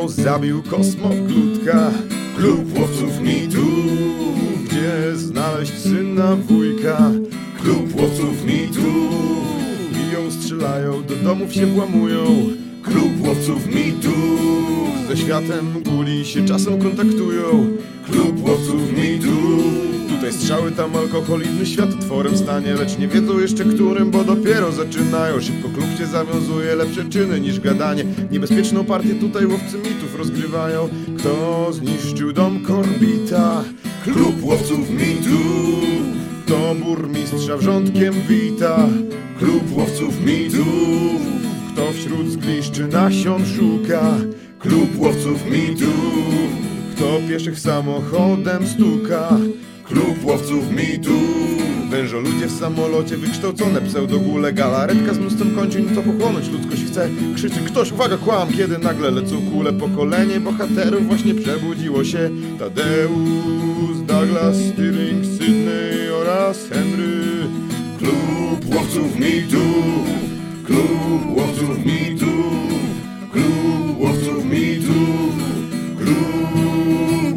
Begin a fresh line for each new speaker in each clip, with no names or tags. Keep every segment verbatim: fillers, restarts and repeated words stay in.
Kto zabił kosmoglutka? Klub łowców mitu. Gdzie znaleźć syna wujka? Klub łowców mitu. Biją, strzelają, do domów się włamują. Klub łowców mitu. Ze światem guli się czasem kontaktują. Klub łowców mitu. Tutaj strzały, tam alkohol, inny świat otworem stanie, lecz nie wiedzą jeszcze którym, bo dopiero zaczynają. Szybko klub się zawiązuje, lepsze czyny niż gadanie. Niebezpieczną partię tutaj łowcy mitów rozgrywają. Kto zniszczył dom Korbita? Klub łowców mitów. To burmistrza wrzątkiem wita. Klub łowców mitów. Kto wśród zgliszczy nasion szuka? Klub łowców mitów. Kto pieszych samochodem stuka? Klub łowców mitów. Wężoludzie w samolocie, wykształcone pseudogule, galaretka z mnóstwem kończyn, to pochłonąć ludzkość chce. Krzyczy ktoś, uwaga, kłam, kiedy nagle lecą kule. Pokolenie bohaterów właśnie przebudziło się. Tadeusz, Douglas, Stirling, Sydney oraz Henry. Klub łowców mitów. Klub łowców mitów. Klub łowców mitów. Klub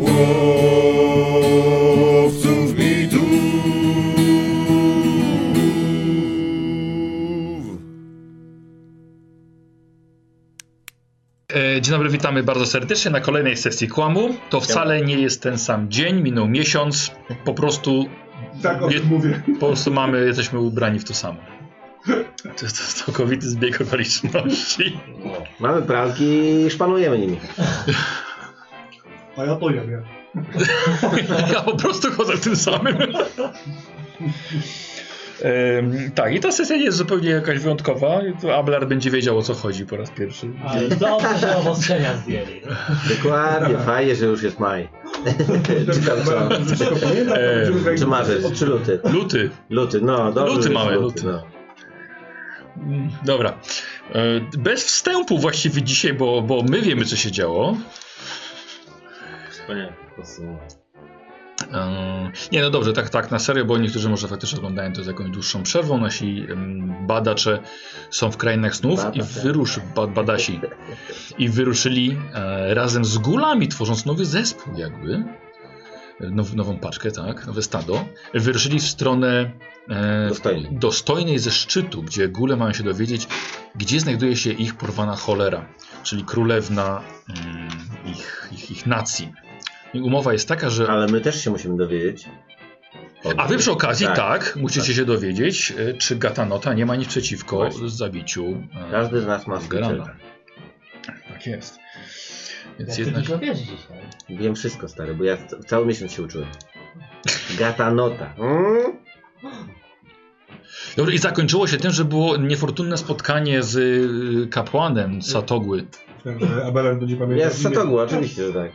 łowców mitów.
Dzień dobry, witamy bardzo serdecznie na kolejnej sesji Kłamu. To wcale nie jest ten sam dzień, minął miesiąc, po prostu...
Tak o tym mówię.
Po prostu mamy, jesteśmy ubrani w to samo. To jest całkowity zbieg okoliczności.
Mamy pralki i szpanujemy nimi.
A ja to jem, ja.
Ja po prostu chodzę w tym samym. Ehm, tak, i ta sesja jest zupełnie jakaś wyjątkowa. Abelard będzie wiedział, o co chodzi po raz pierwszy.
Ale dobrze, że obostrzenia zdjęli.
Dokładnie, fajnie, że już jest maj. Czy tam co?
Ehm,
Czy marzec? Czy luty?
Luty.
Luty, no dobrze.
Luty mamy, luty.
No.
Dobra. Bez wstępu właściwie dzisiaj, bo, bo my wiemy, co się działo.
Wspaniale.
Um, nie, no dobrze, tak, tak na serio, bo niektórzy może faktycznie oglądają to z jakąś dłuższą przerwą. Nasi um, badacze są w krainach snów
Bada,
i wyruszy, ba, badasi i wyruszyli e, razem z gulami, tworząc nowy zespół jakby. Now, nową paczkę, tak, nowe stado. Wyruszyli w stronę e,
Dostojnej.
dostojnej ze szczytu, gdzie gule mają się dowiedzieć, gdzie znajduje się ich porwana cholera, czyli królewna mm, ich, ich, ich nacji. I umowa jest taka, że...
Ale my też się musimy dowiedzieć.
A wy przy okazji, tak,
tak
musicie
tak.
się dowiedzieć, czy Gatanota nie ma nic przeciwko
Właśnie.
zabiciu e,
Każdy z nas ma swój
Geralta.
cel.
Tak jest. Więc
Jak
jednak...
ty dużo wiesz dzisiaj.
Wiem wszystko, stary, bo ja c- cały miesiąc się uczyłem. Gatanota. Mm?
Dobrze, i zakończyło się tym, że było niefortunne spotkanie z y, kapłanem Satogły.
Myślałem, że Abelard będzie pamiętał.
Jest Satogła, oczywiście, że tak.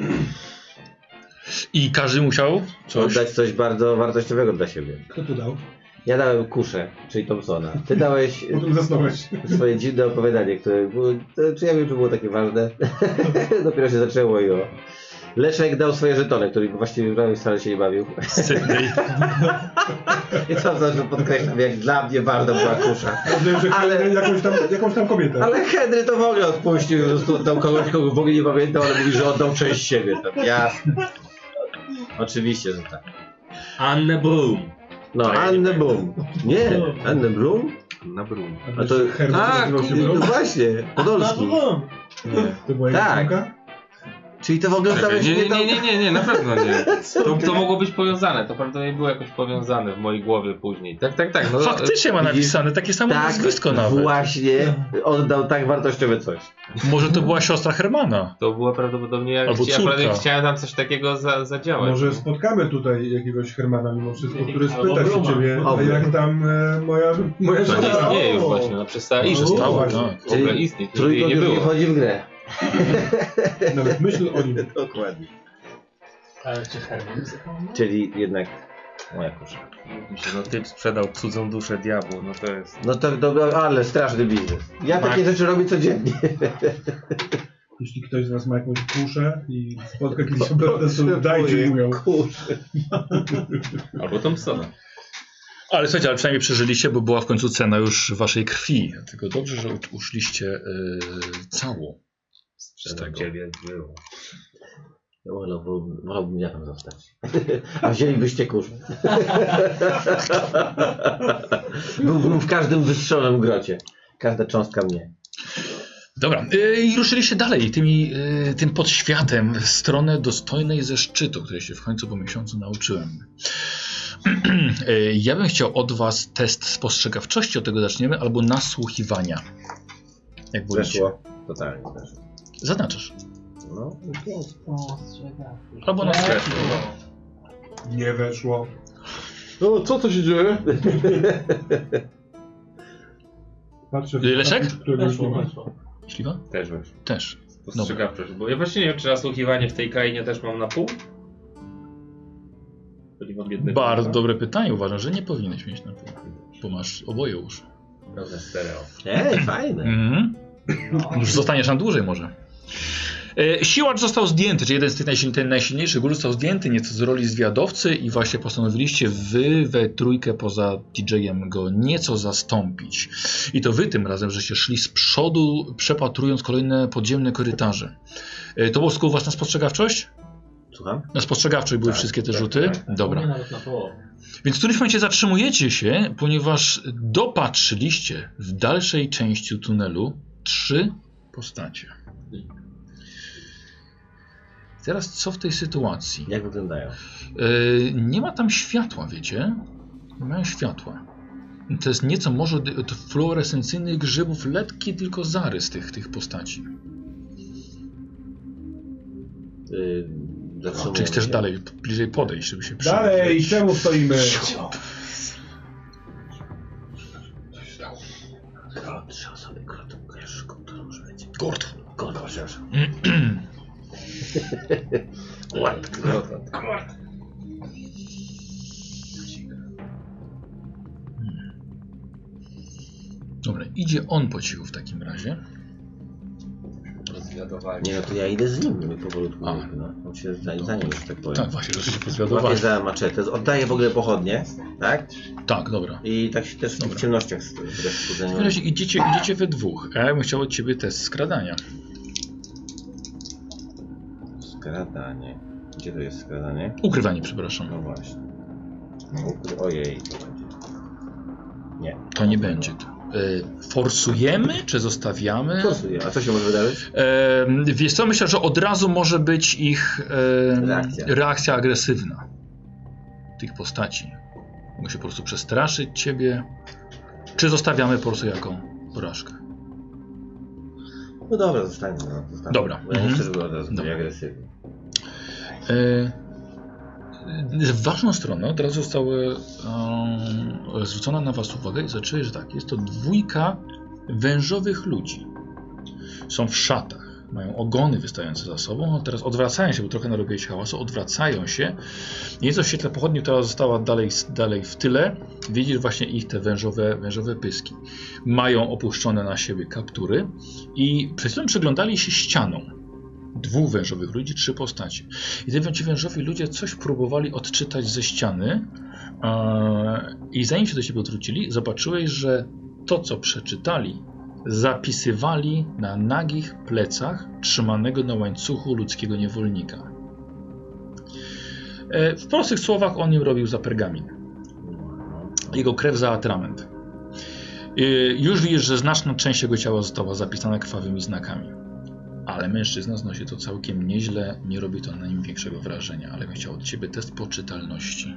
I każdy musiał coś...
Oddać coś bardzo wartościowego dla siebie.
Kto tu dał?
Ja dałem Kuszę, czyli Thompsona. Ty dałeś
Potem zasnąłeś.
swoje dziwne opowiadanie, które było, to, czy ja wiem, czy było takie ważne. Dopiero się zaczęło i o. Leszek dał swoje żetony, których właściwie prawie wcale się nie bawił.
Sydney.
I co zawsze podkreślam, jak dla mnie ważna była Kusza.
Rozumiem, że
Ale-
ale... jakąś, tam, jakąś tam kobietę.
Ale Henry to w ogóle odpuścił, po prostu dał kogoś, kogo w ogóle nie pamiętał, ale mówi, że oddał część siebie. Tak, jasne. Oczywiście, że tak.
Annę Brum.
No, Annę Boom. Nie, Annę Bloom?
Na Brum.
A to...
Herbert
Tak,
nazywał się
no
Brum?
właśnie, Podolski.
Nie. To była
Tak.
jego córka?
Czyli to w ogóle
Czekaj,
stałeś
nie, nie,
tam...
nie, nie, nie, nie, na pewno nie. To, to mogło być powiązane, to prawdopodobnie było jakoś powiązane w mojej głowie później. Tak, tak, tak. No,
Faktycznie ma napisane takie samo
Tak,
nazwisko nawet.
właśnie oddał tak wartościowe coś.
Może to była siostra Hermana.
to było prawdopodobnie, jak
Albo
chcia,
córka.
naprawdę chciałem tam coś takiego za, zadziałać.
Może
no.
spotkamy tutaj jakiegoś Hermana mimo wszystko, który
Albo
spyta się
Bruma.
ciebie, a
Oby.
jak tam e, moja, moja
To nie
żona.
istnieje już
O!
właśnie, no przestała istnieć.
Przestało,
właśnie.
tak.
W ogóle
Czyli
istnieć, nigdy jej
Trójkąt
nie
już nie
było.
wchodzi w grę.
Nawet myśl o nim.
Dokładnie.
Ale czy Herman zapomniał?
Czyli jednak moja kusza.
No typ sprzedał cudzą duszę diabłu, no to jest...
No to, to ale straszny biznes. Ja takie rzeczy robię codziennie.
Jeśli ktoś z was ma jakąś kuszę i spotka kiedyś Alberta, to dajcie mu ją.
Kuszę.
Albo Thompsona.
Ale słuchajcie, ale przynajmniej przeżyliście, bo była w końcu cena już waszej krwi. Tylko dobrze, że uszliście yy, cało. z tego.
Ciebie było.
Ja wolałbym, wolałbym ja tam zostać. A wzięlibyście kurz. Byłbym w każdym wystrzelonym grocie. Każda cząstka mnie.
Dobra, yy, i ruszyliście dalej tymi, yy, tym podświatem w stronę dostojnej ze szczytu, której się w końcu po miesiącu nauczyłem. yy, ja bym chciał od was test spostrzegawczości, od tego zaczniemy, albo nasłuchiwania. Jak wolicie.
Weszło. Totalnie weszło.
Zaznaczasz.
No, pięć.
O, strzegawczy.
Albo na
Nie weszło.
No, co to się dzieje?
Patrzę,
Leszek?
którego już nie
Weszło,
ma.
weszło.
Śliwa?
Też weszło.
Też.
Spostrzegawczość, bo ja właśnie nie wiem, czy nasłuchiwanie w tej krainie też mam na pół? Czyli mam jednego.
Bardzo dobre pytanie. Uważam, że nie powinieneś mieć na pół, bo masz oboje uszy.
Pełne stereo.
Ej, fajne.
Mhm. Już zostaniesz tam dłużej może. E, siłacz został zdjęty, czyli jeden z tych najsil ten najsilniejszych gór został zdjęty nieco z roli zwiadowcy i właśnie postanowiliście wy we trójkę poza D J-em go nieco zastąpić. I to wy tym razem, żeście szli z przodu, przepatrując kolejne podziemne korytarze. E, to było tylko własna spostrzegawczość?
Słucham?
Na spostrzegawczość były
Tak,
wszystkie te
tak,
rzuty?
tak.
Dobra.
Nie nawet na połowę.
Więc w którymś momencie zatrzymujecie się, ponieważ dopatrzyliście w dalszej części tunelu trzy postacie. Teraz co w tej sytuacji?
Jak wyglądają?
Yy, nie ma tam światła, wiecie? Nie mają światła. To jest nieco może od fluorescencyjnych grzybów, lekki tylko zarys tych, tych postaci.
Yy, zatrzymujemy
Czy chcesz
się.
dalej, bliżej podejść, żeby się przyjrzeć?
Dalej, czemu stoimy?
Grot, trzy osoby, grot. Kojarzysz go, to może będzie.
Gord.
Grot, przepraszam. Ład, grot.
Dobra, idzie on po cichu w takim razie.
Rozwiadowanie.
Nie no, to ja idę z nim, my powolutku.
A.
No. On się za, za nim, że tak powiem.
Tak, właśnie, że się
Łapię
pozwiadowali.
za maczetę, oddaję w ogóle pochodnie, tak?
Tak, dobra.
I tak się też w tych
Dobra.
ciemnościach z-
W
z-
takim razie idziecie, idziecie we dwóch, a ja bym chciał od ciebie test skradania.
Skradanie. Gdzie to jest skradanie?
Ukrywanie, przepraszam.
No właśnie. Ukry... Ojej, to będzie. Nie.
To nie będzie to. Y, forsujemy, czy zostawiamy?
Forsuję. A co się może wydarzyć?
E, wiesz co, myślę, że od razu może być ich e,
Reakcja.
reakcja agresywna tych postaci. Mogą się po prostu przestraszyć ciebie. Czy zostawiamy po prostu jako porażkę?
No dobra, zostańmy. No, zostańmy.
Dobra.
Bo ja nie
Mhm.
chcę, żeby od razu byli
Dobra.
agresywni.
E, w waszą stronę od razu została e, zwrócona na was uwaga i zaczęli, że tak, jest to dwójka wężowych ludzi. Są w szatach, mają ogony wystające za sobą, a teraz odwracają się, bo trochę narobiłeś hałasu, odwracają się. Nieco w świetle pochodni, która została dalej, dalej w tyle, widzisz właśnie ich te wężowe, wężowe pyski. Mają opuszczone na siebie kaptury i przed chwilą przyglądali się ścianą. Dwóch wężowych ludzi, trzy postacie. I te ci wężowi ludzie coś próbowali odczytać ze ściany e, i zanim się do ciebie odwrócili, zobaczyłeś, że to, co przeczytali, zapisywali na nagich plecach trzymanego na łańcuchu ludzkiego niewolnika. E, w prostych słowach on im robił za pergamin. Jego krew za atrament. E, już widzisz, że znaczna część jego ciała została zapisana krwawymi znakami. Ale mężczyzna znosi to całkiem nieźle, nie robi to na nim większego wrażenia, ale bym chciał od ciebie test poczytalności.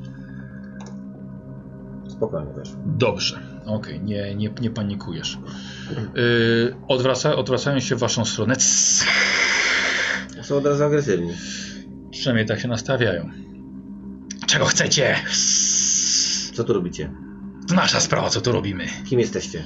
Spokojnie też.
Dobrze, okej, okay. nie, nie, nie panikujesz. Yy, odwraca, odwracają się w waszą stronę. Css.
Są od razu agresywni.
Przynajmniej tak się nastawiają. Czego chcecie? Css.
Co tu robicie?
To nasza sprawa, co tu robimy.
Kim jesteście?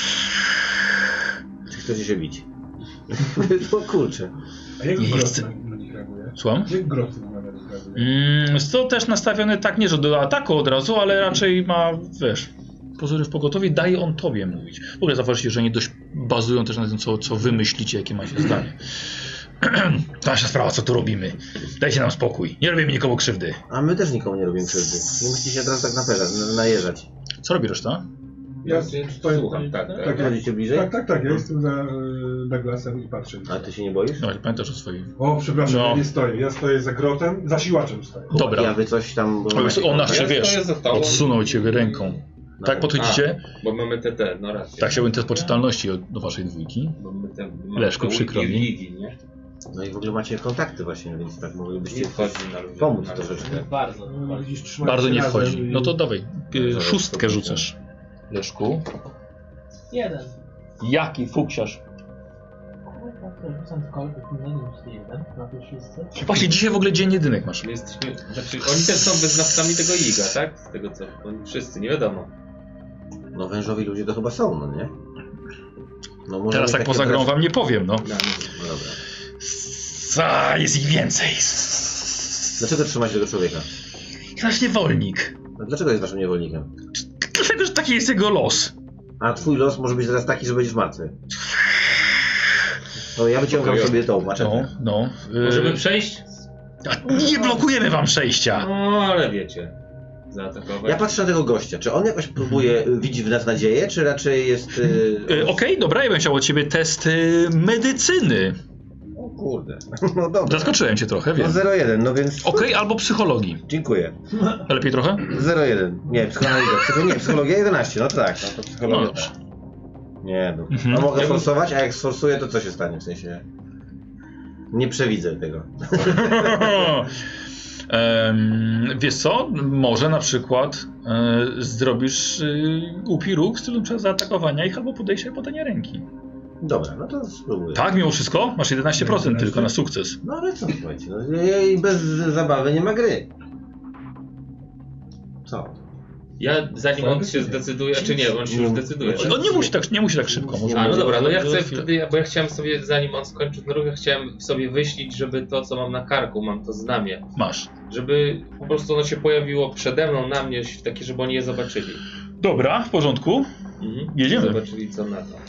Czy chcecie się bić? To kurczę.
A jak
Nie
grot
chcę.
na, na nich reaguje?
Słucham?
Jak grot na nich reaguje?
Mm, jest to też nastawione tak, nie że do ataku od razu, ale raczej ma, wiesz, pozory w pogotowie, daje on tobie mówić. W ogóle zauważcie, że nie dość bazują też na tym, co, co wy myślicie, jakie macie zdanie. To nasza sprawa, co tu robimy. Dajcie nam spokój. Nie robimy nikomu krzywdy.
A my też nikomu nie robimy krzywdy. Nie musicie się teraz tak napełniać, najeżdżać.
Co robi reszta?
Ja
Znaczy,
stoję
słucham, tak, tak.
tak,
Chodzicie bliżej?
tak, tak, tak, ja jestem za e, Douglasem i patrzę.
A ty się nie boisz?
No, ale pamiętasz o swoim.
O, przepraszam,
No.
ja nie stoję, ja stoję za grotem, za siłaczem stoję.
Dobra.
Ja wy coś tam...
O, już on jeszcze,
Ja
wiesz,
stoję za tobą.
odsunął ciebie ręką.
No.
Tak podchodzicie?
Bo mamy te, te, no rację.
Tak, chciałbym test poczytalności od- do waszej dwójki.
Bo my te, mamy
Leszku,
te
przykro
wiki-
mi.
wiki, nie?
No i w ogóle macie kontakty właśnie, więc tak moglibyście
Nie wchodzi na ludzi.
pomóc
na
troszeczkę.
Bardzo.
No,
bardzo.
widzisz, trzymają
Bardzo
się
nie
razem
wchodzi.
i-
No to dawaj, y, szóstkę rzucasz. Leszku.
Jeden.
Jaki fuksiarz.
Kurwa, to rzucam tylko wypełnieniem z jeden na tej szóstce.
Właśnie dzisiaj w ogóle dzień jedynek masz.
My jesteśmy, znaczy oni też są wyznawcami tego Iga, tak? Z tego co, oni wszyscy, nie wiadomo.
No wężowi ludzie to chyba są, no nie? No, może
Teraz
mieć
tak
takie
poza grą
wrażenie-
wam nie powiem, no.
No,
No dobra.
Za, jest ich więcej.
Dlaczego trzymacie tego człowieka?
Nasz niewolnik.
No, dlaczego jest waszym niewolnikiem?
Dlatego, że taki jest jego los.
A twój los może być teraz taki, że będziesz martwy. No ja wyciągam
Pokoju.
sobie tą
No,
maczetę.
no.
możemy
y,
przejść?
a nie blokujemy wam przejścia.
No, ale wiecie. Zaatakować.
Ja patrzę na tego gościa. Czy on jakoś próbuje, widzi w nas nadzieję, czy raczej jest... Yy...
Y, Okej, dobra, ja bym chciał od ciebie test y, medycyny.
O kurde. No dobra.
Zaskoczyłem cię trochę,
No
wiem.
zero jeden, no więc...
Okej, albo psychologii.
Dziękuję.
Lepiej trochę?
zero jeden. Nie, psychologia. Psycho... Nie, psychologia jedenaście, no tak. No to
No
psychologia.
dobrze.
Nie, no.
Mhm.
A mogę
Ja bym-
forsować? A jak sforsuję, to co się stanie? W sensie... Nie przewidzę tego.
Em, wiesz co? Może na przykład e, zrobisz y, głupi ruch w stylu zaatakowania ich albo podejścia i podania ręki.
Dobra, no to spróbuję.
Tak, mimo wszystko? Masz jedenaście procent tylko na sukces.
No ale co, słuchajcie, no, i bez zabawy nie ma gry. Co?
Ja zanim on się zdecyduje, czy nie, on się już zdecyduje.
On nie musi tak, nie musi tak szybko. Może
A no dobra, no ja
za
chcę
chwilę.
wtedy, bo ja chciałem sobie, zanim on skończył ten ruch, ja chciałem sobie wyślić, żeby to, co mam na karku, mam to znamie,
Masz.
żeby po prostu ono się pojawiło przede mną, na mnie, takie, żeby oni je zobaczyli.
Dobra, w porządku.
Mhm.
Jedziemy.
Zobaczyli, co na to.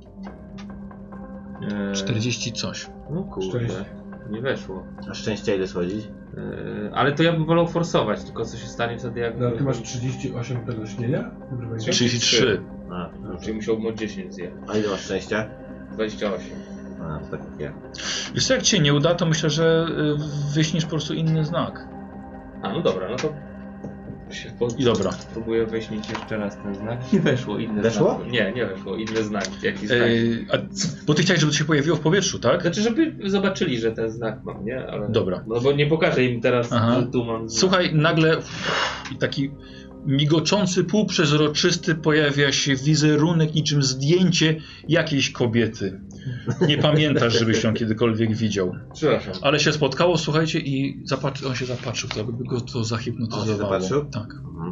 Eee,
czterdzieści coś.
No kurde,
czterdzieści.
nie weszło.
A szczęścia ile schodzić?
Eee, ale to ja bym wolał forsować, tylko co się stanie wtedy, jak...
No, ty masz trzydzieści osiem tego śnienia? Dobrze będzie?
trzydzieści trzy.
A, no,
Czyli musiałbym o dziesięć zjechać.
a ile masz szczęścia?
dwadzieścia osiem.
A, to tak jak ja.
Wiesz co, jak ci się nie uda, to myślę, że y, wyśniesz po prostu inny znak.
A, no dobra, no to... Się po...
I dobra.
Próbuję wyśmieć jeszcze raz ten znak. Nie weszło, inny
Weszło?
znak. Nie, nie weszło, inny znak. Jaki znak?
Ej, a, bo ty chciałeś, żeby to się pojawiło w powietrzu, tak?
Znaczy, żeby zobaczyli, że ten znak mam, nie? Ale...
Dobra.
No bo nie pokażę im teraz,
Aha.
że tu mam znak.
Słuchaj, nagle i taki migoczący, półprzezroczysty pojawia się wizerunek, niczym zdjęcie jakiejś kobiety. Nie pamiętasz, żebyś ją kiedykolwiek widział.
Przepraszam.
Ale się spotkało, słuchajcie, i zapatrzy, on się zapatrzył, to by go to zahipnotyzowało.
On się zapatrzył?
Tak.
Mhm.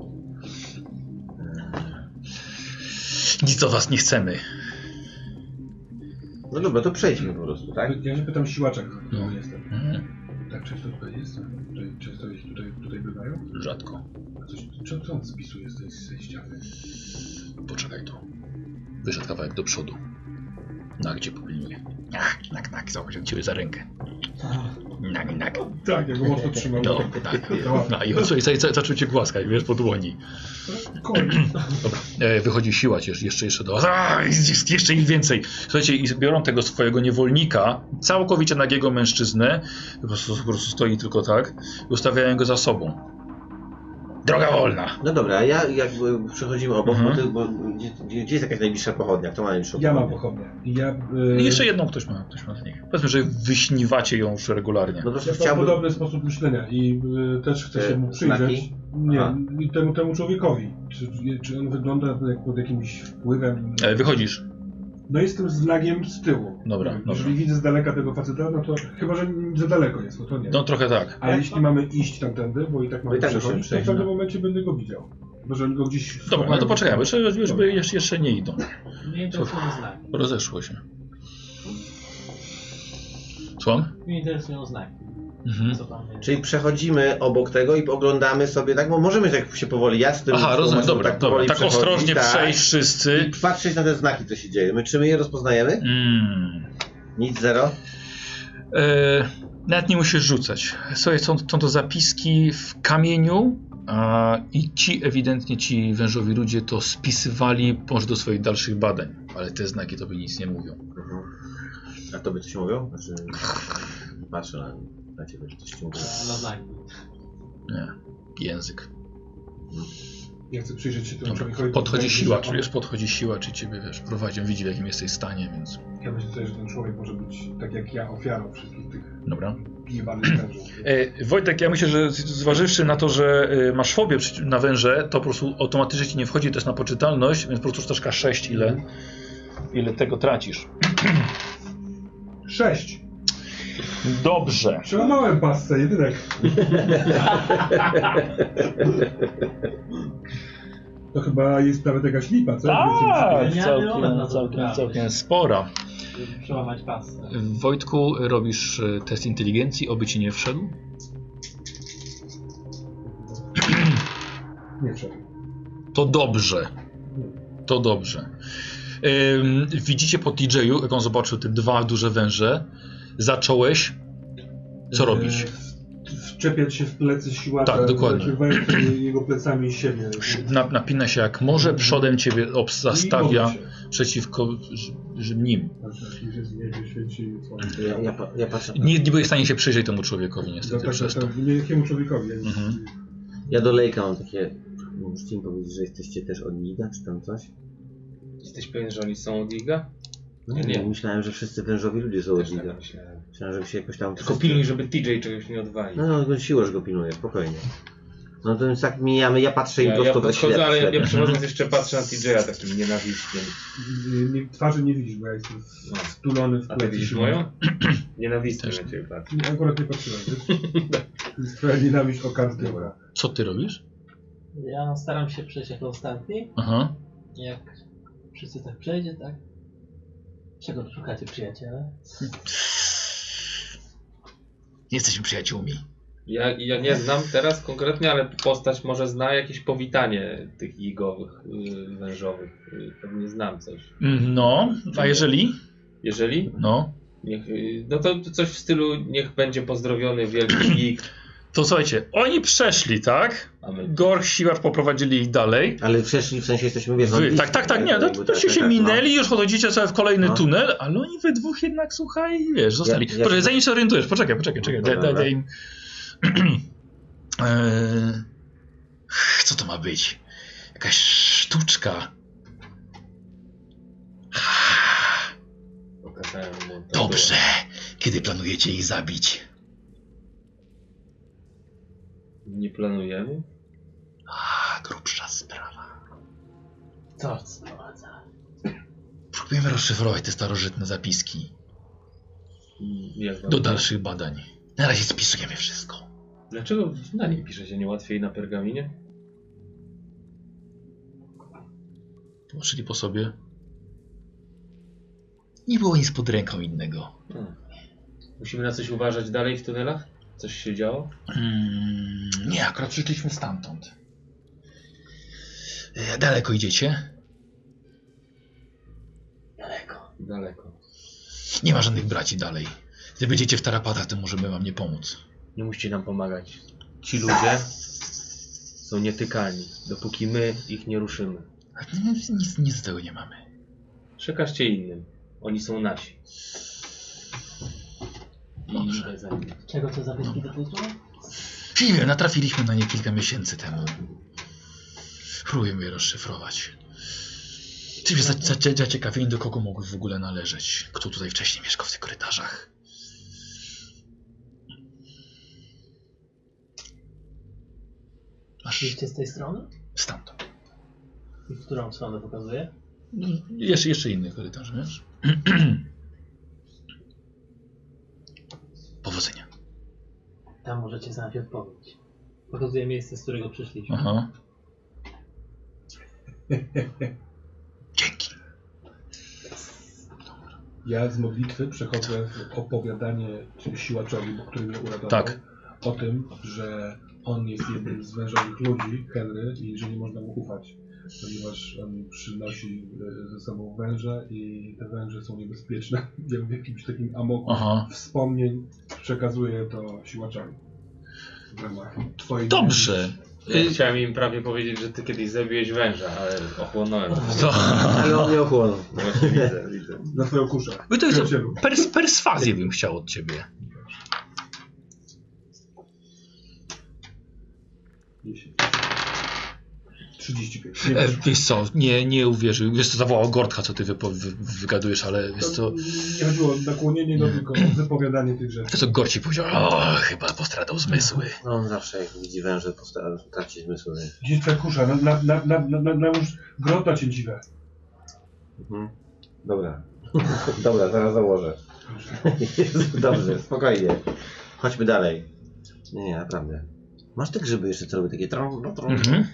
Nic do was nie chcemy.
No dobra, to przejdźmy po prostu, tak?
Ja się pytam siłaczek,
No.
no. jestem.
Mhm.
Tak często tutaj jest? Tutaj, często ich tutaj, tutaj bywają?
Rzadko.
A coś, co, co on spisuje z tej, z tej ściany?
Poczekaj tu. Wyszedł kawałek do przodu. Na gdzie popilnuje? Nak, nak, nak, zauważył ciebie za rękę. Nak, nak.
Tak, ja go mocno trzymam.
No, tak.
No.
No i on sobie za- zaczął cię głaskać, wiesz, po dłoni.
Koń.
Dobra, e, wychodzi siłacz jeszcze, jeszcze, jeszcze do was. A, jest jeszcze ich więcej. Słuchajcie, i biorą tego swojego niewolnika, całkowicie nagiego mężczyznę, po prostu, po prostu stoi tylko tak, i ustawiają go za sobą. Droga wolna.
No dobra, a ja jakby przechodzimy obok,
Mhm.
bo, ty, bo gdzie, gdzie, gdzie jest jakaś najbliższa pochodnia? Kto ma najbliższą
Ja mam
pochodnię?
pochodnię. I ja...
I
Yy,
jeszcze jedną ktoś ma, ktoś ma z nich. Powiedzmy, że wyśniwacie ją już regularnie.
No po prostu
ja mam
chciałbym...
podobny sposób myślenia i y, też chcę
Te
się mu
znaki?
przyjrzeć. Nie,
Aha.
i temu, temu człowiekowi. Czy, czy on wygląda jak pod jakimś wpływem...
E, wychodzisz.
No jestem z lagiem z tyłu.
Dobra,
Jeżeli
dobra.
widzę z daleka tego faceta, no to chyba, że za daleko jest, no to nie.
No trochę tak.
Ale jeśli mamy iść tamtędy, bo i tak mamy
i tak musimy
przechodzić, to w
przejść,
pewnym
no.
momencie będę go widział. Może oni go gdzieś...
Dobra, no
schowają.
to poczekajmy, żeby, żeby jeszcze, jeszcze nie idą.
Mnie interesują znaki.
Rozeszło się. Słucham?
Mnie interesują znaki.
Mhm.
Co tam jest?
Czyli przechodzimy obok tego i oglądamy sobie, tak? Bo możemy tak się powoli, ja z tym...
Aha, rozumiem,
możemy
dobra, dobra.
powoli
Tak
przechodzić,
ostrożnie
tak.
przejść wszyscy.
I patrzeć na te znaki, co się dzieje. My, czy my je rozpoznajemy?
Mm.
Nic, zero?
E, nawet nie musisz rzucać. Słuchaj, są, są to zapiski w kamieniu A, I ci ewidentnie, ci wężowi ludzie to spisywali może do swoich dalszych badań, ale te znaki tobie nic nie mówią.
Mhm. A tobie coś mówią? Znaczy, patrzę na, na ciebie, czy coś ci mówią.
Lasagne.
Nie, język.
Ja chcę przyjrzeć się temu
Dobra.
człowiekowi.
Podchodzi
Myślę,
siłacz,
że on-
wiesz, podchodzi siłacz i ciebie, wiesz, prowadzi, on widzi w jakim jesteś stanie, więc...
Ja myślę sobie, że ten człowiek może być, tak jak ja, ofiarą wszystkich tych
Dobra.
jebanych wężów.
E, Wojtek, ja myślę, że z- zważywszy na to, że e, masz fobię przy- na węże, to po prostu automatycznie ci nie wchodzi też na poczytalność, więc po prostu rzucasz K sześć, ile, ile tego tracisz.
Sześć!
Dobrze.
Przełamałem pasce, jedynek. To chyba jest nawet jakaś lipa, co?
Tak,
Genialny
całkiem,
moment na to
całkiem,
wybrałeś.
całkiem spora.
Żeby przełamać pasę.
Wojtku, robisz e, test inteligencji, oby ci nie wszedł.
Nie wszedł.
To dobrze. To dobrze. Ym, widzicie po T J-u, jak on zobaczył te dwa duże węże, zacząłeś co
E,
robić?
Wczepiać się w plecy siłacza.
Tak, dokładnie.
Taki węż, który jego plecami siebie.
Na, napina się jak może, przodem ciebie obs- zastawia
I modli się.
przeciwko ż- ż- nim.
Patrzę, jak jest w niebie, świeci słońce.
Ja, ja, pa- ja patrzę.
Nie, nie byłeś w stanie się przyjrzeć temu człowiekowi
No
niestety
tak,
przez
tak,
to.
tak, nie jakiemu człowiekowi. Ja nie-
Mhm.
Ja do Lejka mam takie... Możecie mi powiedzieć, że jesteście też od Liga, czy tam coś?
Jesteś pewien, że oni są od Liga?
No
Nie.
nie, myślałem, że wszyscy wężowi ludzie są od
Też
Liga.
tak myślałem.
Myślałem, żeby się jakoś tam...
Tylko pilnuj, żeby T J czegoś nie odwalił.
No, no, siłoż go pilnuje, spokojnie. No to więc tak mijamy, ja patrzę im
Ja, ja
prosto we
podchodzę,
ślep.
ale
ślep.
ja przechodząc jeszcze patrzę na T J a takim nienawistnym.
Nie, nie, twarzy nie widzisz, bo ja jestem
No.
stulony w
A ty
plecy
widzisz
siłacza.
moją? Nienawistny
Też.
na ciebie patrzę.
Nie, akurat nie patrzyłem, wiesz? To jest twoja nienawiść o kartkę.
Co ty robisz?
Ja staram się przejść jako ostatni.
Aha.
Jak wszyscy tak przejdzie, tak? Czego tu szukacie, przyjaciele?
Nie jesteśmy przyjaciółmi.
Ja, ja nie znam teraz konkretnie, ale postać może zna jakieś powitanie tych ligowych, yy, wężowych. Yy, pewnie znam coś.
No, a jeżeli?
Jeżeli?
No.
Niech, yy, no to coś w stylu niech będzie pozdrowiony wielki lig.
To słuchajcie, oni przeszli, tak?
A my...
Gorch, siłacz poprowadzili ich dalej.
Ale przeszli, w sensie jesteśmy, wiesz,
Wy,
no,
tak, tak, tak, nie, no,
jakby
to
tak,
się
tak,
się
tak,
minęli, już podchodzicie sobie w kolejny
No.
tunel, ale oni we dwóch jednak, słuchaj, wiesz, zostali.
Ja- ja
Poczekaj,
się-
zanim się orientujesz, poczekaj, poczekaj, czekaj, daj, daj,
Dobra.
daj im... eee, co to ma być? Jakaś sztuczka.
Pokazałem mu to
Dobrze, kiedy planujecie ich zabić?
Nie planujemy?
A, grubsza sprawa.
Co sprowadza?
Próbujemy rozszyfrować te starożytne zapiski
Jak wam-
do dalszych badań. Na razie spisujemy wszystko.
Dlaczego na nim pisze się nie łatwiej na pergaminie?
Poszli po sobie. Nie było nic pod ręką innego.
Hmm. Musimy na coś uważać dalej w tunelach? Coś się działo?
Mm, nie, akurat przyszliśmy stamtąd. E, Daleko idziecie?
Daleko.
Daleko.
Nie ma żadnych braci dalej. Gdy będziecie w tarapatach, to możemy wam nie pomóc.
Nie musicie nam pomagać. Ci ludzie są nietykalni, dopóki my ich nie ruszymy.
A Nic, nic, nic z tego nie mamy.
Przekażcie innym. Oni są nasi. I
Dobrze.
idę za nimi.
Czego te zabytki dotyczą?
Nie wiem, natrafiliśmy na nie kilka miesięcy temu. Próbujemy je rozszyfrować. Ty za, za, zaciekawieni, do kogo mogły w ogóle należeć. Kto tutaj wcześniej mieszkał w tych korytarzach. Masz
Przyjście z tej strony?
stamtąd.
I w którą stronę pokazuje?
No, jeszcze, jeszcze inny korytarz, wiesz? Powodzenia.
Tam możecie znaleźć odpowiedź. Pokazuje miejsce, z którego przyszliśmy.
Aha. Dzięki.
Ja z modlitwy przechodzę w opowiadanie siłaczowi, bo który mnie uratował,
Tak.
o tym, że on jest jednym z wężowych ludzi, Henry, i że nie można mu ufać, ponieważ on przynosi e, ze sobą węże i te węże są niebezpieczne. Ja w jakimś takim amoku
Aha.
wspomnień przekazuję to siłaczowi. W ramach twojej
Dobrze.
Ja chciałem im prawie powiedzieć, że ty kiedyś zabiłeś węża, ale ochłonąłem.
To,
I on nie ochłonął.
Właśnie widzę, widzę.
Na twoją kuszę.
no to jest
Przyjacielu.
pers perswazję bym chciał od ciebie.
trzydzieści pięć. Nie
E,
wiesz.
wiesz co, nie, nie uwierzył. Wiesz co, zawołał Gortka, co ty wypo, wy, wygadujesz, ale wiesz co,
Nie chodziło o nakłonienie go, tylko o wypowiadanie tych rzeczy.
to co Gorci powiedział, o, chyba postradał zmysły.
No on zawsze jak widzi węże, postara traci zmysły.
Gdzie jest twoja kusza? Na, na, na, na, na, na, na już grota cięciwe.
Mhm. Dobra. Dobra, zaraz założę. Dobrze, spokojnie. Chodźmy dalej. Nie, nie, naprawdę. Masz te grzyby jeszcze, co robią takie trą, no, trą.
Mhm.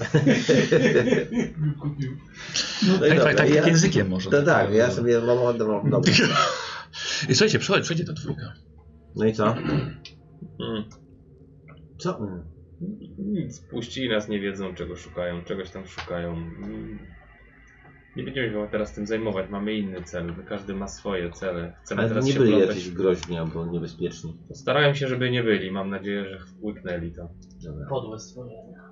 Kupił.
No i
Tak,
dobra,
tak, tak,
ja,
językiem może.
to tak, ja sobie mam mam- dobra.
I słuchajcie, przychodzi, przyjdzie ta dwójka.
No i co?
Mm.
Co? Mm.
Nic, puścili nas, nie wiedzą czego szukają, czegoś tam szukają. Mm. Nie będziemy się chyba teraz tym zajmować, mamy inny cel, każdy ma swoje cele. Chcemy
Ale
teraz
nie
się
byli
plątać.
jacyś groźni albo niebezpieczni.
Starają się, żeby nie byli, mam nadzieję, że łyknęli to.
Dobra.
Podłe stworzenia.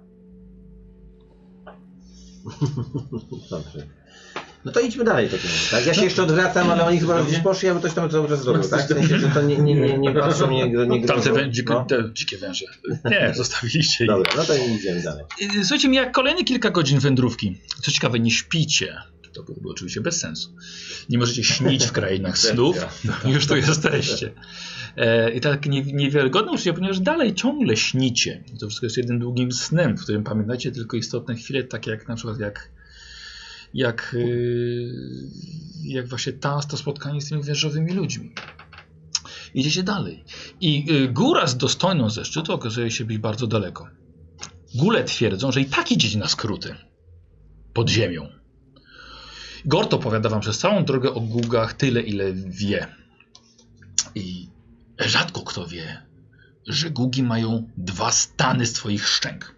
Dobrze. No to idźmy dalej w takim razie, tak? Ja się jeszcze odwracam, ale oni chyba gdzieś poszli, aby coś tam cały czas zrobił, tak? W sensie, że to nie, nie, nie, nie patrzą, nie, nie, nie
Tamte
grożą.
wę dzikie,
No.
te dzikie węże. Nie, zostawiliście ich.
Dobra, no to idziemy dalej.
Y, Słuchajcie, mija kolejne kilka godzin wędrówki. Co ciekawe, nie śpicie. To byłoby oczywiście bez sensu. Nie możecie śnić w krainach snów. No, już tu jesteście. E, I tak nie, niewiarygodne uczucie, ponieważ dalej ciągle śnicie. To wszystko jest jednym długim snem, w którym pamiętacie tylko istotne chwile, takie jak na przykład jak jak, yy, jak właśnie ta, to spotkanie z tymi wężowymi ludźmi. Idziecie dalej. I yy, góra z dostojną ze szczytu okazuje się być bardzo daleko. Góle twierdzą, że i tak idziecie na skróty. Pod ziemią. Gort opowiada wam przez całą drogę o Gugach tyle, ile wie. I rzadko kto wie, że Gugi mają dwa stany z twoich szczęk.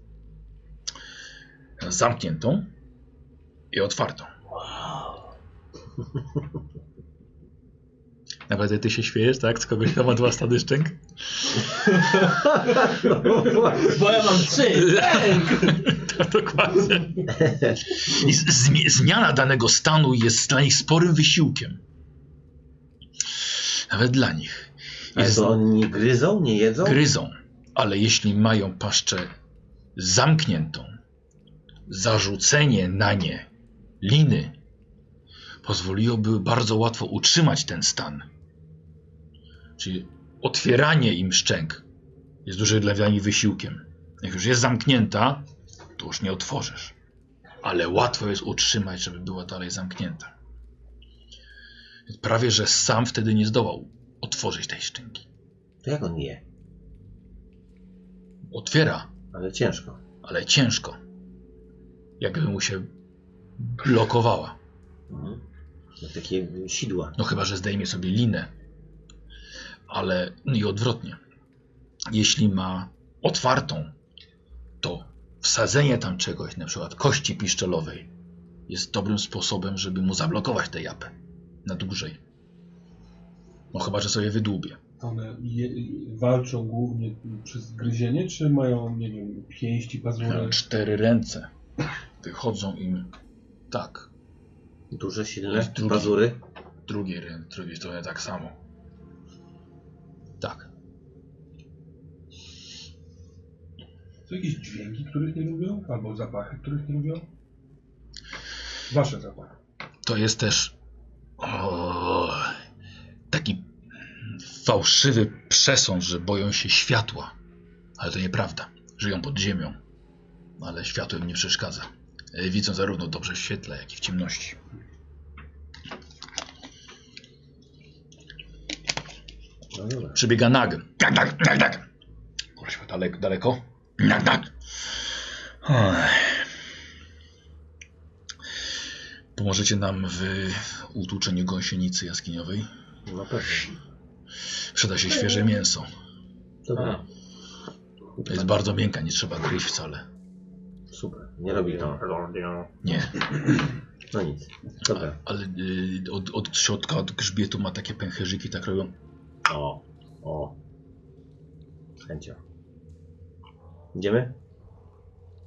Zamkniętą i otwartą. Naprawdę ty się śmiejesz, tak? Z kogoś, kto ma dwa stany szczęk?
Bo ja mam trzy!
To dokładnie. I z- zmi- zmiana danego stanu jest dla nich sporym wysiłkiem. Nawet dla nich.
Ale
Jest
to oni nie gryzą, nie jedzą?
gryzą, ale jeśli mają paszczę zamkniętą, zarzucenie na nie liny pozwoliłoby bardzo łatwo utrzymać ten stan. Czyli otwieranie im szczęk jest dużym dla nich wysiłkiem. Jak już jest zamknięta, to już nie otworzysz. Ale łatwo jest utrzymać, żeby była dalej zamknięta. Prawie że sam wtedy nie zdołał otworzyć tej szczęki.
To jak on je?
Otwiera,
Ale ciężko.
ale ciężko. Jakby mu się blokowała.
Mhm. Jak takie sidła.
No chyba że zdejmie sobie linę. Ale i odwrotnie. Jeśli ma otwartą, to wsadzenie tam czegoś, na przykład kości piszczelowej, jest dobrym sposobem, żeby mu zablokować tę japę na dłużej. No chyba że sobie wydłubie.
One je, walczą głównie przez gryzienie, czy mają, nie wiem, pięści, pazury?
Mają cztery ręce. Wychodzą im tak.
Duże,
Jest
silne
drugi.
pazury.
Drugie, rę- drugie stronie tak samo. Tak.
Są jakieś dźwięki, których nie lubią? Albo zapachy, których nie lubią? Wasze zapachy.
To jest też o, taki fałszywy przesąd, że boją się światła. Ale to nieprawda. Żyją pod ziemią. Ale światło im nie przeszkadza. E, Widzą zarówno dobrze w świetle, jak i w ciemności.
No dobra.
Przybiega Nag. Nag, nag, nag, nag. Kurwa, daleko, daleko. Nag, nag. Ech. Pomożecie nam w utłuczeniu gąsienicy jaskiniowej.
No pewnie.
Przyda się świeże mięso.
Dobra.
To jest bardzo miękka, nie trzeba gryźć wcale.
Super. Nie robi to.
Nie,
No nic. Dobra.
ale y, od, od środka, od grzbietu ma takie pęcherzyki, tak robią.
O. O. Z chęcią. Idziemy?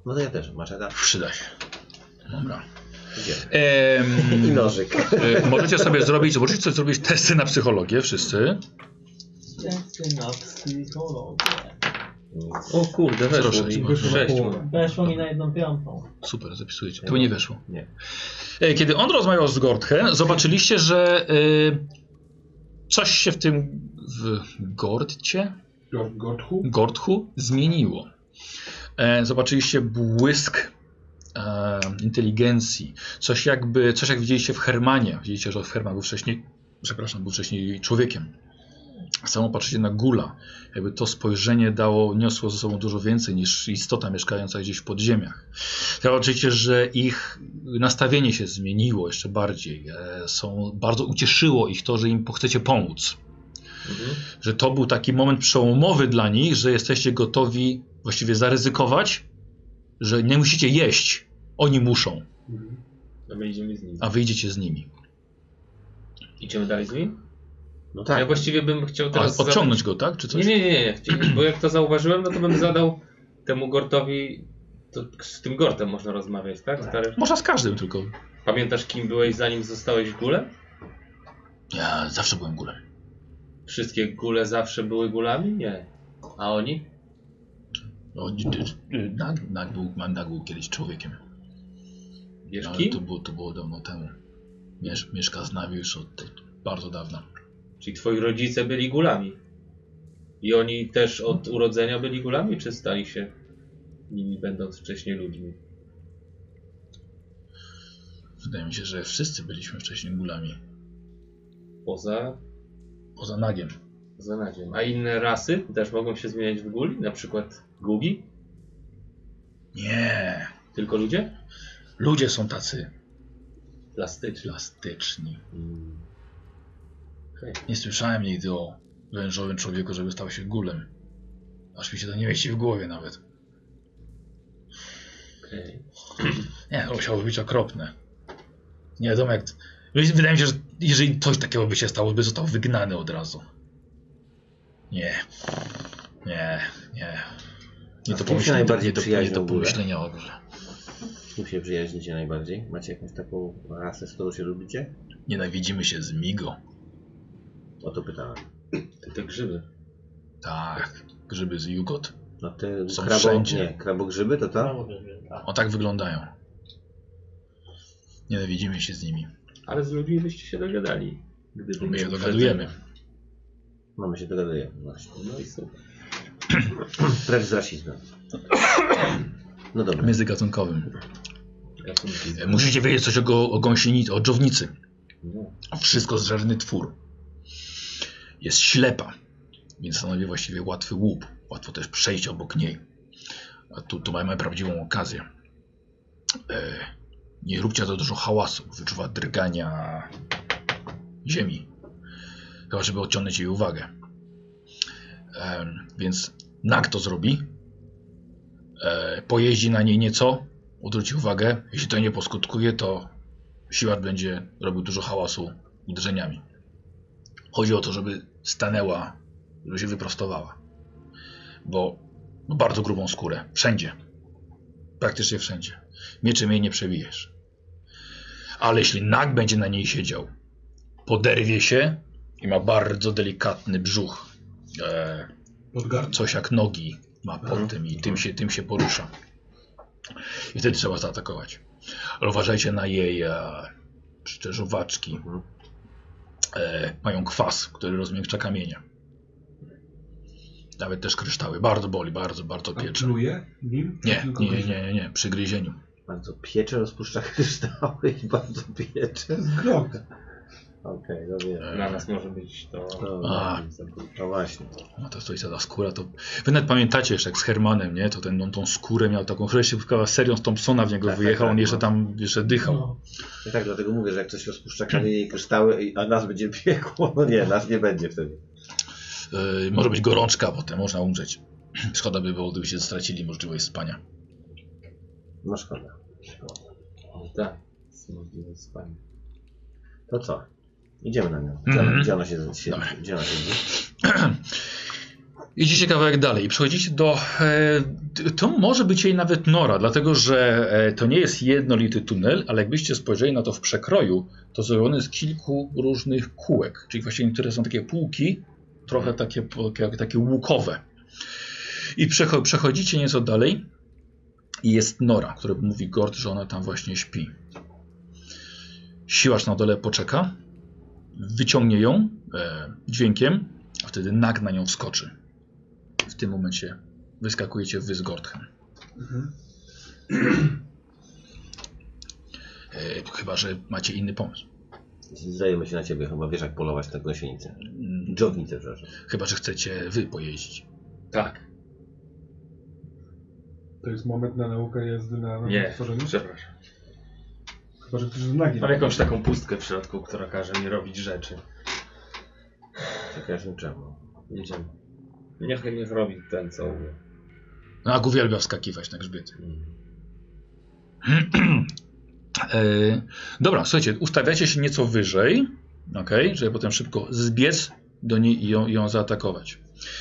No to ja też, maczeta.
Przyda się. Dobra.
Gdzie?
Ehm,
I nożyk.
e, możecie sobie zrobić, możecie sobie zrobić testy na psychologię, wszyscy.
Testy na psychologię.
O kurde, weszło
Proszę,
mi.
proszę.
Sześć.
Weszło mi na jedną piątą.
Super, zapisujecie. To nie weszło.
Nie.
E, Kiedy on rozmawiał z Gordhe, zobaczyliście, że e, coś się w tym w Gordcie?
Gordhu?
Gordhu zmieniło. E, zobaczyliście błysk e, inteligencji. Coś jakby, coś jak widzieliście w Hermanie. Widzieliście, że Herman był wcześniej, przepraszam, był wcześniej człowiekiem. Samo patrzycie na Gula. Jakby to spojrzenie dało, niosło ze sobą dużo więcej niż istota mieszkająca gdzieś w podziemiach. Zobaczycie, że ich nastawienie się zmieniło jeszcze bardziej. E, są, bardzo ucieszyło ich to, że im chcecie pomóc.
Mhm.
Że to był taki moment przełomowy dla nich, że jesteście gotowi właściwie zaryzykować, że nie musicie jeść, oni muszą,
Mhm.
A my idziemy z nim.
a wyjdziecie z nimi.
Idziemy dalej z nim?
No
Ja
tak.
właściwie bym chciał
A
teraz...
odciągnąć go, tak? Czy
Nie,
coś?
nie, nie, nie. Chci- Bo jak to zauważyłem, no to bym zadał temu Gortowi... To z tym Gortem można rozmawiać, tak? Stary?
Można z każdym tylko.
Pamiętasz, kim byłeś, zanim zostałeś gulem?
Ja zawsze byłem gulem.
Wszystkie gule zawsze były gulami? Nie. A oni?
No, d- d- d- Nag, Nag był, Nag był kiedyś człowiekiem.
Wiesz
Ale
kim?
to było, to było dawno temu. Miesz, mieszka z nami już od, od bardzo dawna.
Czyli twoi rodzice byli gulami. I oni też od urodzenia byli gulami, czy stali się nimi, będąc wcześniej ludźmi?
Wydaje mi się, że wszyscy byliśmy wcześniej gulami.
Poza,
Poza Nagiem.
poza nadziem. A inne rasy też mogą się zmieniać w guli? Na przykład gugi?
Nie.
Tylko ludzie?
Ludzie są tacy
Plastyczni.
plastyczni.
Mm.
Okej.
Nie słyszałem nigdy o wężowym człowieku, żeby stał się gulem. Aż mi się to nie mieści w głowie nawet.
Okej.
Nie, to musiało być okropne. Nie wiadomo jak... Wydaje mi się, że jeżeli coś takiego by się stało, by został wygnany od razu. Nie. Nie, nie. Nie
A
to
z kim się
pomyślenia,
najbardziej
nie do, nie
przyjaźnią
do
w ogóle?
pomyślenia o grze.
Z kim się przyjaźnicie najbardziej? Macie jakąś taką rasę, z którą się lubicie?
Nienawidzimy się z Migo.
O to pytałem.
Te, te grzyby.
Tak, grzyby z Jugot.
No te
Są
krabo...
wszędzie.
Nie, krabogrzyby to to?
O tak wyglądają. Nienawidzimy się z nimi.
Ale z ludźmi byście się dogadali. Gdyby
My
nie
się
uprzedzenia.
dogadujemy.
No my się dogadujemy właśnie.
No i super.
Precz z rasizmem. No dobra.
Między gatunkowym.
Gatunki.
E, Musicie wiedzieć coś o, go, o gąsienicy, o dżownicy.
No.
Wszystko zżerny twór. Jest ślepa, więc stanowi właściwie łatwy łup. Łatwo też przejść obok niej. A tu, tu mamy prawdziwą okazję. E, nie róbcie za dużo hałasu. Wyczuwa drgania ziemi. Chyba, żeby odciągnąć jej uwagę. E, więc Nag to zrobi. E, pojeździ na niej nieco. Odwróci uwagę. Jeśli to nie poskutkuje, to Siłacz będzie robił dużo hałasu uderzeniami. Chodzi o to, żeby stanęła, żeby się wyprostowała. Bo ma bardzo grubą skórę. Wszędzie. Praktycznie wszędzie. Mieczem jej nie przebijesz. Ale jeśli Nag będzie na niej siedział, poderwie się i ma bardzo delikatny brzuch. E,
Podgarb.
coś jak nogi ma pod tym i tym się, tym się porusza. I wtedy trzeba zaatakować. Ale uważajcie na jej e, szczerzowaczki. E, mają kwas, który rozmiękcza kamienie. Nawet też kryształy. Bardzo boli, bardzo, bardzo
A
piecze.
pluje nim?
Nie,
Tylko
nie, nie,
gryzie?
nie, nie, przy gryzieniu.
Bardzo piecze, rozpuszcza kryształy i bardzo piecze.
To jest grog.
Okej, no wiem.
Dla nas może być to...
To,
A.
no właśnie.
No to stoi ta skóra, to... Wy nawet pamiętacie jeszcze jak z Hermanem, nie? To ten, on tą skórę miał taką, chyba serią z Thompsona w niego
Tak,
wyjechał,
tak,
on jeszcze
no.
tam jeszcze dychał.
No.
I tak dlatego mówię, że jak coś rozpuszcza kamienie i kryształy, a nas będzie piekło, no nie, nas nie będzie wtedy.
Yy, może być gorączka potem, można umrzeć. Szkoda by było, gdybyście stracili możliwość spania.
No szkoda.
Tak. Jest możliwe spanie.
To co? Idziemy na nią. Gdzie,
Mhm.
ona, gdzie ona się, się
Dobra.
gdzie ona siedzi?
Idziecie kawałek dalej i przechodzicie do... E, to może być jej nawet nora, dlatego że e, to nie jest jednolity tunel, ale jakbyście spojrzeli na to w przekroju, to zrobione z kilku różnych kółek, czyli właściwie niektóre są takie półki, trochę takie, takie, takie łukowe. I przecho przechodzicie nieco dalej i jest nora, która mówi Gord, że ona tam właśnie śpi. Siłacz na dole poczeka, wyciągnie ją e, dźwiękiem, a wtedy Nag na nią wskoczy. W tym momencie wyskakujecie wy z Gordhem.
Mhm.
E, chyba że macie inny pomysł.
Zdajemy się na ciebie, chyba wiesz jak polować na gąsienicę. Dżownicę, przepraszam.
Chyba że chcecie wy pojeździć.
Tak.
To jest moment na naukę jazdy na, na
Nie,
stworzeniu?
przepraszam.
Chyba, że ktoś z nagi.
Mam jakąś taką pustkę w środku, która każe mi robić rzeczy.
Ciekawe czemu.
Jedziemy. Niech, niech robi ten, co umie.
Nag uwielbia wskakiwać na grzbiety. e, dobra, słuchajcie, ustawiacie się nieco wyżej, okay, żeby potem szybko zbiec do niej i ją, i ją zaatakować.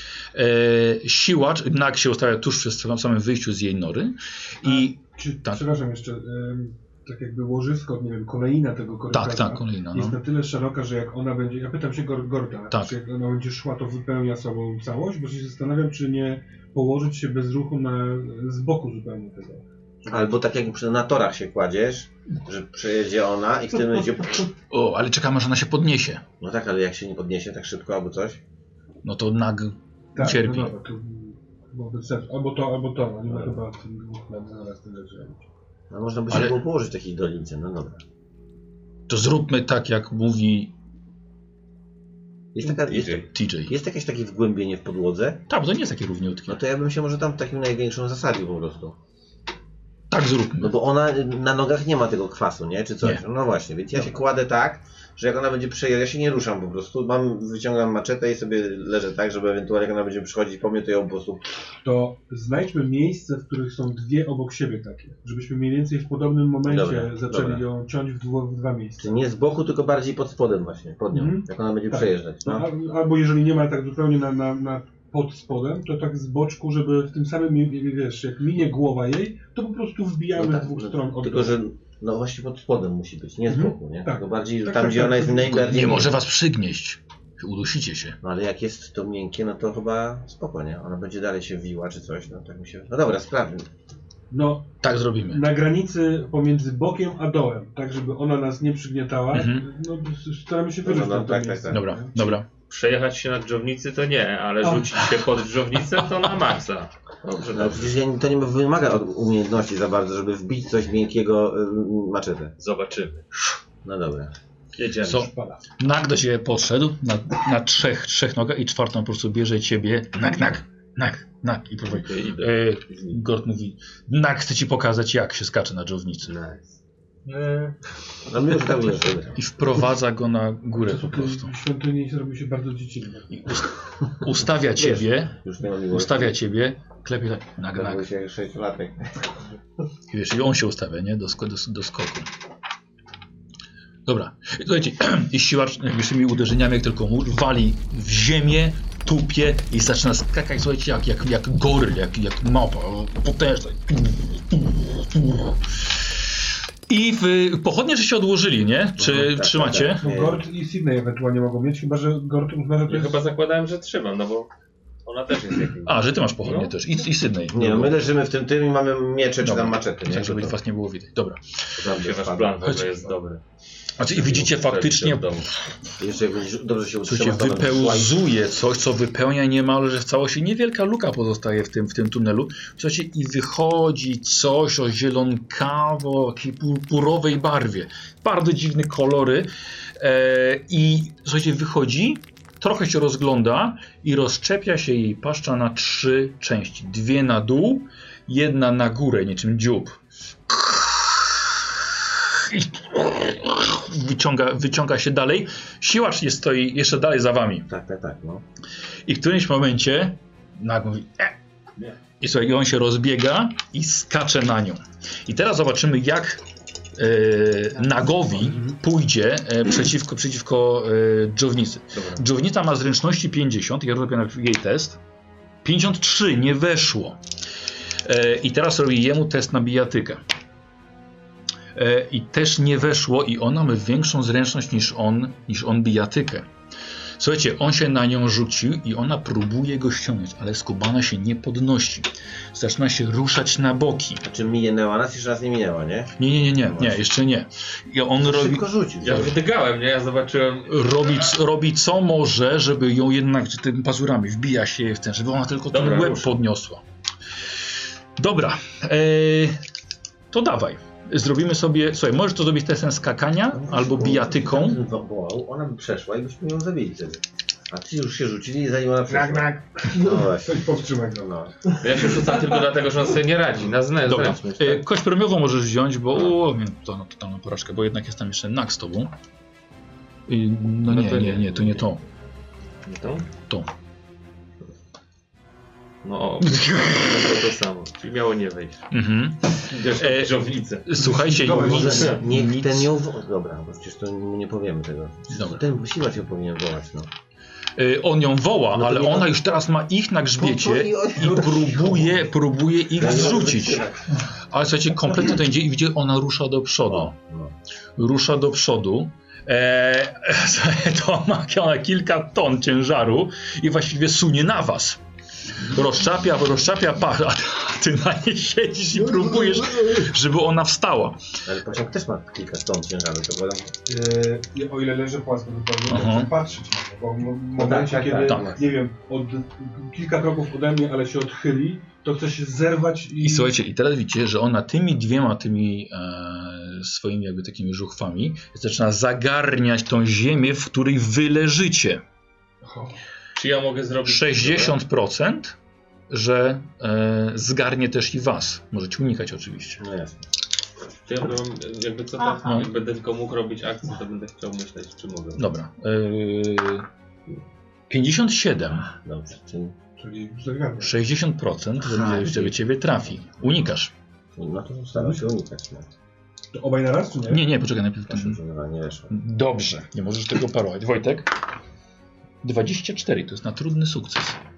E, siłacz, Nag się ustawia tuż przy samym wyjściu z jej nory i...
A, czy,
tak.
Przepraszam jeszcze, ym, tak jakby łożysko, nie wiem, kolejna tego korytarza
Tak, tak, kolejna.
jest
No.
na tyle szeroka, że jak ona będzie, ja pytam się Gor Gorda,
Tak.
czy jak ona będzie szła, to wypełnia sobą całość, bo się zastanawiam, czy nie położyć się bez ruchu na, z boku zupełnie tego.
Albo tak jak na torach się kładziesz, że przejedzie ona i wtedy będzie...
O, ale czekamy, aż ona się podniesie.
No tak, ale jak się nie podniesie tak szybko albo coś?
No to Nag
Tak,
cierpi.
no dobra, to było bez sensu. Albo to, albo to, no nie ma chyba tych dwóch nam zaraz tyle rzeczy.
No można by się
Ale-
było położyć w takiej dolince, no dobra.
To zróbmy tak, jak mówi
Jest, taka, jest,
T J.
jest jakieś takie wgłębienie w podłodze?
Tak, bo to nie jest takie równiutkie.
No to ja bym się może tam takim największą zasadził po prostu.
Tak zróbmy.
No bo ona na nogach nie ma tego kwasu, nie? Czy coś?
Nie.
No właśnie, więc ja się kładę tak, że jak ona będzie przejeżdżać, ja się nie ruszam po prostu. Mam, wyciągam maczetę i sobie leżę tak, żeby ewentualnie jak ona będzie przychodzić po mnie, to ją po prostu...
To znajdźmy miejsce, w których są dwie obok siebie takie, żebyśmy mniej więcej w podobnym momencie
Dobra,
zaczęli
dobra.
ją ciąć w, dwu, w dwa miejsca.
Czyli nie z boku, tylko bardziej pod spodem właśnie, pod nią,
Mhm.
jak ona będzie
Tak.
przejeżdżać.
No,
No.
al- albo jeżeli nie ma tak zupełnie na, na, na pod spodem, to tak z boczku, żeby w tym samym, mie- wiesz, jak minie głowa jej, to po prostu wbijamy
No tak,
z dwóch
no,
stron. od
tylko,
dołu.
że no właśnie pod spodem musi być, nie z
Mhm.
boku, nie?
Tak.
Tylko bardziej
Tak,
tam,
tak,
gdzie
tak.
ona jest najbardziej...
Nie może was przygnieść. Udusicie się.
No ale jak jest to miękkie, no to chyba spoko, nie? Ona będzie dalej się wiła czy coś, no tak mi się... No dobra, sprawdźmy.
No,
Tak zrobimy.
na granicy pomiędzy bokiem a dołem, tak żeby ona nas nie przygniatała,
Mhm.
no staramy się
No,
wyrzucić
no,
na to
tak, tak,
miejsce.
tak.
Dobra, dobra.
Przejechać się na dżownicy to nie, ale
O.
rzucić się pod dżownicę to na maksa. Dobrze,
No
dobrze.
przecież ja- to nie wymaga od umiejętności za bardzo, żeby wbić coś miękkiego y, maczetę.
Zobaczymy.
No dobra.
Jedziemy.
Co? Nag do ciebie podszedł na, na trzech, trzech nogach i czwartą po prostu bierze ciebie. Nag, nag, nag, nag. I próbuje.
Idę, idę.
E, Gord mówi, Nag chce ci pokazać, jak się skacze na dżownicy.
Nice.
No my już tam jeżdżamy.
I wprowadza go na górę po prostu.
W świątyni zrobi się bardzo dziecinne.
I ust ustawia ciebie,
Już nie ma miłości.
ustawia ciebie, klepie tak, nag,
Zdarzyło
nag.
się sześciolatek.
I wiesz, i on się ustawia, nie? Do, sko do, do skoku. Dobra. I słuchajcie, i siłacz jakby tymi uderzeniami, jak tylko mu wali w ziemię, tupie i zaczyna skakać, słuchajcie, jak, jak, jak goryl, jak, jak mapa, potężna. I w, pochodnie, że się odłożyli, nie? Czy
tak,
trzymacie?
tak, tak.
No Gord i Sydney ewentualnie mogą mieć, chyba że Gord uzna, że to
Ja
jest...
chyba zakładałem, że trzymam, no bo ona też jest jakimś.
A, że ty masz pochodnie
No.
też. I, i Sydney.
Nie no, my leżymy w tym tym i mamy miecze czy
Dobra.
tam maczety, nie?
Tak, żeby
To-
was nie było widać. Dobra.
to
Się wasz
spadło.
plan w ogóle
Chodź.
jest dobry.
Znaczy, i widzicie faktycznie,
W domu.
Jeszcze jak będziesz dobrze się
słuchajcie,
utrzymał, to będziesz szła i-
wypełzuje coś, co wypełnia niemalże w całości. Niewielka luka pozostaje w tym, w tym tunelu. Słuchajcie, i wychodzi coś o zielonkawo, takiej purpurowej barwie. Bardzo dziwne kolory. E, I słuchajcie, wychodzi, trochę się rozgląda i rozczepia się jej paszcza na trzy części. Dwie na dół, jedna na górę, niczym dziób. I wyciąga, wyciąga się dalej. Siłacz jest stoi jeszcze dalej za wami.
Tak, tak, tak, no.
I w którymś momencie Nag mówi e! I słuchaj, i on się rozbiega i skacze na nią. I teraz zobaczymy, jak e, Nagowi pójdzie e, przeciwko, przeciwko e, dżownicy.
Dobra.
Dżownica ma zręczności pięćdziesiąt. Ja robię najpierw jej test. pięćdziesiąt trzy, nie weszło. E, I teraz robi jemu test na bijatykę. E, I też nie weszło i ona ma większą zręczność niż on, niż on bijatykę. Słuchajcie, on się na nią rzucił i ona próbuje go ściągnąć, ale skubana się nie podnosi. Zaczyna się ruszać na boki.
A czy minęła nas? Jeszcze raz nie minęła, nie?
Nie, nie, nie, nie, nie jeszcze nie. I on robi,
Szybko rzucił.
Ja wydygałem, nie? Ja zobaczyłem...
robi, robi co może, żeby ją jednak tymi pazurami wbija się w ten, żeby ona tylko ten
Dobra,
łeb
rusz.
podniosła. Dobra, e, to dawaj. Zrobimy sobie, słuchaj, możesz to zrobić testem skakania albo bijatyką.
Wołał, ona by przeszła i byśmy ją zabili wtedy. A ci już się rzucili, zanim ona przeszła.
Nak, nak.
No właśnie.
Coś powstrzymaj go.
No.
Ja się rzucam tylko dlatego, że on sobie nie radzi. Na znę,
Dobra,
zręczność,
e,
tak?
kość premiową możesz wziąć, bo o, miałem to na totalną porażkę, bo jednak jest tam jeszcze nak z tobą. I, no
No
nie,
to
nie,
nie.
nie, to nie to.
Nie to?
To.
No, to to samo. Czyli miało nie wejść.
Mhm.
Wiesz,
E,
żowlicę.
Słuchajcie,
Dobra,
nic,
Może niech
nic,
ten ją wo- Dobra, bo przecież to mu nie powiemy tego.
Dobra.
Ten siłacz ją powinien wołać, no.
y, on ją woła,
No to
ale
nie
ona
ma-
już teraz ma ich na grzbiecie
No to i on-
i próbuje, próbuje ich
Ja nie mogę
zrzucić.
wytrzymać.
Ale słuchajcie, kompletnie to idzie i widzicie, ona rusza do przodu.
No.
Rusza do przodu. Eee, to ma ona kilka ton ciężaru i właściwie sunie na was. Rozczapia, rozczapia parę, a ty na niej siedzisz i próbujesz, żeby ona wstała.
Ale pociąg też ma kilka ton ciężaru, to bo tam...
Yy, o ile leży płasko, to
Aha.
powinien patrzeć na to, bo w momencie,
tak,
kiedy,
tak.
nie wiem, od kilka kroków ode mnie, ale się odchyli, to chce się zerwać i...
I słuchajcie, i teraz widzicie, że ona tymi dwiema, tymi e, swoimi jakby takimi żuchwami zaczyna zagarniać tą ziemię, w której wy leżycie.
Aha.
Czy ja mogę zrobić...
sześćdziesiąt procent, że e, zgarnie też i was. Możecie unikać oczywiście.
No jasne.
Czy ja bym, jakby co tam,
Aha.
jak będę tylko mógł robić akcję, to będę chciał myśleć, czy mogę.
Dobra. E, pięćdziesiąt siedem,
Dobrze, czyli...
Czyli zagarnia.
sześćdziesiąt procent,
Aha,
że, żeby ciebie trafi. Unikasz.
No to staram się unikać, no.
To obaj na raz, czy nie?
Nie, nie, poczekaj najpierw.
Proszę,
Ten...
żeby nie weszło.
Dobrze, nie możesz tego parować. Wojtek? dwadzieścia cztery, to jest na trudny sukces.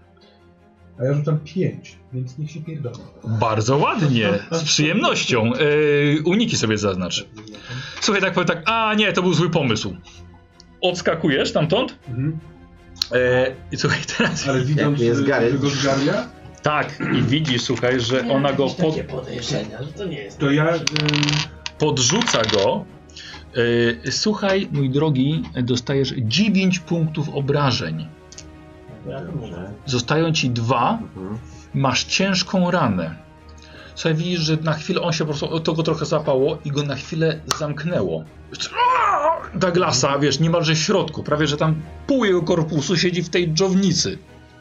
A ja rzucam pięć, więc niech się pierdolą.
Bardzo ładnie, z przyjemnością. E, uniki sobie zaznacz. Słuchaj, tak powiem tak, a nie, to był zły pomysł. Odskakujesz stamtąd?
Mhm.
E, I słuchaj, teraz...
Ale widząc,
jest
że
Gareth.
go zgarnia,
Tak, i widzisz, słuchaj, że ona go pod,
Takie podejrzenia, że to nie jest.
to ja... Yy,
podrzuca go. E, słuchaj, mój drogi, dostajesz dziewięć punktów obrażeń.
Dobrze.
Zostają ci dwa,
Mhm.
masz ciężką ranę. Słuchaj, widzisz, że na chwilę on się po prostu, to go trochę zapało i go na chwilę zamknęło. Douglasa, wiesz, niemalże w środku, prawie że tam pół jego korpusu siedzi w tej dżownicy.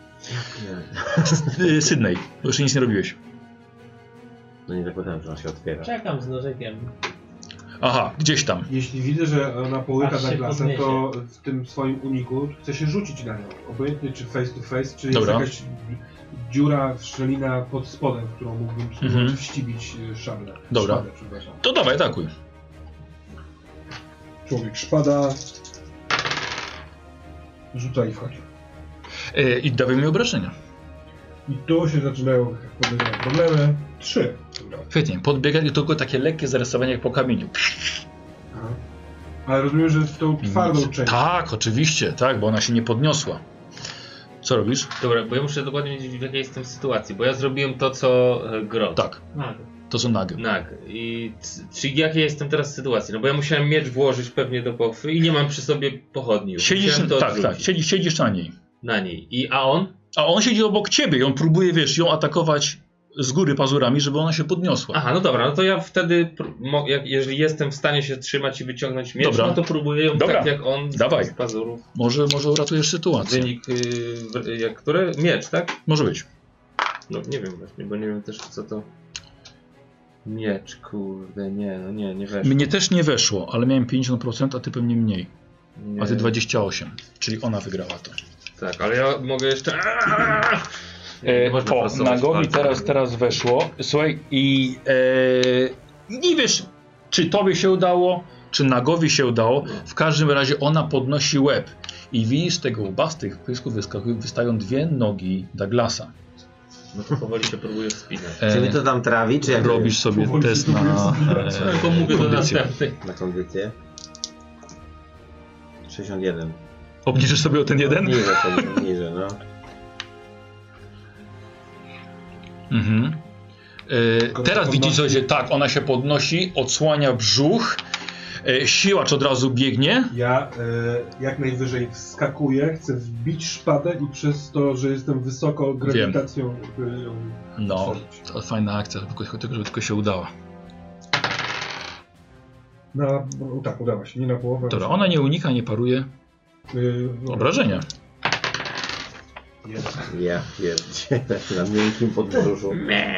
Nie.
Y, Sydney, bo jeszcze nic nie robiłeś.
No nie zakładałem, że on się otwiera.
Czekam z nożykiem.
Aha, gdzieś tam.
jeśli widzę, że ona połyka
Aż się
za klasę,
podniesie.
to w tym swoim uniku chcę się rzucić na nią. Obojętnie czy face to face, czy
Dobra.
jest jakaś dziura, szczelina pod spodem, w którą mógłbym spróbować
Mhm.
wścibić y, szablę.
Dobra.
Szpadę, przepraszam.
To dawaj, atakuj.
Człowiek szpada. Rzuca i wchodzi.
Y, I dawaj mi obrażenia.
I tu się zaczynają, jak powiedziałem, problemy. Trzy. Dobra.
Świetnie, podbiega i tylko takie lekkie zarysowanie jak po kamieniu.
Aha. Ale rozumiem, że w tą twardą
Nic.
część.
Tak, oczywiście, tak, bo ona się nie podniosła. Co robisz?
Dobra, bo ja muszę dokładnie wiedzieć, w jakiej jestem sytuacji, bo ja zrobiłem to, co e, Grot.
Tak,
No,
to są nagi.
Nag. I c- czy jakiej jestem teraz sytuacji? No bo ja musiałem miecz włożyć pewnie do pochwy i nie mam przy sobie pochodni już.
Siedzisz,
Musiałem to
tak,
odrzucić
tak, siedzisz, siedzisz na niej.
na niej. I a on?
A on siedzi obok ciebie i on próbuje, wiesz, ją atakować z góry pazurami, żeby ona się podniosła.
Aha, no dobra, no to ja wtedy, pr- mo- jak, jeżeli jestem w stanie się trzymać i wyciągnąć miecz,
Dobra.
no to próbuję ją
Dobra.
tak jak on z,
Dawaj.
z pazurów.
Może, może uratujesz sytuację.
Wynik, yy, w- jak które? Miecz, tak?
Może być.
No nie wiem właśnie, bo nie wiem też co to... Miecz, kurde, nie, no nie, nie weszło.
Mnie też nie weszło, ale miałem pięćdziesiąt procent, a ty pewnie mniej.
Nie.
A ty dwadzieścia osiem, czyli ona wygrała to.
Tak, ale ja mogę jeszcze... Nie,
E,
nie można
po
forsować
Nagowi
bardzo.
teraz, teraz weszło. Słuchaj, i e, nie wiesz, czy tobie się udało, czy Nagowi się udało. W każdym razie ona podnosi łeb i widzisz z tego łba, z tych pysków wyskakują, wystają dwie nogi Douglasa.
No to powoli się próbuję wspinać.
Czy mnie to tam trawi, czy jak
Robisz sobie
Powoli
test
się
na
próbujesz
e,
Tylko mówię do
kondycję.
następnej.
na kondycję? sześćdziesiąt jeden.
Obniżysz sobie o ten jeden?
Niżej sobie, niżej, no.
Mhm. E, teraz widzisz, że tak, ona się podnosi, odsłania brzuch, e, siłacz od razu biegnie.
Ja e, jak najwyżej wskakuję, chcę wbić szpadę i przez to, że jestem wysoko grawitacją e, ją
No,
otworzyć.
to fajna akcja, tylko, tylko, żeby tylko się udała.
Na, no, tak, udało się, nie na połowę.
Dobra, ona nie unika, nie paruje.
Yy,
Obrażenia.
Jest.
Ja pierdzielę, na miękkim podbrzuszu.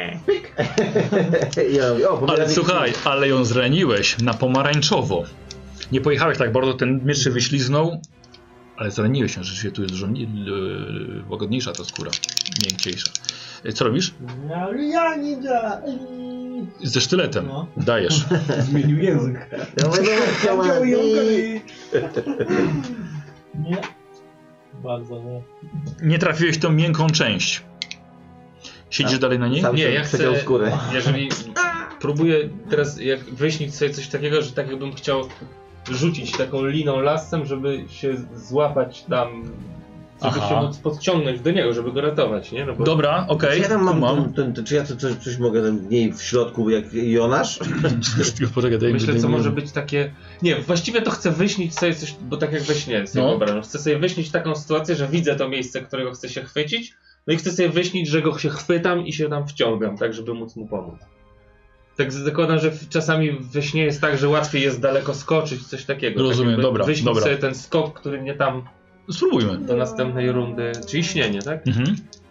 Ja mówię, o,
Ale
pomyślałem,
słuchaj, ale ją zraniłeś na pomarańczowo. Nie pojechałeś tak bardzo, ten miecz się wyśliznął, ale zraniłeś się, rzeczywiście tu jest dużo yy, łagodniejsza ta skóra, miękciejsza. E, Co robisz?
Ja, ja nie da.
Ze sztyletem.
No.
Dajesz.
Zmienił język.
Ja mówię, no, chciałem-
Nie. Bardzo nie.
Nie trafiłeś w tą miękką część. Siedzisz
Tak.
dalej na niej?
Sam
Nie,
się
ja
przeciął
chcę-
skórę.
Jeżeli próbuję teraz jak wyśnić sobie coś takiego, że tak jakbym chciał rzucić taką liną lasem, żeby się złapać tam, żeby
Aha.
się móc podciągnąć do niego, żeby go ratować, nie? No bo
Dobra,
Czy
okej.
ja tam mam,
mam.
ten, ten, ten, czy ja to coś, coś mogę tam w niej w środku jak Jonasz?
Poczekaj, daj mi-
myślę,
daj
co
mi-
może być takie... Nie, właściwie to chcę wyśnić sobie coś, bo tak jak we śnie sobie
No.
wyobrażam. Chcę sobie wyśnić taką sytuację, że widzę to miejsce, którego chcę się chwycić, no i chcę sobie wyśnić, że go się chwytam i się tam wciągam, tak żeby móc mu pomóc. Tak zakładam, że czasami we śnie jest tak, że łatwiej jest daleko skoczyć, coś takiego.
Rozumiem,
tak jakby
dobra,
wyśnić
dobra.
sobie ten skok, który mnie tam
Spróbujmy.
do następnej rundy, czyli śnienie, tak?
Mhm.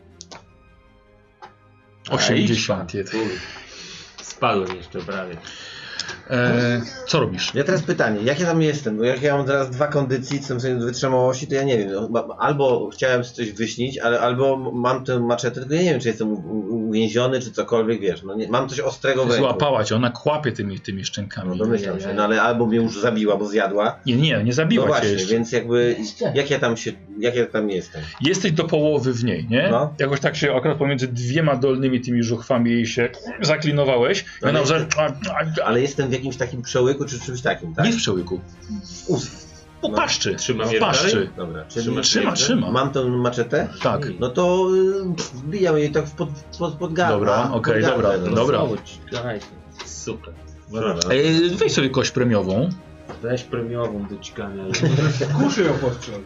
osiemdziesiąt
Aj,
jeden.
kurde. Spadłem jeszcze prawie.
E, co robisz?
Ja teraz pytanie, jak ja tam jestem? Bo jak ja mam teraz dwa kondycji, co są wytrzymałości, to ja nie wiem. No, chyba albo chciałem coś wyśnić, ale albo mam tę maczetę, tylko ja nie wiem, czy jestem u- u- uwięziony, czy cokolwiek, wiesz. No, nie, mam coś ostrego w ręku.
Złapała cię, ona kłapie tymi, tymi szczękami.
No domyślam się, no ale albo mnie już zabiła, bo zjadła.
Nie, nie, nie
No
zabiła cię
właśnie,
jeszcze.
więc jakby, jak ja tam się, jak ja tam jestem?
Jesteś do połowy w niej, nie?
No.
Jakoś tak się akurat pomiędzy dwiema dolnymi tymi żuchwami jej się zaklinowałeś. I
Ale
ona
jest-
że...
Ale jestem w jakimś takim przełyku, czy czymś takim, tak?
Nie w przełyku.
Ust.
Po paszczy.
Trzymam
w
je
paszczy.
dalej?
Dobra,
Trzyma-
czyli
Trzyma, trzyma.
mam tą maczetę?
Tak.
No to y, wbijam jej tak w pod, pod, pod gardło.
Dobra,
pod
okej,
gardło,
dobra,
no.
dobra.
Daj, super.
E, weź sobie kość premiową.
Weź premiową do cikania.
Kuszy ją postrzel.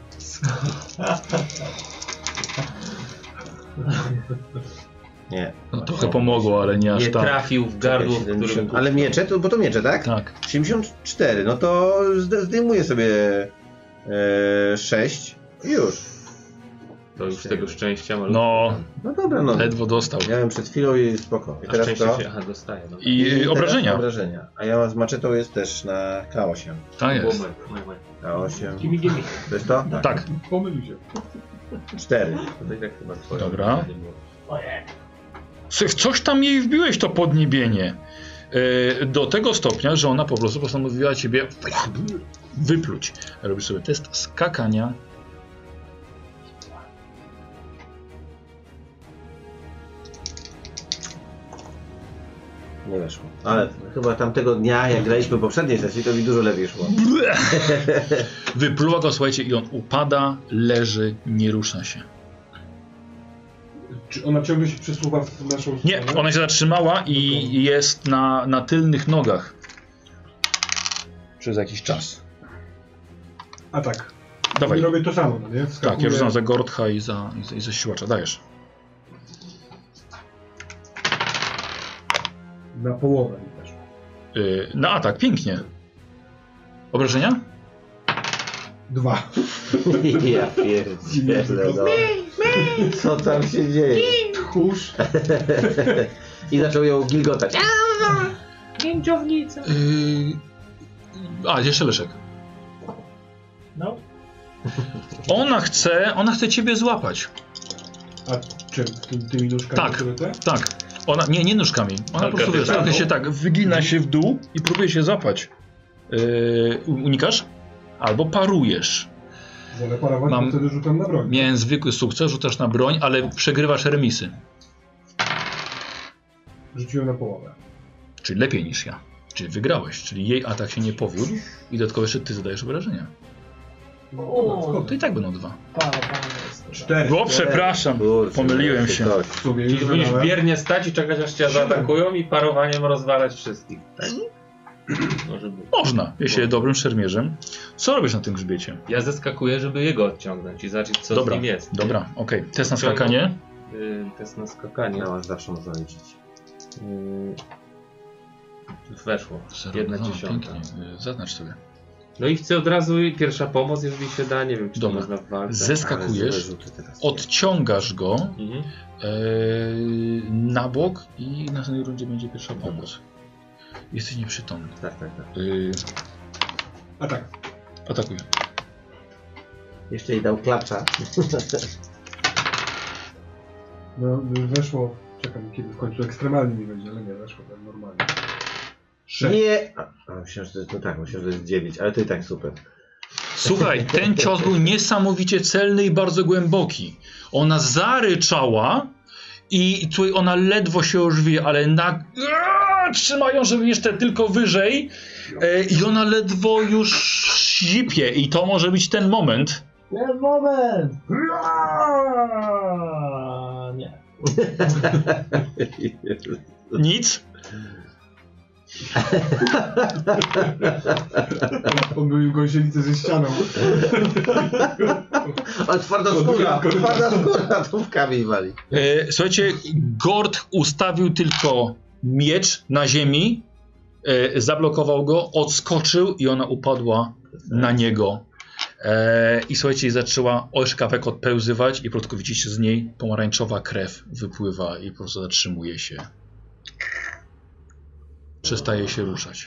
Nie.
No trochę pomogło, ale nie aż
Nie
tak.
trafił w gardło, w którym...
siedemdziesiąt Ale miecze, to, bo to miecze, tak?
Tak.
siedemdziesiąt cztery, no to zd- zdejmuję sobie e, sześć i już.
To już tego szczęścia malutko.
No,
No dobra, no.
ledwo dostał.
Miałem przed chwilą i spoko. I
A
teraz
szczęście
to.
się... Aha, dostaje. No.
I
teraz
obrażenia.
obrażenia. A ja z maczetą jest też na K osiem.
Tak jest.
Moment, moment.
K osiem.
Gimme, gimme.
To jest to?
Tak.
Pomylił się.
cztery.
To i tak chyba twoje.
Dobra. W coś tam jej wbiłeś to podniebienie. E, do tego stopnia, że ona po prostu postanowiła ciebie wypluć. Robisz sobie test skakania.
Nie weszło. Ale chyba tamtego dnia, jak graliśmy w poprzedniej sesji, to mi dużo lepiej szło.
Wypluła go, słuchajcie, i on upada, leży, nie rusza się.
Czy ona ciągle się przesuwa w naszą
Nie,
stronę?
ona się zatrzymała i jest na, na tylnych nogach. Przez jakiś czas.
A tak.
Dawaj.
I robię to samo, no nie? Wskakuję.
Tak, ja rzucam za Gordcha i za, i za, i za siłacza. Dajesz.
Na połowę mi też.
Yy, na atak, pięknie. Obrażenia?
Dwa.
Ja pierdzielę, no. Co tam się dzieje?
Tchórz.
I zaczął ją gilgotać.
Pięciownica.
Yy... A, jeszcze Leszek.
No.
Ona chce, ona chce ciebie złapać.
A czym? Ty, tymi nóżkami,
Tak.
które te?
Tak. Ona, nie, nie nóżkami. Ona po prostu wiesz,
Kalkatywą.
trochę się tak wygina się w dół i próbuje się złapać. Yy, unikasz? Albo parujesz.
Wolę parować,
Mam-
bo wtedy rzucam na broń.
Miałem zwykły sukces, rzucasz na broń, ale przegrywasz remisy.
Rzuciłem na połowę.
Czyli lepiej niż ja. Czyli wygrałeś, czyli jej atak się nie powiódł i dodatkowo jeszcze ty zadajesz obrażenia.
O,
To i tak będą dwa.
para, para jest to.
Cztery.
O, przepraszam,
Kurczę,
pomyliłem się.
ktoś.
W sumie
Czyli
już
powinieneś
wydałem.
biernie stać i czekać aż cię zaatakują i parowaniem rozwalać wszystkich. Tak? Może być.
Można, jeśli jest dobrym szermierzem. Co robisz na tym grzbiecie?
Ja zeskakuję, żeby jego odciągnąć i zobaczyć co
Dobra,
z nim jest.
dobra, okej. Test na
Odciągam.
skakanie.
Yy, test na skakanie.
No, zawsze można liczyć.
Yy, weszło. Jedna
No,
dziesiąta.
pięknie. Zaznacz sobie.
No i chcę od razu pierwsza pomoc, jeżeli się da. Nie wiem, czy
Dobra.
to można w walce.
Zeskakujesz,
Ale złe rzuty teraz.
odciągasz go
Mhm.
e, na bok i w następnej rundzie będzie pierwsza pomoc. Jesteś nieprzytomny.
Tak, tak, tak.
Yy,
A tak.
atakuj.
Jeszcze jej dał klacza.
No, weszło. Czekam, kiedy w końcu ekstremalnie mi będzie, ale nie, weszło tak normalnie. Sześć.
Nie! A, a myślałem, że to jest, no tak, myślałem, że to jest dziewięć, ale to i tak super.
Słuchaj, ten cios był niesamowicie celny i bardzo głęboki. Ona zaryczała i tutaj ona ledwo się ożwie, ale na... trzymają, żeby jeszcze tylko wyżej e, i ona ledwo już sipie i to może być ten moment.
Nie, moment! Nie.
Nic.
On był gąsienicy ze ścianą.
Ale twarda skóra, twarda skóra, to w kamień wali.
E, słuchajcie, Gord ustawił tylko miecz na ziemi, e, zablokował go, odskoczył i ona upadła na niego. E, I słuchajcie, zaczęła oszkawek odpełzywać i po prostu widzicie z niej pomarańczowa krew wypływa i po prostu zatrzymuje się. Przestaje się ruszać.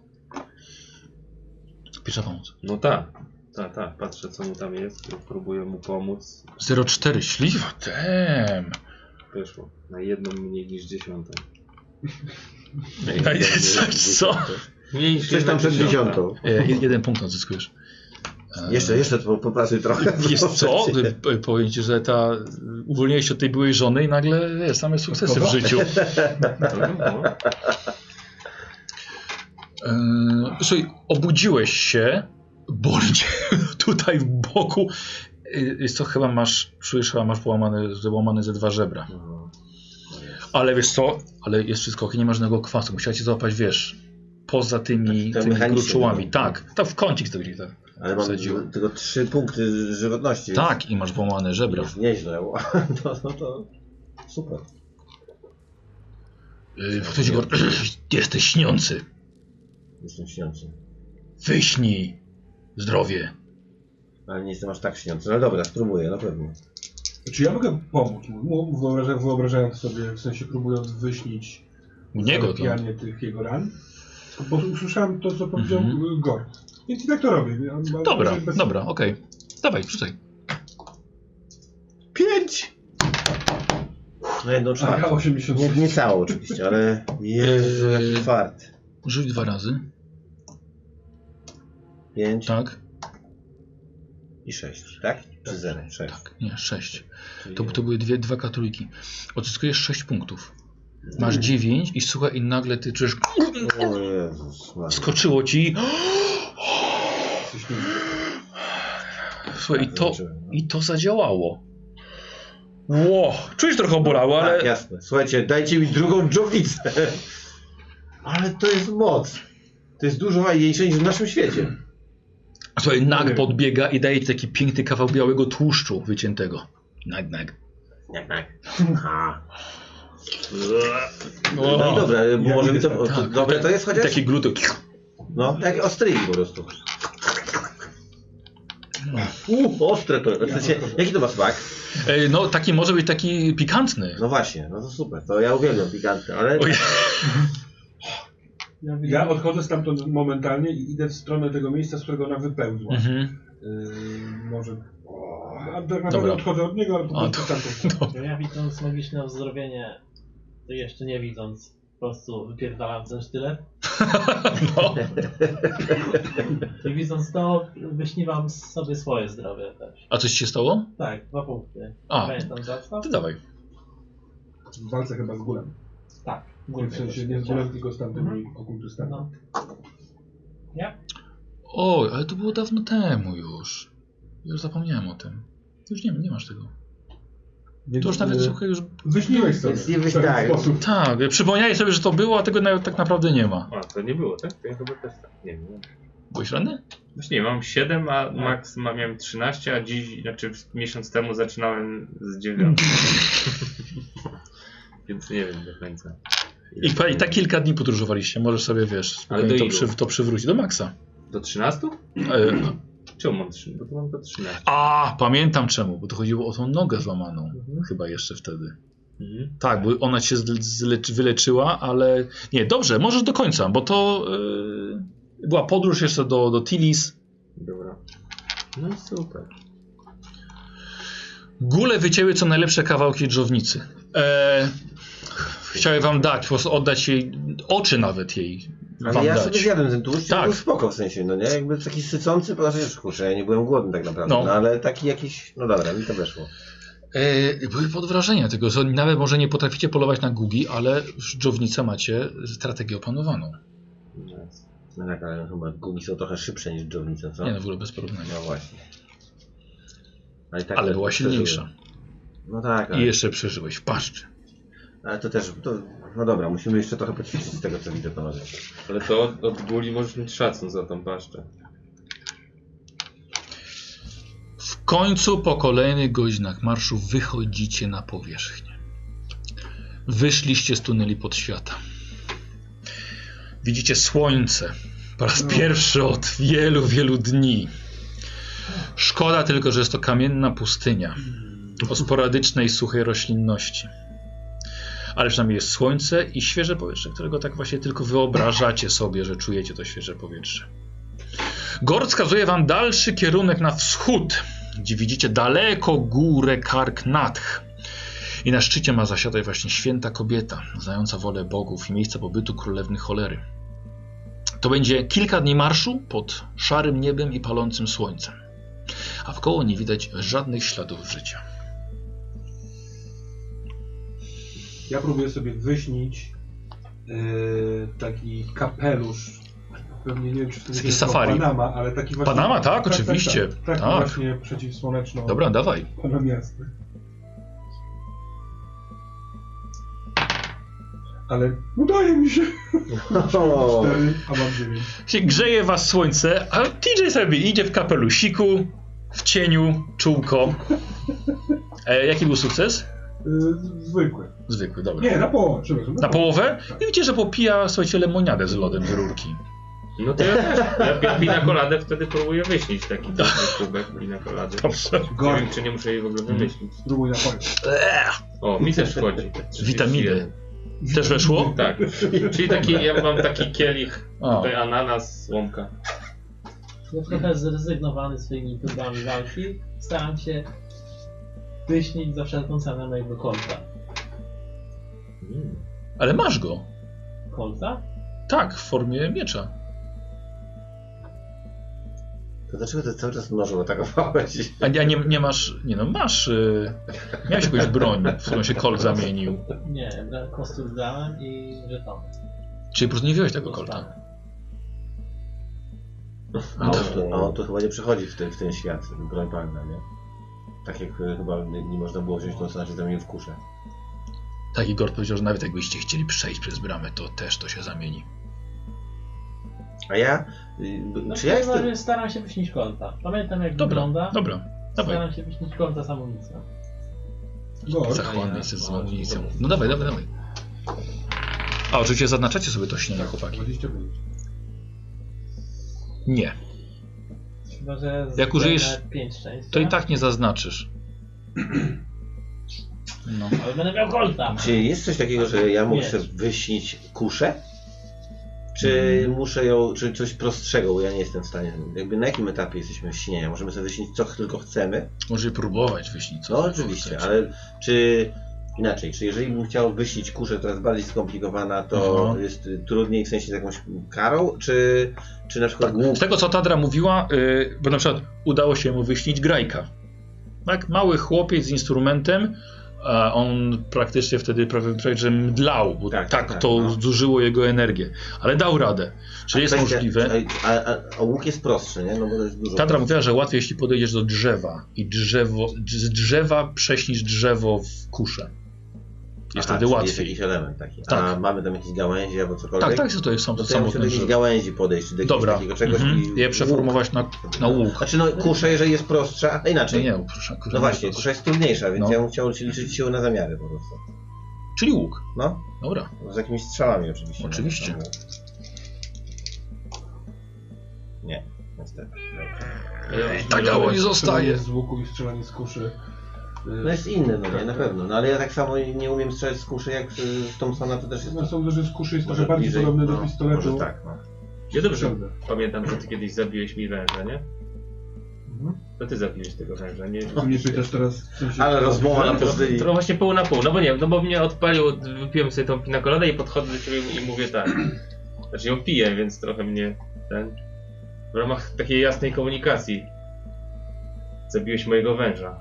Pierwsza pomoc.
No tak. Tak, tak. Patrzę co mu tam jest. Próbuję mu pomóc.
zero cztery śliwa, tem.
Wyszło. Na jedną mniej niż dziesiątą.
Co?
Mniej niż
Coś
jedna
tam przed
dziesiąta.
dziesiątą.
E, jeden punkt odzyskujesz. E,
Jeszcze, jeszcze to popracuj trochę.
Wiesz co? P- Powiem ci, że ta uwolniłeś się od tej byłej żony i nagle wiesz, same sukcesy w życiu.
No,
Eee, słuchaj, obudziłeś się, boli cię tutaj w boku. Eee, Jest co, chyba masz, czujesz, chyba masz połamane, połamane ze dwa żebra. Ale wiesz co, ale jest wszystko, nie ma żadnego kwasu. Musiała cię złapać, wiesz, poza tymi,
Tak, to
tymi
mechanicznie,
gruczołami.
no.
Tak, tak w kącik to gdzieś tak.
Ale mam
wsadziło.
tylko trzy punkty żywotności.
Tak, i masz połamane żebra.
Jest nieźle. To, to, to super.
Yy, Ktoś go, jesteś śniący.
Jestem śniący.
Wyśnij zdrowie.
Ale nie jestem aż tak śniący. No dobra, spróbuję, na pewno.
Czy ja mogę pomóc mu, wyobrażając, wyobrażając sobie, w sensie próbując wyśnić
U niego to.
załatwianie tych jego ran? Bo usłyszałem to, co powiedział
Mhm.
mm Gord. Więc i tak to robię. Ja, ja,
Dobra,
bez-
dobra, okej. Dawaj, rzucaj.
Pięć! No jedną
A ja
czwartą.
osiemdziesiąt
Nie,
sześć.
nie całą oczywiście, ale Jezu,
Eee.
jaki fart.
Rzuć dwa razy.
Pięć
Tak?
i sześć, tak? Czy zero? Sześć.
Tak, nie, sześć.
Czyli
To, to były dwie, dwa katoliki. Odzyskujesz sześć punktów. Masz dziewięć i słuchaj, i nagle ty czujesz,
O Jezus Maria.
skoczyło ci. Słuchaj, i to, i to zadziałało. Ło, czujesz trochę bolało, ale...
Tak, jasne. Słuchajcie, dajcie mi drugą dżownicę. Ale to jest moc. To jest dużo ważniejsze niż w naszym świecie.
Słuchaj, nag podbiega i daje ci taki piękny kawał białego tłuszczu wyciętego. Nag, nag.
Jak tak. Ha.
O,
No i dobra, bo może mi to...
tak.
Dobre to jest chociaż?
Taki glutek.
No, jak ostrygi po prostu. Uh, ostre to. W sensie, jaki to ma smak?
E, No, taki może być taki pikantny.
No właśnie, no to super. To ja uwielbiam pikantne, ale...
Oj.
Ja odchodzę stamtąd momentalnie i idę w stronę tego miejsca, z którego ona wypełzła.
Mhm.
Yy, może... A tak naprawdę
Dobra.
odchodzę od niego, ale po
A,
prostu
to-
stamtąd.
Ja widząc magiczne uzdrowienie, to jeszcze nie widząc, po prostu wypierdalam ten sztylet.
No.
I widząc to, wyśniwam sobie swoje zdrowie też.
A coś ci się stało?
Tak, dwa punkty.
A.
Pamiętam za co?
Ty dawaj.
W walce chyba z górem.
Tak.
W sensie nie z bólem, tylko z tamtymi okultystami.
No. Ja?
Oj, ale to było dawno temu już. Już zapomniałem o tym. Już nie, nie masz tego.
Więc,
To już nawet
e,
słuchaj już...
Wyśniłeś sobie.
Więc nie
w
wyś-
ten
tak.
sposób.
Tak, przypomniałeś sobie, że to było, a tego na, tak naprawdę nie ma.
A, to nie było, tak? To ja chyba też tak. Nie wiem.
Byłeś ranny?
Właśnie mam siedem, a max ma, miałem trzynaście, a dziś, znaczy miesiąc temu zaczynałem z dziewięć. Więc nie wiem do końca.
I, I tak kilka dni podróżowaliście, możesz sobie, wiesz,
Ale do
to,
ilu?
przy, to przywrócić do maksa.
Do trzynastu?
E,
Czemu mam trzynaście? Bo to mam do trzynastu.
a, pamiętam czemu, bo to chodziło o tą nogę złamaną. Chyba jeszcze wtedy.
Mhm.
Tak, bo ona się zle- zlecz- wyleczyła, ale... Nie, dobrze, możesz do końca, bo to yy, była podróż jeszcze do, do Tilis.
Dobra. No i super.
Góle wycięły co najlepsze kawałki dżownicy. E, chciałem wam dać, po prostu oddać jej, oczy nawet jej
Ale
wam
ja
dać.
sobie zjadłem ten tłuszcz,
Tak.
tak. Był spoko w sensie, no nie? Jakby taki sycący, ponieważ kurczę, ja nie byłem głodny tak naprawdę,
No.
no, ale taki jakiś, no dobra, mi to weszło.
E, były pod wrażeniem tego, że nawet może nie potraficie polować na gugi, ale w dżownicę macie strategię opanowaną.
No tak, ale chyba gugi są trochę szybsze niż dżownice, co?
Nie no, w ogóle bez porównania.
No właśnie. Ale, tak
Ale
też
była silniejsza.
przeżyłem. No tak, ale,
I jeszcze przeżyłeś w paszczy.
ale to też, to, no dobra, musimy jeszcze trochę poćwiczyć z tego co widzę panowie.
Ale to od, od góli możesz mieć szacun za tą paszczę.
W końcu po kolejnych godzinach marszu wychodzicie na powierzchnię. Wyszliście z tuneli pod świata. Widzicie słońce po raz pierwszy od wielu, wielu dni. Szkoda tylko, że jest to kamienna pustynia o sporadycznej, suchej roślinności. Ale przynajmniej jest słońce i świeże powietrze, którego tak właśnie tylko wyobrażacie sobie, że czujecie to świeże powietrze. Gord wskazuje wam dalszy kierunek na wschód, gdzie widzicie daleko górę Karknadh. I na szczycie ma zasiadać właśnie święta kobieta, znająca wolę bogów i miejsce pobytu królewny cholery. To będzie kilka dni marszu pod szarym niebem i palącym słońcem. A wkoło nie widać żadnych śladów życia.
Ja próbuję sobie wyśnić yy, taki kapelusz. Pewnie nie wiem, czy w tym
Taki
jest
safari.
Panama, ale taki właśnie...
Panama, tak, oczywiście.
Tak, tak,
Tak.
właśnie przeciwsłoneczno.
Dobra, dawaj.
Panamiasty. Ale udaje mi się.
O,
cztery, a mam dziewięć.
Się grzeje was słońce, a T J sobie idzie w kapelusiku, w cieniu, czółko. E, jaki był sukces?
Yy, zwykły.
Zwykły, dobra.
Nie, na połowę, przepraszam.
Na połowę? I widzicie, że popija, słuchajcie, lemoniadę z lodem z rurki.
No to ja też. Ja, ja pina koladę wtedy próbuję wyśnić taki duży kubek pina kolady.
Dobrze.
Nie wiem, czy nie muszę jej w ogóle wymyślić.
Spróbuj na koniec.
O, mi też wchodzi.
Witaminy. Też weszło?
Tak. Czyli taki, ja mam taki kielich,
O.
tutaj ananas, słomka.
Ja trochę zrezygnowany swoimi próbami walki, staram się wyśnić za wszelką cenę mojego kolca.
Mm.
Ale masz go.
Kolca?
Tak, w formie miecza.
to dlaczego ty cały czas nożem atakowałeś?
A nie, a nie, nie masz, nie no masz, yy, miałeś jakąś broń, w którą się Colt zamienił.
Nie, bra- kostur brałem i żetony.
Czyli po prostu nie wziąłeś tego Colta.
A on, tu, a on tu chyba nie przechodzi w ten, w ten świat, broń palna, nie? Tak jak e, chyba nie, nie można było wziąć tą, co znaczy zamienił w kuszę.
Tak, Igor powiedział, że nawet jakbyście chcieli przejść przez bramę, to też to się zamieni.
A ja... y,
No
czy ja jestem...
jestem... staram się wyśnić kolta. Pamiętam jak
Dobra,
wygląda.
dobra, dawaj.
Staram się wyśnić kolta z amunicją.
Go,
Zachłanny jest z amunicją. No dawaj, dawaj, dawaj. A oczywiście zaznaczacie sobie to śnienie, chłopaki.
dwadzieścia pięć.
Nie,
Chyba, że
Jak użyjesz,
zbędę pięć szczęścia.
to i tak nie zaznaczysz. No.
Ale będę miał kolta.
Czy jest coś takiego, że ja muszę
Miecz.
wyśnić kuszę? Czy
Mm.
muszę ją, czy coś prostszego, bo ja nie jestem w stanie. Jakby na jakim etapie jesteśmy śnienia? Możemy sobie wyśnić co tylko chcemy?
Może próbować wyśnić co
No
tylko
oczywiście,
chcecie.
ale czy inaczej, czy jeżeli bym chciał wyśnić kuszę, która jest bardziej skomplikowana, to
Mhm.
jest y, trudniej w sensie z jakąś karą, czy, czy na przykład głupio?
Z tego co Tadra mówiła, yy, bo na przykład udało się mu wyśnić grajka. Tak? Mały chłopiec z instrumentem, a on praktycznie wtedy prawie, prawie że mdlał, bo tak,
Tak,
tak,
tak,
to
no.
zużyło jego energię. Ale dał radę. Czy jest
Kwestia-
możliwe?
A, a, a łuk jest prostszy, nie? No bo to jest dużo.
Tatra
prostszy.
mówiła, że łatwiej jeśli podejdziesz do drzewa i drzewo, z drzewa prześnisz drzewo w kuszę. Jest
Aha,
wtedy
czyli jest
łatwiej.
jakiś element taki.
Tak.
A mamy tam jakieś gałęzie albo cokolwiek?
Tak, tak, to jest sam,
No to ja muszę do
samotne
jakiejś
drzewo.
gałęzi podejść, do jakiegoś
Dobra,
takiego czegoś
mhm.
i
je przeformować na, na łuk.
Znaczy no kusza, jeżeli jest prostsza, a
No
inaczej.
nie, proszę,
No właśnie, kusza jest trudniejsza, więc
No.
ja bym chciał liczyć siły na zamiary po prostu.
Czyli łuk.
No,
Dobra.
z jakimiś strzałami oczywiście.
Oczywiście.
No, nie, niestety.
Ta gałąź zostaje.
Strzelanie z łuku i strzelanie z kuszy.
No jest inny, no nie, na pewno. No ale ja tak samo nie umiem strzelać z kuszy jak y, z Thompsona, to też jest...
No sądzę, że z kuszy jest
Może
trochę bardziej
bliżej,
podobny
no,
do pistoletu.
Może tak, no.
Ja dobrze
Prawda.
pamiętam, że ty kiedyś zabiłeś mi węża, nie?
Mhm.
To ty zabiłeś tego węża, nie?
Ty mnie pytasz teraz... w sensie-
Ale rozmowa na
No, to,
pustyni.
to właśnie pół na pół, no bo nie, no bo mnie odpalił, wypiłem sobie tą pinakoladę i podchodzę do ciebie i mówię tak. Znaczy ją piję, więc trochę mnie ten... W ramach takiej jasnej komunikacji zabiłeś mojego węża.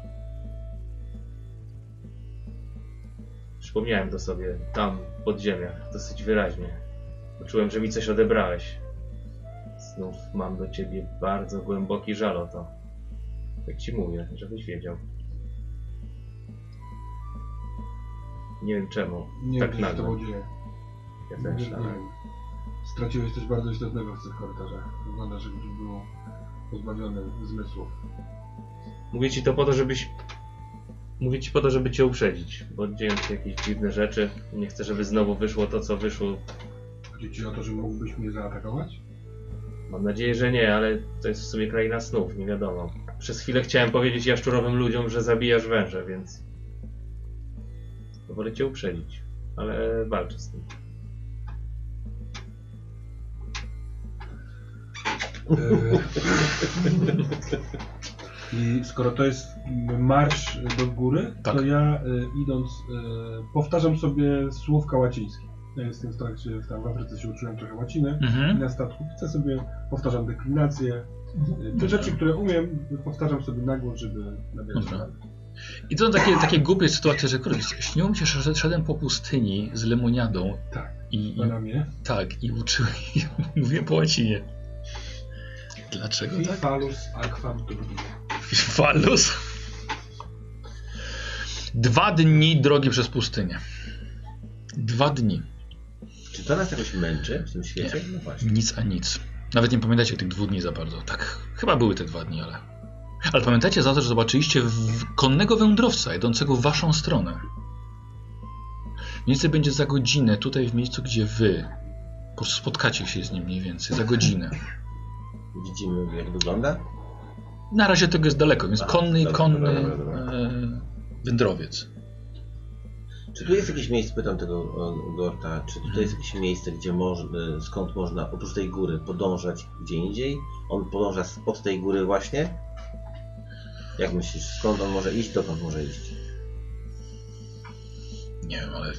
Przypomniałem to sobie tam, w podziemiach, dosyć wyraźnie. Poczułem, że mi coś odebrałeś. Znów mam do ciebie bardzo głęboki żal o to. Jak ci mówię, żebyś wiedział. Nie wiem czemu.
Nie
tak
wiem, co się z
nagle.
tobą dzieje.
Ja
Nie,
też,
nie
ale...
wiem. Straciłeś coś bardzo istotnego w tych korytarzach. Wygląda, że był pozbawiony zmysłów.
Mówię ci to po to, żebyś... Mówię ci po to, żeby cię uprzedzić, bo dzieją się jakieś dziwne rzeczy. Nie chcę, żeby znowu wyszło to, co wyszło.
Chodzi ci o to, że mógłbyś mnie zaatakować?
Mam nadzieję, że nie, ale to jest w sumie kraina snów, nie wiadomo. Przez chwilę chciałem powiedzieć jaszczurowym ludziom, że zabijasz węże, więc... Wolę cię uprzedzić, ale walczę z tym.
I skoro to jest marsz do góry,
Tak.
to ja y, idąc y, powtarzam sobie słówka łacińskie. Ja jestem w trakcie, tam w Afryce się uczyłem trochę łaciny i
Mhm.
na statku chcę sobie, powtarzam deklinacje. Y, te rzeczy, które umiem, powtarzam sobie na głos, żeby nabierać
Dobra.
rady.
I to są takie, takie głupie sytuacje, że kurde, śniło mi się, że szedłem po pustyni z lemoniadą
Tak,
i, i
na ramię.
tak, i uczyłem, i mówiłem po łacinie. Dlaczego
I
tak?
falus aquam turbine.
Falus. Dwa dni drogi przez pustynię. Dwa dni.
Czy to nas jakoś męczy w tym świecie? No właśnie.
Nic a nic. Nawet nie pamiętacie tych dwóch dni za bardzo. Tak, chyba były te dwa dni, ale... Ale pamiętacie za to, że zobaczyliście w- konnego wędrowca jadącego w waszą stronę. Mniej więcej będzie za godzinę tutaj w miejscu, gdzie wy po prostu spotkacie się z nim mniej więcej. Za godzinę.
Widzimy jak wygląda?
Na razie tego jest daleko, więc
Aha,
konny,
dobra,
konny
dobra, dobra.
E, wędrowiec.
Czy tu jest jakieś miejsce, pytam tego o, Gorta, czy tutaj jest jakieś miejsce, gdzie można, skąd można oprócz tej góry podążać gdzie indziej? On podąża od tej góry właśnie? Jak myślisz, skąd on może iść, dokąd może iść?
Nie wiem, ale...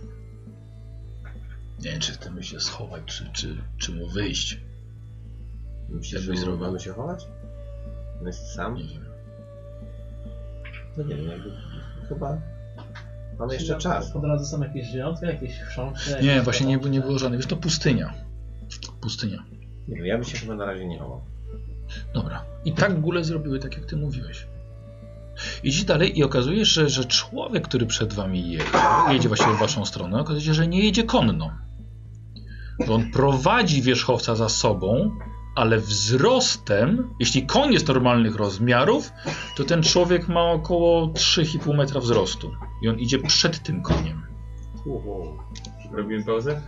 Nie wiem, czy chcemy się schować, czy, czy, czy mu wyjść.
Myślisz,
Jakbyś
że
zrobił?
mamy się chować? On jest sam?
Nie wiem.
No nie wiem, jakby chyba mamy jeszcze czas.
Po drodze są jakieś żyjące, jakieś chrząszcze?
Nie,
jakieś
właśnie nie,
potomcze?
nie było żadnych. Wiesz, to pustynia. Pustynia.
Nie wiem, ja bym się chyba na razie nie chował.
Dobra. I tak góle zrobiły tak, jak ty mówiłeś. Idziesz dalej i okazuje się, że, że człowiek, który przed wami jedzie, jedzie właściwie w waszą stronę, okazuje się, że nie jedzie konno. Że on prowadzi wierzchowca za sobą, ale wzrostem, jeśli koń jest normalnych rozmiarów, to ten człowiek ma około trzy i pół metra wzrostu. I on idzie przed tym koniem.
Robimy pauzę?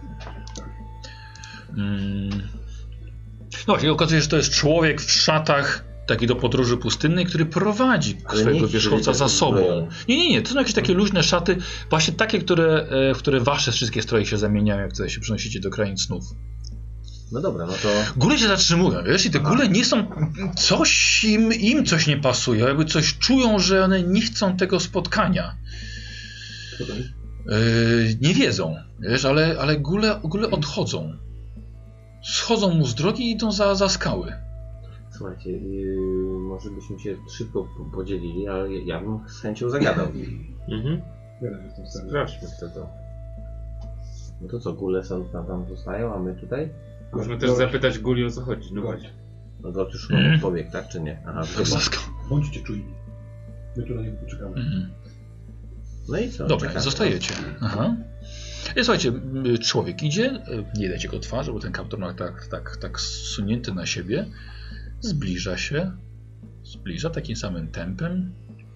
Mm. No właśnie, okazuje się, że to jest człowiek w szatach taki do podróży pustynnej, który prowadzi
Ale
swojego
nie
wierzchowca za
czyli
sobą.
zbroją.
Nie, nie, nie, to są jakieś takie luźne szaty, właśnie takie, które, e, w które wasze wszystkie stroje się zamieniają, jak tutaj się przenosicie do krain snów.
No dobra, no to
Góle się zatrzymują, wiesz, i te góle nie są, coś im, im coś nie pasuje, jakby coś czują, że one nie chcą tego spotkania. Yy, nie wiedzą, wiesz, ale, ale góle, góle odchodzą. Schodzą mu z drogi i idą za, za skały.
słuchajcie, yy, może byśmy się szybko po- podzielili, ale ja bym z chęcią zagadał.
Mhm.
Ja też jestem serio.
Sprawdźmy kto to.
No to co, góle są tam, tam zostają, a my tutaj?
Możemy też zapytać Guli o co chodzi. No
Gość.
chodź.
No to już
Mm.
pobieg, tak czy nie? Aha,
To
chyba.
zaskał.
Bądźcie czujni. My tu na niego poczekamy.
Mhm.
No i co?
Dobra,
Czekamy.
zostajecie. Aha. I słuchajcie, y, człowiek idzie, y, nie dajcie go twarzy, bo ten kaptur ma tak, tak, tak zsunięty na siebie. Zbliża się. Zbliża takim samym tempem.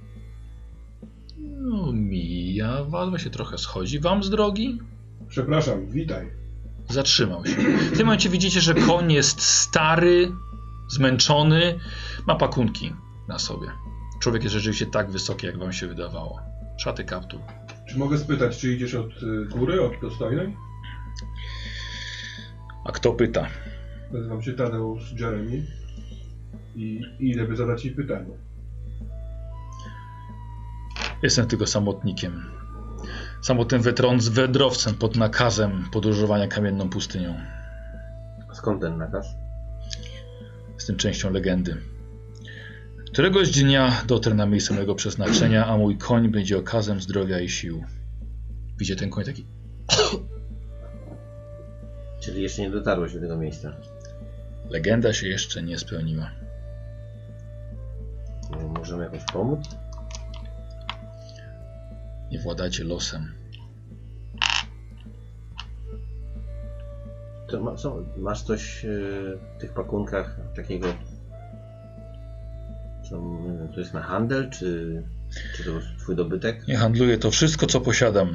No, mija was, właśnie trochę schodzi wam z drogi.
Przepraszam, witaj.
Zatrzymał się. W tym momencie widzicie, że koń jest stary, zmęczony, ma pakunki na sobie. Człowiek jest rzeczywiście tak wysoki, jak wam się wydawało. Szaty, kaptur.
Czy mogę spytać, czy idziesz od y, góry, od dostojnej?
A kto pyta?
Nazywam się Tadeusz Jeremy i idę, by zadać jej pytanie.
Jestem tylko samotnikiem. Samotnym wetrą- wędrowcem pod nakazem podróżowania kamienną pustynią.
Skąd ten nakaz?
Jestem częścią legendy. Któregoś dnia dotrę na miejsce mojego przeznaczenia, a mój koń będzie okazem zdrowia i sił. Widzicie ten koń taki?
Czyli jeszcze nie dotarłeś do tego miejsca.
Legenda się jeszcze nie spełniła.
Nie, możemy jakoś pomóc?
Nie władacie losem.
To ma, co, masz coś yy, w tych pakunkach takiego, co, nie wiem, to jest na handel, czy, czy to po prostu twój dobytek?
Nie handluję to wszystko, co posiadam.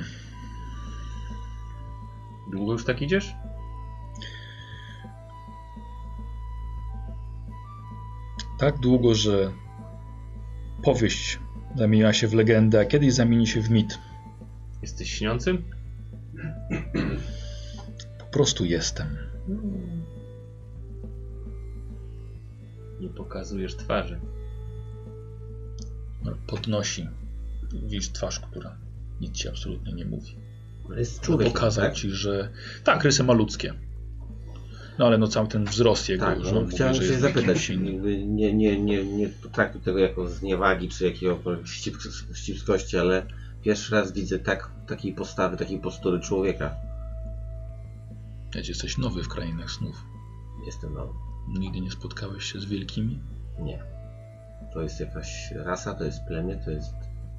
Długo już tak idziesz?
Tak długo, że powieść zamieniła się w legendę, a kiedyś zamieni się w mit.
Jesteś śniącym?
Po prostu jestem.
Nie pokazujesz twarzy.
Podnosi. Widzisz twarz, która nic ci absolutnie nie mówi.
Ale jest
Żeby
człowiek,
pokazać
tak?
ci, że... Tak, rysy ma ludzkie. No ale no cały ten wzrost jego,
Tak,
że
no,
on mówi,
chciałem
że
się
jest
zapytać,
jakimś innym.
jakby nie, nie, nie, nie traktuj tego jako zniewagi czy jakiegoś ścip- ścipskości, ale pierwszy raz widzę tak, takiej postawy, takiej postury człowieka.
Wiecie, jesteś nowy w krainach snów.
Jestem nowy.
Nigdy nie spotkałeś się z wielkimi?
Nie. To jest jakaś rasa, to jest plemię, to jest...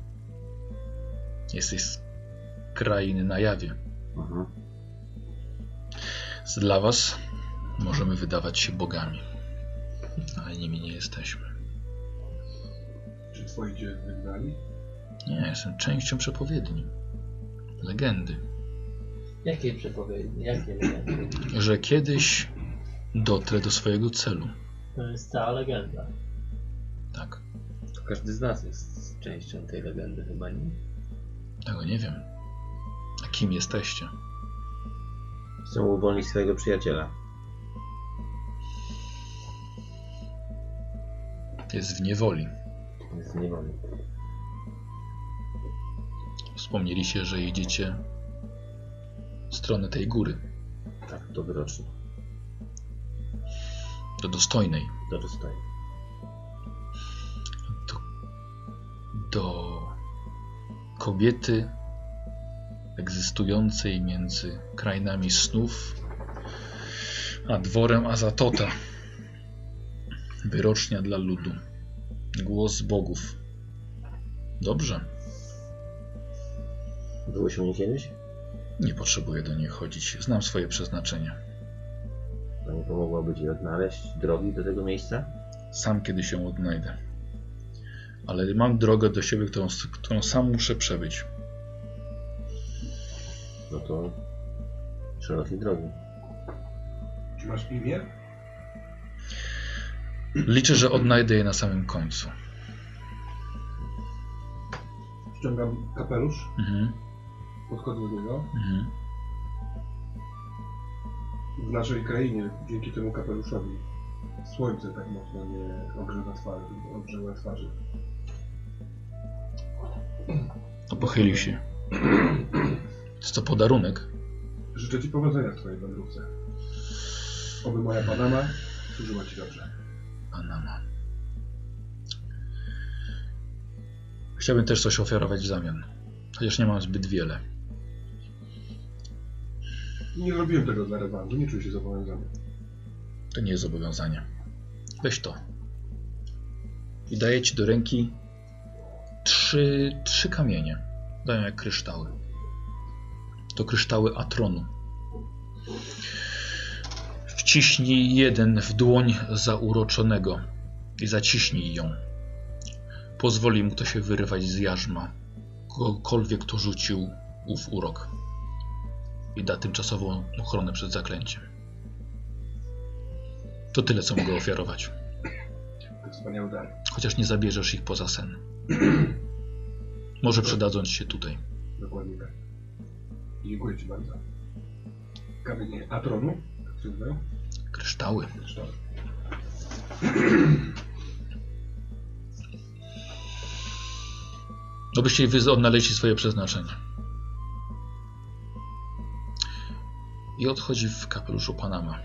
Jesteś z krainy na jawie.
Mhm.
Dla was możemy wydawać się bogami, ale nimi nie jesteśmy.
Czy twoi cię wygnali?
Nie, jestem częścią przepowiedni. Legendy.
Jakie przepowiednie? Jakie legendy?
Że kiedyś dotrę do swojego celu.
To jest cała legenda.
Tak.
To każdy z nas jest częścią tej legendy chyba, nie?
Tego nie wiem. A kim jesteście?
Chcę uwolnić swojego przyjaciela.
Jest w niewoli.
Jest niewolny.
Wspomnieliście, że jedziecie w stronę tej góry,
Tak, do wyroczni.
do dostojnej.
Do dostojnej.
Do, do kobiety egzystującej między krainami snów a dworem Azatota. Wyrocznia dla ludu. Głos bogów. Dobrze.
Byłeś u mnie kiedyś?
Nie potrzebuję do niej chodzić. Znam swoje przeznaczenie.
To nie pomogłaby ci odnaleźć drogi do tego miejsca?
Sam kiedyś ją odnajdę. Ale mam drogę do siebie, którą, którą sam muszę przebyć.
No to szerokiej drogi.
Czy masz imię?
Liczę, że odnajdę je na samym końcu.
Ściągam kapelusz,
Mhm.
podchodzę do niego.
Mhm.
W naszej krainie, dzięki temu kapeluszowi, słońce tak mocno nie ogrzewa twarzy, ogrzewa twarzy.
To pochylił się. Jest to podarunek?
Życzę ci powodzenia w twojej wędrówce. Oby moja Panama służyła ci dobrze.
Panama. Chciałbym też coś ofiarować w zamian. Chociaż nie mam zbyt wiele.
Nie robiłem tego dla rewanżu, nie czuję się zobowiązany.
To nie jest zobowiązanie. Weź to. I daję ci do ręki trzy, trzy kamienie. Dają jak kryształy. To kryształy Atronu. Wciśnij jeden w dłoń zauroczonego i zaciśnij ją. Pozwoli mu to się wyrywać z jarzma, kogokolwiek kto rzucił ów urok. I da tymczasową ochronę przed zaklęciem. To tyle, co mogę ofiarować.
To wspaniały dar.
Chociaż nie zabierzesz ich poza sen. Może przydadzą ci się tutaj.
Dokładnie tak. Dziękuję ci bardzo. Kamienie Atronu, tak się nazywają?
Kryształy.
Kryształy.
No byście wy odnaleźli swoje przeznaczenie. I odchodzi w kapeluszu Panama.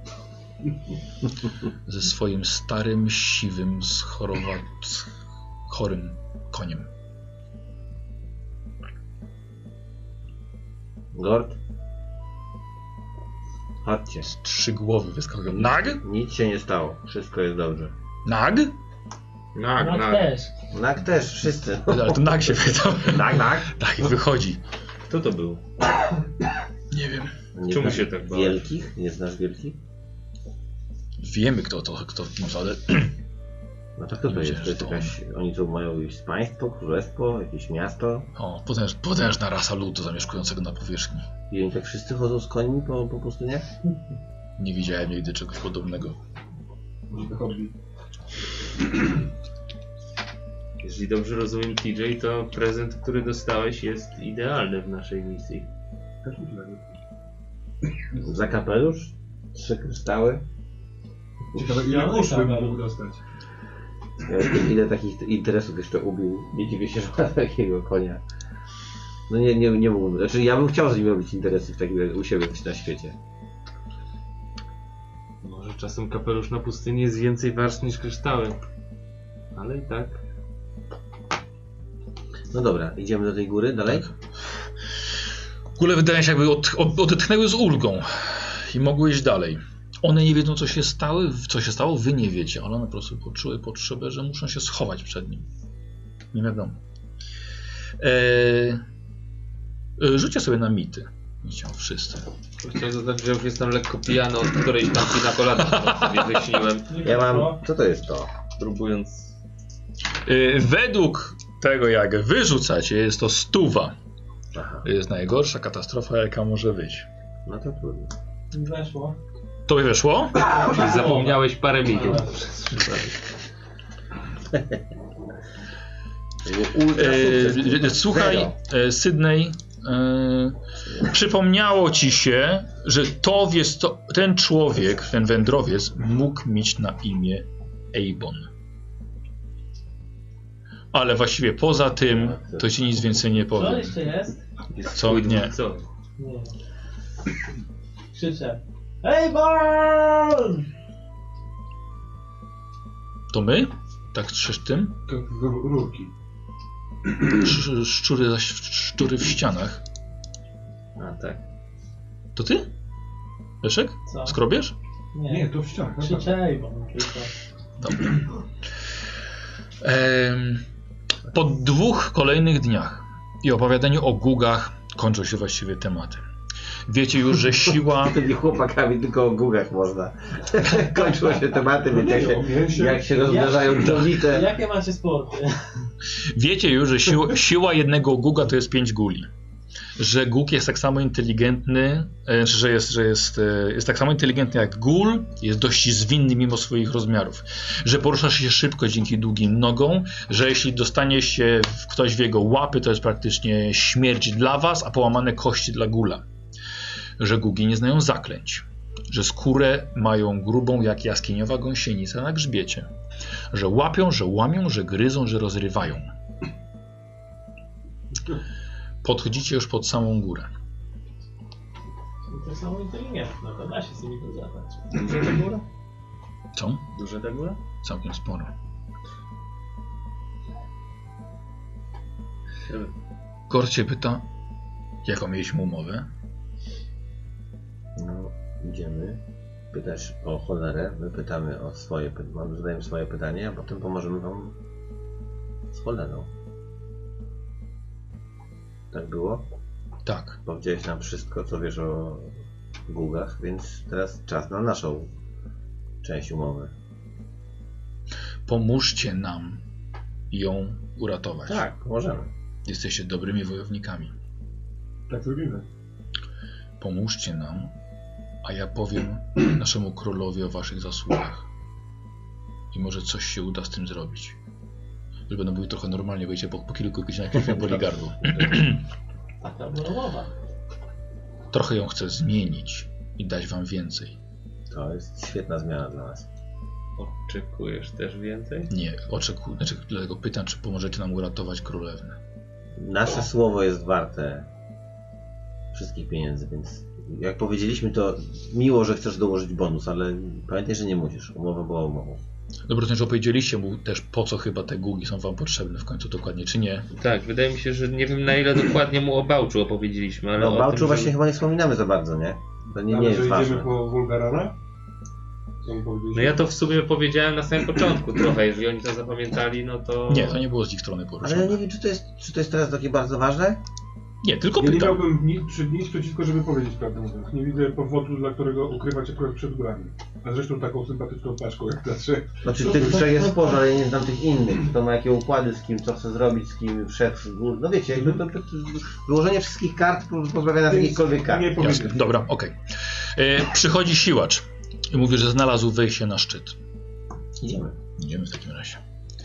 Ze swoim starym, siwym, schorowat... chorym koniem.
Gord? Chodźcie.
Z trzy głowy wyskakują. Nag?
Nic się nie stało. Wszystko jest dobrze.
Nag?
Nag,
No
nag.
też.
Nak też, wszyscy.
Ale to Nag się pytał.
Nak, nak.
Tak, i wychodzi.
Kto to był?
Nie wiem.
Nie
Czemu
znasz
się tak bałeś?
Wielkich? Nie znasz wielkich?
Wiemy kto to, kto, ale...
No to kto to
Nie
jest?
wiedziałem,
To jest
że to
jakaś... Oni tu mają jakieś państwo, królestwo, jakieś miasto?
O, potęż, potężna rasa ludu zamieszkującego na powierzchni.
I oni tak wszyscy chodzą z końmi po, po pustyniach?
Nie widziałem nigdy czegoś podobnego.
Może to hobby.
Jeżeli dobrze rozumiem, T J, to prezent, który dostałeś, jest idealny w naszej misji.
Też myślę.
Za kapelusz? Trzy kryształy?
Ciekawe, ile
No,
uszy bym
tak,
mógł dostać.
Ja ile takich interesów jeszcze ubił? Nie dziwię się, że ma takiego konia. No nie, nie, nie mógłbym. Znaczy ja bym chciał z nim robić interesy w takim, u siebie na świecie.
Może czasem kapelusz na pustyni jest więcej wart niż kryształy. Ale i tak.
No dobra, idziemy do tej góry, dalej?
Tak. Kule wydaje się jakby od, od, odetchnęły z ulgą i mogły iść dalej. One nie wiedzą co się stało, co się stało, wy nie wiecie, ale one po prostu poczuły potrzebę, że muszą się schować przed nim. Nie wiadomo. Eee, e, rzućcie sobie na mity. Nie chciał wszyscy.
Chciałem zaznaczyć, że już jestem lekko pijany od którejś tam na kolana, którą sobie wyśniłem,
Ja mam... Co to jest to?
próbując...
Eee, według tego jak wyrzucacie jest to stuwa.
Aha,
To jest najgorsza katastrofa jaka może być.
no to trudno.
Weszło.
To by weszło?
Zapomniałeś parę minut.
Ultra
E,
sukces.
słuchaj,
Zero.
e, Sydney, e, przypomniało ci się, że to jest to, ten człowiek, ten wędrowiec mógł mieć na imię Eibon. Ale właściwie poza tym, to ci nic więcej nie
Co
powiem.
jeszcze jest?
Co? Nie.
Co?
Nie. Krzyczę. Hej, Barn!
To my? Tak trzesz tym?
To w- rurki.
Sz, szczury, zaś- szczury w ścianach.
A tak.
To ty? Leszek?
Co?
Skrobiesz?
Nie, to w ścianach. naprawdę.
Krzyczę, bo tylko.
Dobra. Em, po dwóch kolejnych dniach i opowiadaniu o gugach kończą się właściwie tematy. Wiecie już, że siła...
Nie chłopakami, tylko o gugach można. Kończyło się tematy, więc jak
Nie, o
się,
mięsie.
jak się rozmnażają dżowite.
Jakie macie sporty?
Wiecie już, że siła, siła jednego guga to jest pięć guli. Że gug jest tak samo inteligentny, e, że, jest, że jest, e, jest tak samo inteligentny jak gul, jest dość zwinny mimo swoich rozmiarów. Że porusza się szybko dzięki długim nogom, że jeśli dostanie się w, ktoś w jego łapy, to jest praktycznie śmierć dla was, a połamane kości dla gula. Że gugi nie znają zaklęć. Że skórę mają grubą jak jaskiniowa gąsienica na grzbiecie. Że łapią, że łamią, że gryzą, że rozrywają. Podchodzicie już pod samą górę.
To są inteligentne, to da się z nimi pogadać.
Duża ta góra?
Co?
Duża ta góra?
Całkiem sporo. Gord cię pyta, jaką mieliśmy umowę?
No, idziemy. Pytasz o cholerę, my pytamy o swoje pytania, zadajemy swoje pytanie, a potem pomożemy wam z cholerą. Tak było?
Tak.
Powiedziałeś nam wszystko, co wiesz o Googach, więc teraz czas na naszą część umowy.
Pomóżcie nam ją uratować.
Tak, możemy.
Jesteście dobrymi wojownikami.
Tak zrobimy.
Pomóżcie nam, a ja powiem naszemu królowi o waszych zasługach. I może coś się uda z tym zrobić. Że będą mówić trochę normalnie, wyjdzie po, po kilku godzinach, jak boli gardło.
Taka była umowa.
Trochę ją chcę zmienić i dać wam więcej.
To jest świetna zmiana dla nas.
Oczekujesz też więcej?
Nie, oczekuję, znaczy dlatego pytam, czy pomożecie nam uratować królewnę.
Nasze słowo jest warte wszystkich pieniędzy, więc jak powiedzieliśmy, to miło, że chcesz dołożyć bonus, ale pamiętaj, że nie musisz. Umowa była umową.
Dobro, to, że opowiedzieliście mu też, po co chyba te gugi są wam potrzebne w końcu dokładnie, czy nie?
Tak, wydaje mi się, że nie wiem na ile dokładnie mu o Bałczu opowiedzieliśmy, ale
No
o
o Bałczu
tym,
właśnie
że...
chyba nie wspominamy za bardzo, nie? To nie, nie
Ale
jest
że
ważne.
idziemy po Wulgarana? Co on powiedział?
No ja to w sumie powiedziałem na samym początku trochę, jeżeli oni to zapamiętali, no to...
Nie, to nie było z ich strony
Ale
poruszone.
ja nie wiem, czy to jest, czy to jest teraz takie bardzo ważne?
Nie, tylko
Ja nie
pytam.
miałbym nic, przy- nic przeciwko, żeby powiedzieć prawdę mówiąc. Nie widzę powodu, dla którego ukrywać akurat przed górami. A zresztą taką sympatyczną paczką jak ta trzech.
Znaczy tych trzech jest sporo, ale ja nie znam tych innych. Kto ma jakie układy z kim, co chce zrobić, z kim wszedł z gór. No wiecie, jakby to, to, to wyłożenie wszystkich kart pozbawia nas jakichkolwiek kart.
Nie
Jasne,
powiedzieć.
dobra, okej. E, Przychodzi siłacz i mówi, że znalazł wejście na szczyt.
Idziemy.
Idziemy w takim razie.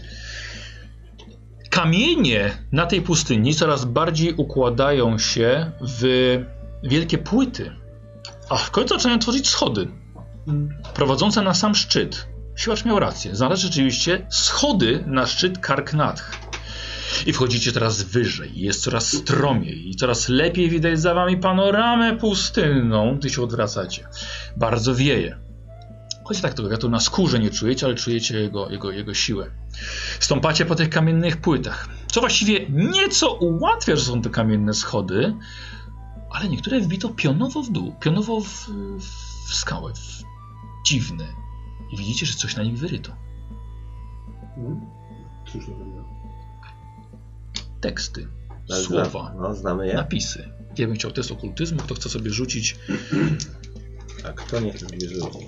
Kamienie na tej pustyni coraz bardziej układają się w wielkie płyty, a w końcu zaczynają tworzyć schody prowadzące na sam szczyt. Siłacz miał rację. Znalazł rzeczywiście schody na szczyt Karknadh. I wchodzicie teraz wyżej, jest coraz stromiej i coraz lepiej widać za wami panoramę pustynną, gdy się odwracacie. Bardzo wieje. Choć tak tego wiatru na skórze nie czujecie, ale czujecie jego, jego, jego siłę. Stąpacie po tych kamiennych płytach, co właściwie nieco ułatwia, że są te kamienne schody, ale niektóre wbito pionowo w dół, pionowo w, w skałę, w dziwne. I widzicie, że coś na nich wyryto.
Hmm? Cóż to będzie?
Teksty,
Ale
słowa,
zna- No, znamy je.
napisy. Ja bym chciał test okultyzmu, kto chce sobie rzucić.
A kto nie chce sobie rzucić?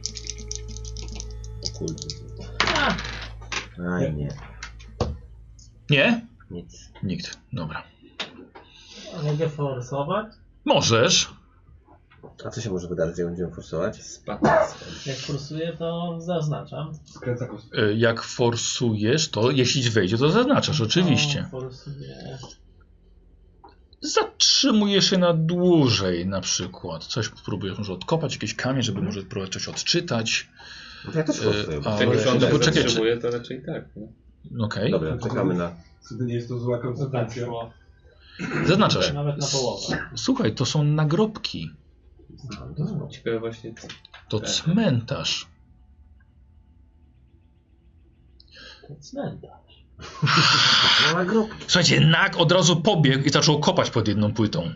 Okultyzm. Aj nie,
Nie?
nic.
Nikt. Dobra.
A mogę forsować?
Możesz.
A co się może wydarzyć, jak będziemy forsować?
Spadł.
Jak forsuję, to zaznaczam.
Skręca kostkę.
Y, Jak forsujesz, to jeśli wejdzie, to zaznaczasz, oczywiście.
O, forsuję.
Zatrzymujesz się na dłużej na przykład. Coś spróbujesz może odkopać, jakiś kamień, żeby może próbować coś odczytać.
No to ja też forsuję.
Yy,
bo-
a-
Jak
Ale-
już on
no
tak
poczekajcie.
zatrzymuje, to raczej tak. No.
Okej.
Dobra, czekamy na...
Wtedy nie jest to zła
No tak,
koncentracja.
szło.
Zaznaczasz.
Nawet na połowę.
Słuchaj, to są nagrobki.
Ciekawe właśnie co.
To
Tak.
cmentarz.
To cmentarz.
No na grupę.
Słuchajcie, Nag od razu pobiegł i zaczął kopać pod jedną płytą.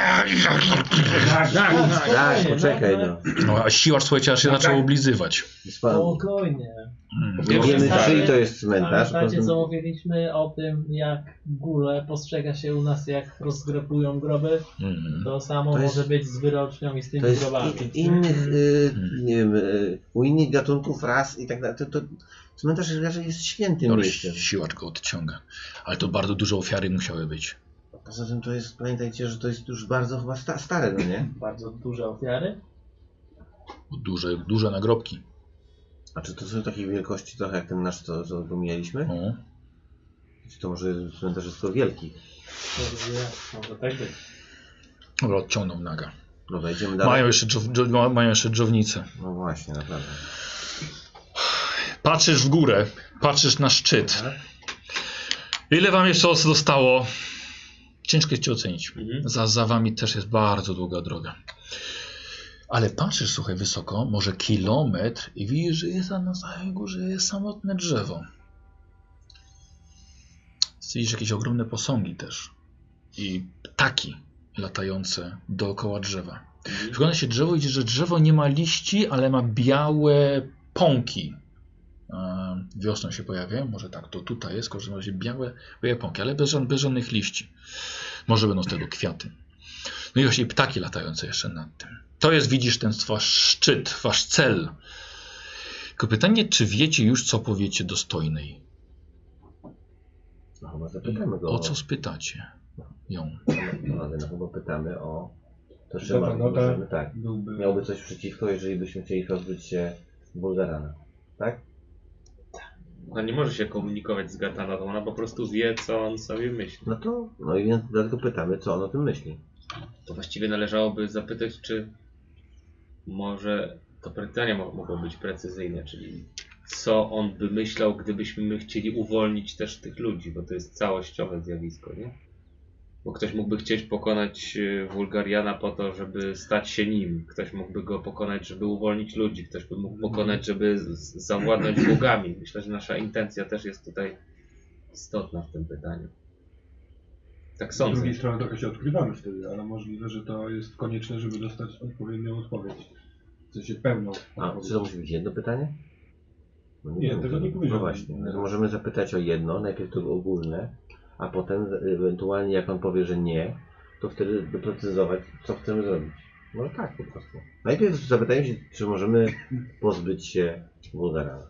Tak, poczekaj no.
No, a siłacz, słuchajcie, aż się zaczął oblizywać.
Spa-
Spokojnie.
Mm.
Nie wiemy,
Pamiętacie-
czyj to jest cmentarz.
Pamiętacie, co mówiliśmy o tym, jak góle postrzega się u nas, jak rozgrabują groby?
Mm.
To samo
To jest-
może być z wyrocznią i z tymi
To jest
grobami.
i- innych, y,
Hmm.
nie wiem, y, u innych gatunków, ras i tak dalej. To, to cmentarz raczej jest świętym
Dobra,
miejscem.
siłacz go odciąga. Ale to bardzo duże ofiary musiały być.
Poza tym to jest, pamiętajcie, że to jest już bardzo chyba sta stare, no nie?
Bardzo duże ofiary.
Duże, duże nagrobki.
A czy to są takiej wielkości trochę jak ten nasz, co, co pomijaliśmy?
O.
Czy to może cmentarz jest tylko wielki?
Może, może tak być.
Dobra, odciągnął Naga.
Dobra, idziemy dalej.
Mają jeszcze, dżow, dżow, ma- mają jeszcze dżownicę.
No właśnie, naprawdę.
Patrzysz w górę, patrzysz na szczyt. Ile wam jeszcze osób zostało? Ciężko jest cię ocenić.
Mhm.
Za, za wami też jest bardzo długa droga. Ale patrzysz, słuchaj, wysoko, może kilometr i widzisz, że jest na samej górze jest samotne drzewo. Widzisz jakieś ogromne posągi też. i ptaki latające dookoła drzewa. Przygląda się drzewo i widzi, że drzewo nie ma liści, ale ma białe pąki. E, wiosną się pojawia, może tak, to tutaj jest, w każdym razie białe, białe pąki, ale bez, ża- bez żadnych liści. Może będą z tego kwiaty. No i właśnie ptaki latające jeszcze nad tym. To jest, widzisz, ten wasz szczyt, wasz cel. Tylko pytanie, czy wiecie już, co powiecie dostojnej?
No chyba zapytamy go.
O co spytacie ją?
No, no chyba pytamy o to, czy
Dobra,
ma,
no to
możemy, tak.
byłby...
Miałby coś przeciwko, jeżeli byśmy chcieli pozbyć się Bulgarana. Tak?
Ona nie może się komunikować z Gatanotą, ona po prostu wie, co on sobie myśli.
No to, no i więc dlatego pytamy, co on o tym myśli.
To właściwie należałoby zapytać, czy może to pytanie mo- mogło być precyzyjne, czyli co on by myślał, gdybyśmy my chcieli uwolnić też tych ludzi, bo to jest całościowe zjawisko, nie? Bo ktoś mógłby chcieć pokonać e, Wulgariana po to, żeby stać się nim. Ktoś mógłby go pokonać, żeby uwolnić ludzi. Ktoś by mógł pokonać, żeby z- zawładnąć bogami. Myślę, że nasza intencja też jest tutaj istotna w tym pytaniu. Tak
Z
sądzę.
drugiej strony trochę się odkrywamy wtedy, ale możliwe, że to jest konieczne, żeby dostać odpowiednią odpowiedź. W sensie pełną
A,
odpowiedź.
czy to musi być jedno pytanie? No
Nie,
wiem,
tego
to-
nie powiedziałem.
No właśnie, no możemy zapytać o jedno, najpierw to ogólne, a potem ewentualnie jak on powie, że nie, to wtedy doprecyzować, co chcemy zrobić. Może tak po prostu. Najpierw zapytajmy się, czy możemy pozbyć się Bulgarana.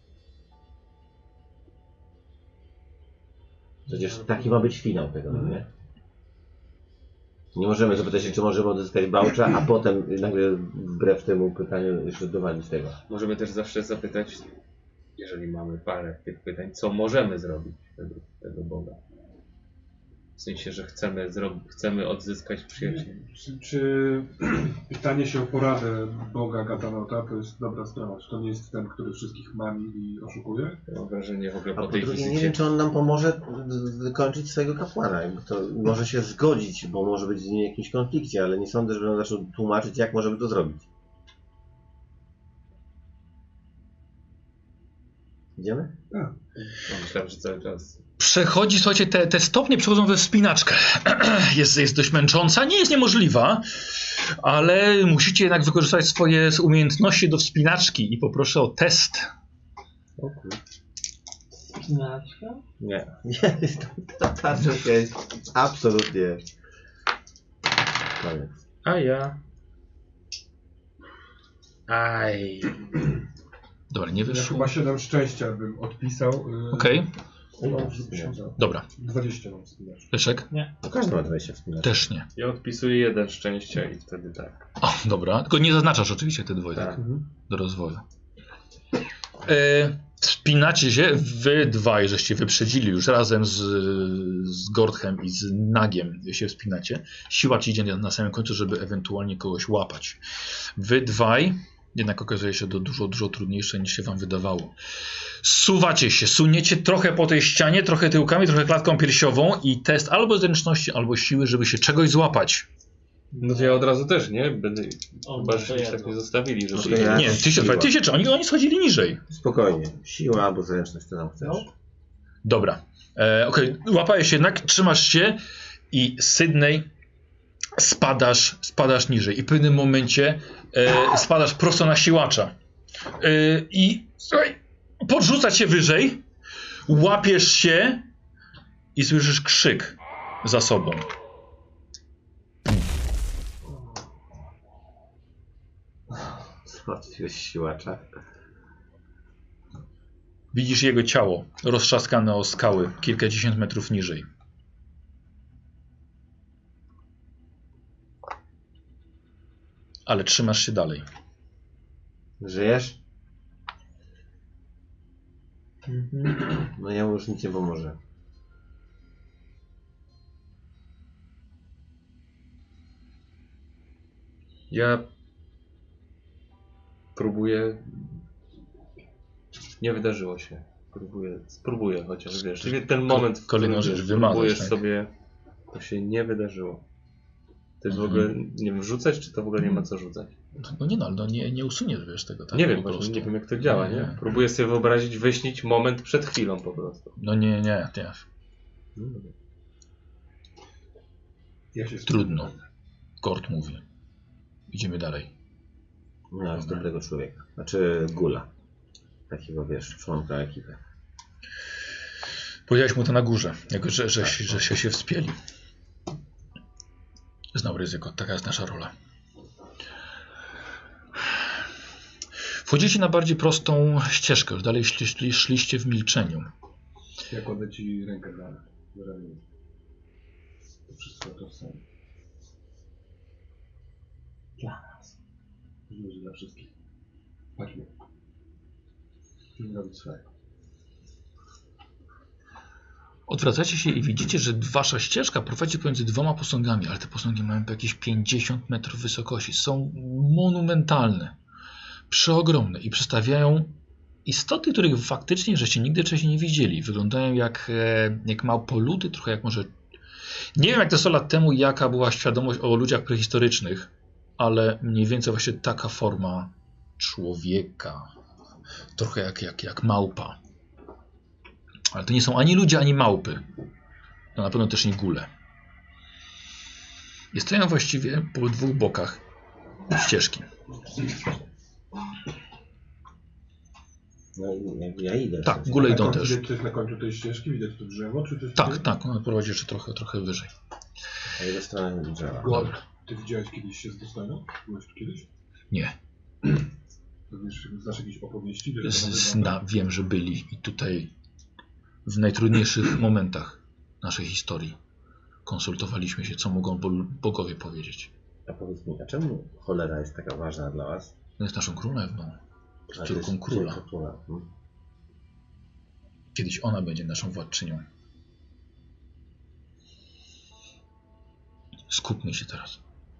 Przecież taki ma być finał tego, no nie? Nie możemy zapytać się, czy możemy odzyskać Bałcza, a potem nagle wbrew temu pytaniu jeszcze dowalić tego.
Możemy też zawsze zapytać, jeżeli mamy parę tych pytań, co możemy zrobić według tego Boga. W sensie, że chcemy, zro- chcemy odzyskać przyjaciół.
Czy, czy pytanie się o poradę Boga Gatanota to jest dobra sprawa? Czy to nie jest ten, który wszystkich mami i oszukuje?
Mam wrażenie w ogóle
A
po
po
tej
drugie, nie
wizycie.
wiem, czy on nam pomoże wykończyć swojego kapłana. Jakby to może się zgodzić, bo może być z nim jakiś konflikcie, ale nie sądzę, żeby on zaczął tłumaczyć, jak możemy to zrobić. Idziemy?
Myślałem, że cały czas.
Przechodzi, słuchajcie, te, te stopnie przechodzą we wspinaczkę. jest, jest dość męcząca, nie jest niemożliwa, ale musicie jednak wykorzystać swoje umiejętności do wspinaczki i poproszę o test.
O kurde.
Spinaczka?
Nie. Nie, ta tarcza jest absolutnie koniec.
A ja. Aj.
Dobra, nie
Ja
wyszło.
chyba siedem szczęścia bym odpisał. Yy,
Okej,
no,
dobra.
dwadzieścia mam spinasz.
Leszek?
No każdy ma dwadzieścia wspinaczy.
Też nie.
Ja odpisuję jeden szczęścia i wtedy tak.
O, dobra, tylko nie zaznaczasz oczywiście te dwoje
Tak.
do rozwoju. E, wspinacie się, wy dwaj, żeście wyprzedzili już razem z, z Gordhem i z Nagiem się wspinacie. Siłacz idzie na samym końcu, żeby ewentualnie kogoś łapać. Wy dwaj jednak okazuje się to dużo, dużo trudniejsze niż się wam wydawało. Suwacie się, suniecie trochę po tej ścianie, trochę tyłkami, trochę klatką piersiową i test albo zręczności, albo siły, żeby się czegoś złapać.
No to ja od razu też, nie? Będę...
O,
Chyba,
to
że się
jedno.
tak nie zostawili, że...
No to ja-
Nie, ty się,
siła.
ty się, czy oni, oni schodzili niżej.
Spokojnie. Siła albo zręczność, co tam chcesz.
No.
Dobra. E, Okej, łapałeś się jednak, trzymasz się i Sydney spadasz, spadasz niżej i w pewnym momencie e, spadasz prosto na siłacza. E, I słuchaj, podrzucać się wyżej, łapiesz się i słyszysz krzyk za sobą.
Załatwiłeś siłacza.
Widzisz jego ciało roztrzaskane o skały kilkadziesiąt metrów niżej. Ale trzymasz się dalej.
Żyjesz?
Mhm.
No ja mu już nic nie pomoże.
Ja próbuję. Nie wydarzyło się. Próbuję, spróbuję chociaż, wiesz, czyli ten moment, w
Kolejną
którym
rzecz
wiesz,
wymazać,
próbujesz
tak?
sobie, to się nie wydarzyło. To jest w
Mhm.
ogóle, nie wiem, rzucać, czy to w ogóle nie ma co rzucać?
No nie no, no nie, nie usuniesz wiesz tego, tak?
nie wiem,
po
właśnie
prostu.
nie wiem jak to działa, nie?
Nie.
Próbuję sobie wyobrazić, wyśnić moment przed chwilą po prostu.
No nie, nie, nie.
Ja się
Trudno. Gord mówi. Idziemy dalej.
Miałeś dobrego człowieka. Znaczy gula. Takiego, wiesz, członka ekipy.
Powiedziałeś mu to na górze, jako że, że,
Tak,
że, że się, się wspięli. Znał ryzyko, taka jest nasza rola. Wchodzicie na bardziej prostą ścieżkę, już dalej szli, szli, szliście w milczeniu.
Ja kładę ci rękę na ramię. To wszystko to samo.
Dla nas.
Życie dla wszystkich. Chodźmy. Musimy robić swoje.
Odwracacie się i widzicie, że wasza ścieżka prowadzi pomiędzy dwoma posągami, ale te posągi mają po jakieś pięćdziesiąt metrów wysokości. Są monumentalne, przeogromne i przedstawiają istoty, których faktycznie żeście nigdy wcześniej nie widzieli. Wyglądają jak, jak małpoludy, trochę jak może... Nie wiem jak to sto lat temu, jaka była świadomość o ludziach prehistorycznych, ale mniej więcej właśnie taka forma człowieka. Trochę jak, jak, jak małpa. Ale to nie są ani ludzie, ani małpy. To na pewno też nie góle. I stoją właściwie po dwóch bokach ścieżki.
No ja, ja idę.
Tak, góle idą też.
Widać coś na końcu tej ścieżki? Widać to drzewo? Czy coś
Tak,
takiego?
tak, ona prowadzi jeszcze trochę, trochę wyżej.
Ja idę w stronę drzewa.
Gord, ty widziałeś kiedyś się z dostojną? Byłeś tu kiedyś?
Nie.
To wiesz, znasz jakieś opowieści? Że
Z,
to
zna, wiem, że byli i tutaj w najtrudniejszych momentach naszej historii konsultowaliśmy się, co mogą bo- bogowie powiedzieć.
A powiedz mi, a czemu cholera jest taka ważna dla was?
To jest naszą królewną,
A to
córką
jest
króla.
córka króla. Hmm?
Kiedyś ona będzie naszą władczynią. Skupmy się teraz.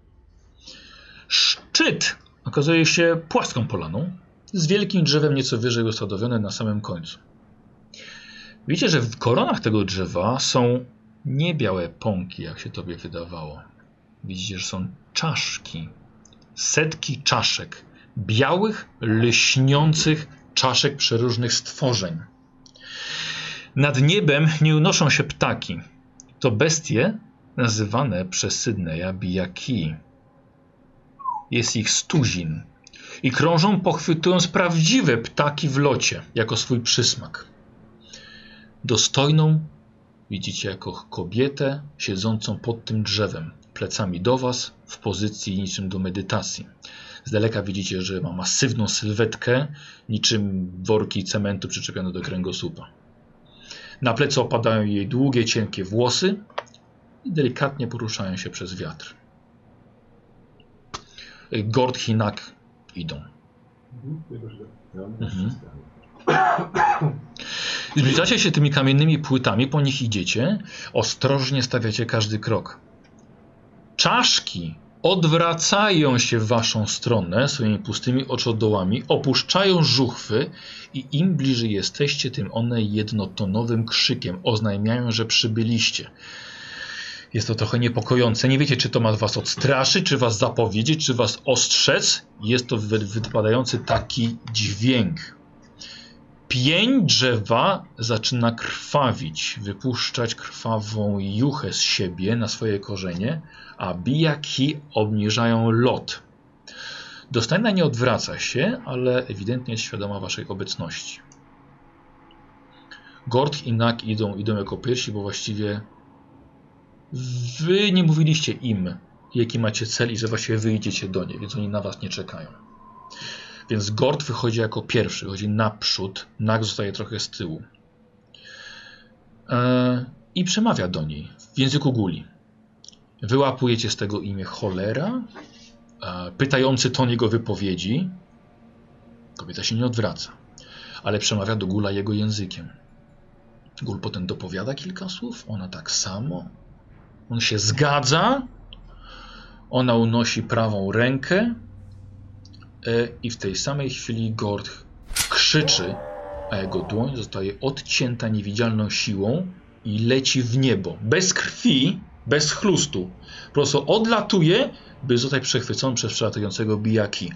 Szczyt okazuje się płaską polaną z wielkim drzewem nieco wyżej usadowione na samym końcu. Widzicie, że w koronach tego drzewa są nie białe pąki, jak się tobie wydawało. Widzicie, że są czaszki. Setki czaszek. Białych, lśniących czaszek przeróżnych stworzeń. Nad niebem nie unoszą się ptaki. To bestie nazywane przez Sydneya bijaki. Jest ich stuzin. I krążą, pochwytując prawdziwe ptaki w locie, jako swój przysmak. Dostojną widzicie jako kobietę siedzącą pod tym drzewem, plecami do was, w pozycji niczym do medytacji. Z daleka widzicie, że ma masywną sylwetkę, niczym worki cementu przyczepione do kręgosłupa. Na plecy opadają jej długie, cienkie włosy i delikatnie poruszają się przez wiatr. Gord i Nak idą.
Mhm. Jakoś tak.
No,
Mhm. Zbliżacie się tymi kamiennymi płytami, po nich idziecie, ostrożnie stawiacie każdy krok. Czaszki odwracają się w waszą stronę swoimi pustymi oczodołami, opuszczają żuchwy i im bliżej jesteście, tym one jednotonowym krzykiem oznajmiają, że przybyliście. Jest to trochę niepokojące. Nie wiecie, czy to ma was odstraszyć, czy was zapowiedzieć, czy was ostrzec. Jest to wy- wypadający taki dźwięk. Pień drzewa zaczyna krwawić, wypuszczać krwawą juchę z siebie na swoje korzenie, a bijaki obniżają lot. Dostojna nie odwraca się, ale ewidentnie jest świadoma waszej obecności. Gord i Nak idą, idą jako pierwsi, bo właściwie wy nie mówiliście im, jaki macie cel i że właściwie wy idziecie do niej, więc oni na was nie czekają. Więc Gord wychodzi jako pierwszy, wychodzi naprzód, Nak zostaje trochę z tyłu. Eee, I przemawia do niej w języku guli. Wyłapujecie z tego imię cholera, eee, pytający ton jego wypowiedzi. Kobieta się nie odwraca, ale przemawia do Gula jego językiem. Gul potem dopowiada kilka słów, ona tak samo. On się zgadza, ona unosi prawą rękę i w tej samej chwili Gord krzyczy, a jego dłoń zostaje odcięta niewidzialną siłą i leci w niebo. Bez krwi, bez chlustu. Po prostu odlatuje, by zostać przechwycony przez przelatującego bijaki.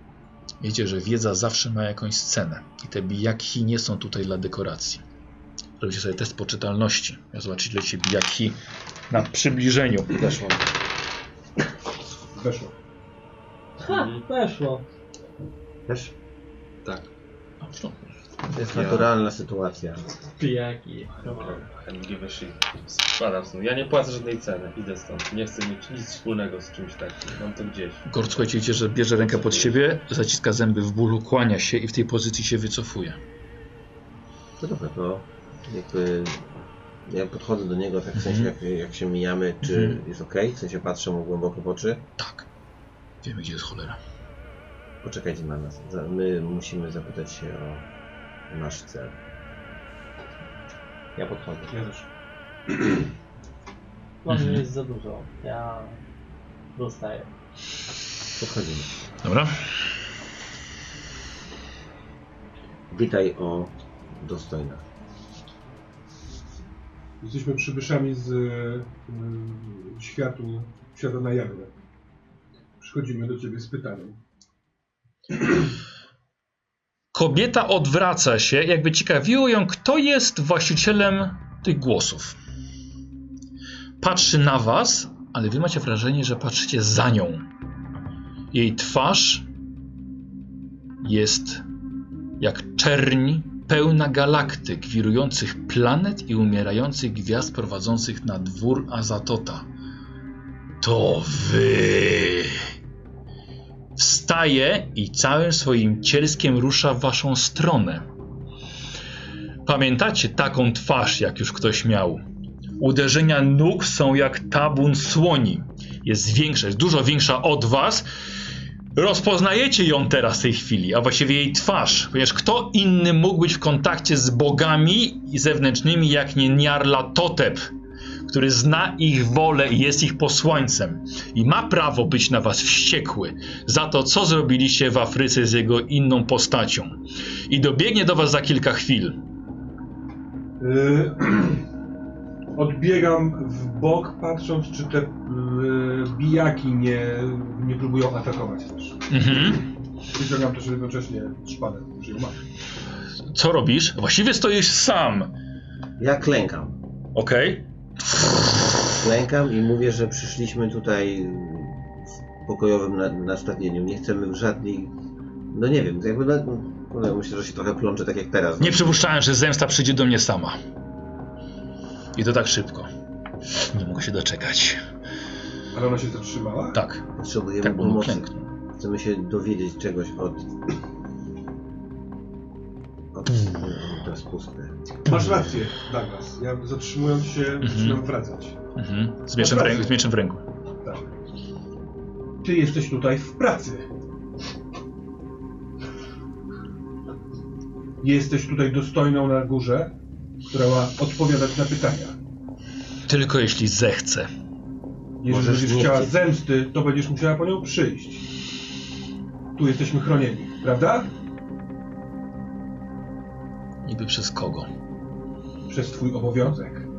Wiecie, że wiedza zawsze ma jakąś scenę i te bijaki nie są tutaj dla dekoracji. robicie sobie test poczytalności. Ja zobaczyć ile ci bijaki na przybliżeniu.
Weszło.
Weszło.
Ha, weszło.
Wiesz?
Tak.
Dobrze.
To jest naturalna sytuacja.
Pijaki.
M G wyszli. Spadam stąd. Ja nie płacę żadnej ceny. Idę stąd. Nie chcę mieć nic wspólnego z czymś takim. Mam to gdzieś.
Gord, słuchajcie, widzicie, że bierze rękę pod siebie, zaciska zęby w bólu, kłania się i w tej pozycji się wycofuje.
To dobra, to jakby ja podchodzę do niego tak w sensie jak, jak się mijamy, czy
Mhm.
jest ok? W sensie patrzę mu głęboko w oczy.
Tak. Wiemy, gdzie jest cholera.
Poczekajcie na nas. Za- My musimy zapytać się o nasz cel. Ja podchodzę.
Ja też.
Może
Mhm.
jest za dużo. Ja dostaję.
Podchodzimy.
Dobra?
Witaj o dostojna.
Jesteśmy przybyszami z y, światu, świata na jawie. Przychodzimy do ciebie z pytaniem.
Kobieta odwraca się, jakby ciekawiło ją, kto jest właścicielem tych głosów. Patrzy na was, ale wy macie wrażenie, że patrzycie za nią. Jej twarz jest jak czerń pełna galaktyk, wirujących planet i umierających gwiazd prowadzących na dwór Azatota. To wy! Wstaje i całym swoim cielskiem rusza w waszą stronę. Pamiętacie taką twarz, jak już ktoś miał? Uderzenia nóg są jak tabun słoni. Jest większa, jest dużo większa od was. Rozpoznajecie ją teraz w tej chwili, a właściwie jej twarz, ponieważ kto inny mógł być w kontakcie z bogami zewnętrznymi jak nie Nyarlathotep, który zna ich wolę i jest ich posłańcem i ma prawo być na was wściekły za to, co zrobiliście w Afryce z jego inną postacią. I dobiegnie do was za kilka chwil.
Yy, odbiegam w bok, patrząc, czy te yy, bijaki nie, nie próbują atakować też.
Mhm.
Wyciągam też jednocześnie szpadę, że ją mam.
Co robisz? Właściwie stoisz sam.
Ja klękam.
Okej?
Klękam i mówię, że przyszliśmy tutaj w pokojowym na, nastawieniu. Nie chcemy w żadnej... No nie wiem, jakby... Na, no, myślę, że się trochę plączę tak jak teraz.
Nie przypuszczałem, że zemsta przyjdzie do mnie sama. I to tak szybko. Nie mogę się doczekać.
Ale ona się zatrzymała?
Tak,
Potrzebujemy
tak on
pomocy.
klęknął.
Chcemy się dowiedzieć czegoś od... od... To jest puste.
Masz rację, Douglas. Ja zatrzymując się, zaczynam wracać.
Mhm. Z, mieczem w ręku, z mieczem w ręku.
Tak. Ty jesteś tutaj w pracy. Jesteś tutaj dostojną na górze, która ma odpowiadać na pytania.
Tylko jeśli zechce.
Jeżeli
Możesz
będziesz
nie
chciała
chcieć.
zemsty, to będziesz musiała po nią przyjść. Tu jesteśmy chronieni, prawda?
Niby przez kogo?
Przez twój obowiązek.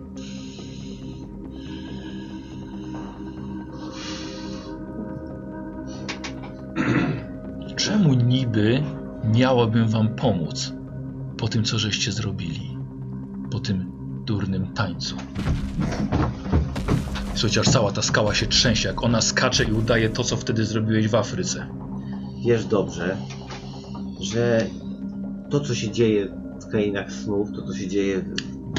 Czemu niby miałabym wam pomóc po tym, co żeście zrobili? Po tym durnym tańcu. Chociaż cała ta skała się trzęsie, jak ona skacze i udaje to, co wtedy zrobiłeś w Afryce.
Wiesz dobrze, że to, co się dzieje w krainach snów, to, co się dzieje... W...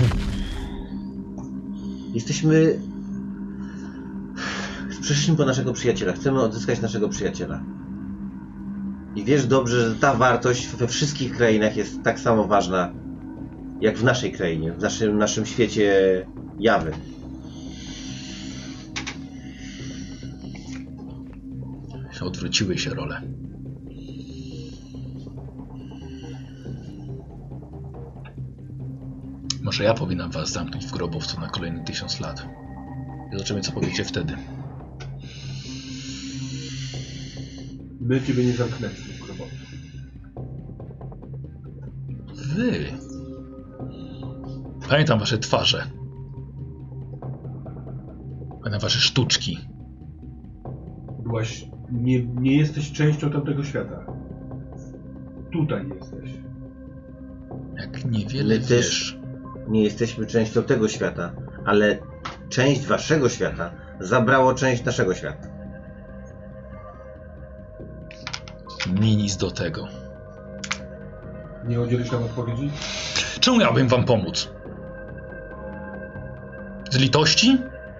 Jesteśmy... Przyszliśmy po naszego przyjaciela. Chcemy odzyskać naszego przyjaciela. I wiesz dobrze, że ta wartość we wszystkich krainach jest tak samo ważna, jak w naszej krainie, w naszym, naszym świecie jawy.
Odwróciły się role. Może ja powinnam was zamknąć w grobowcu na kolejny tysiąc lat. I zobaczymy, co powiecie wtedy.
My ciebie nie zamknęliśmy w grobowcu.
Wy. Pamiętam wasze twarze. Pamiętam wasze sztuczki.
Byłaś... Nie, nie jesteś częścią tamtego świata. Tutaj jesteś.
Jak niewiele
My
wiesz.
też Nie jesteśmy częścią tego świata, ale część waszego świata zabrało część naszego świata.
Mi nic do tego.
Nie udzielisz nam odpowiedzi?
Czemu miałbym wam pomóc? Z litości?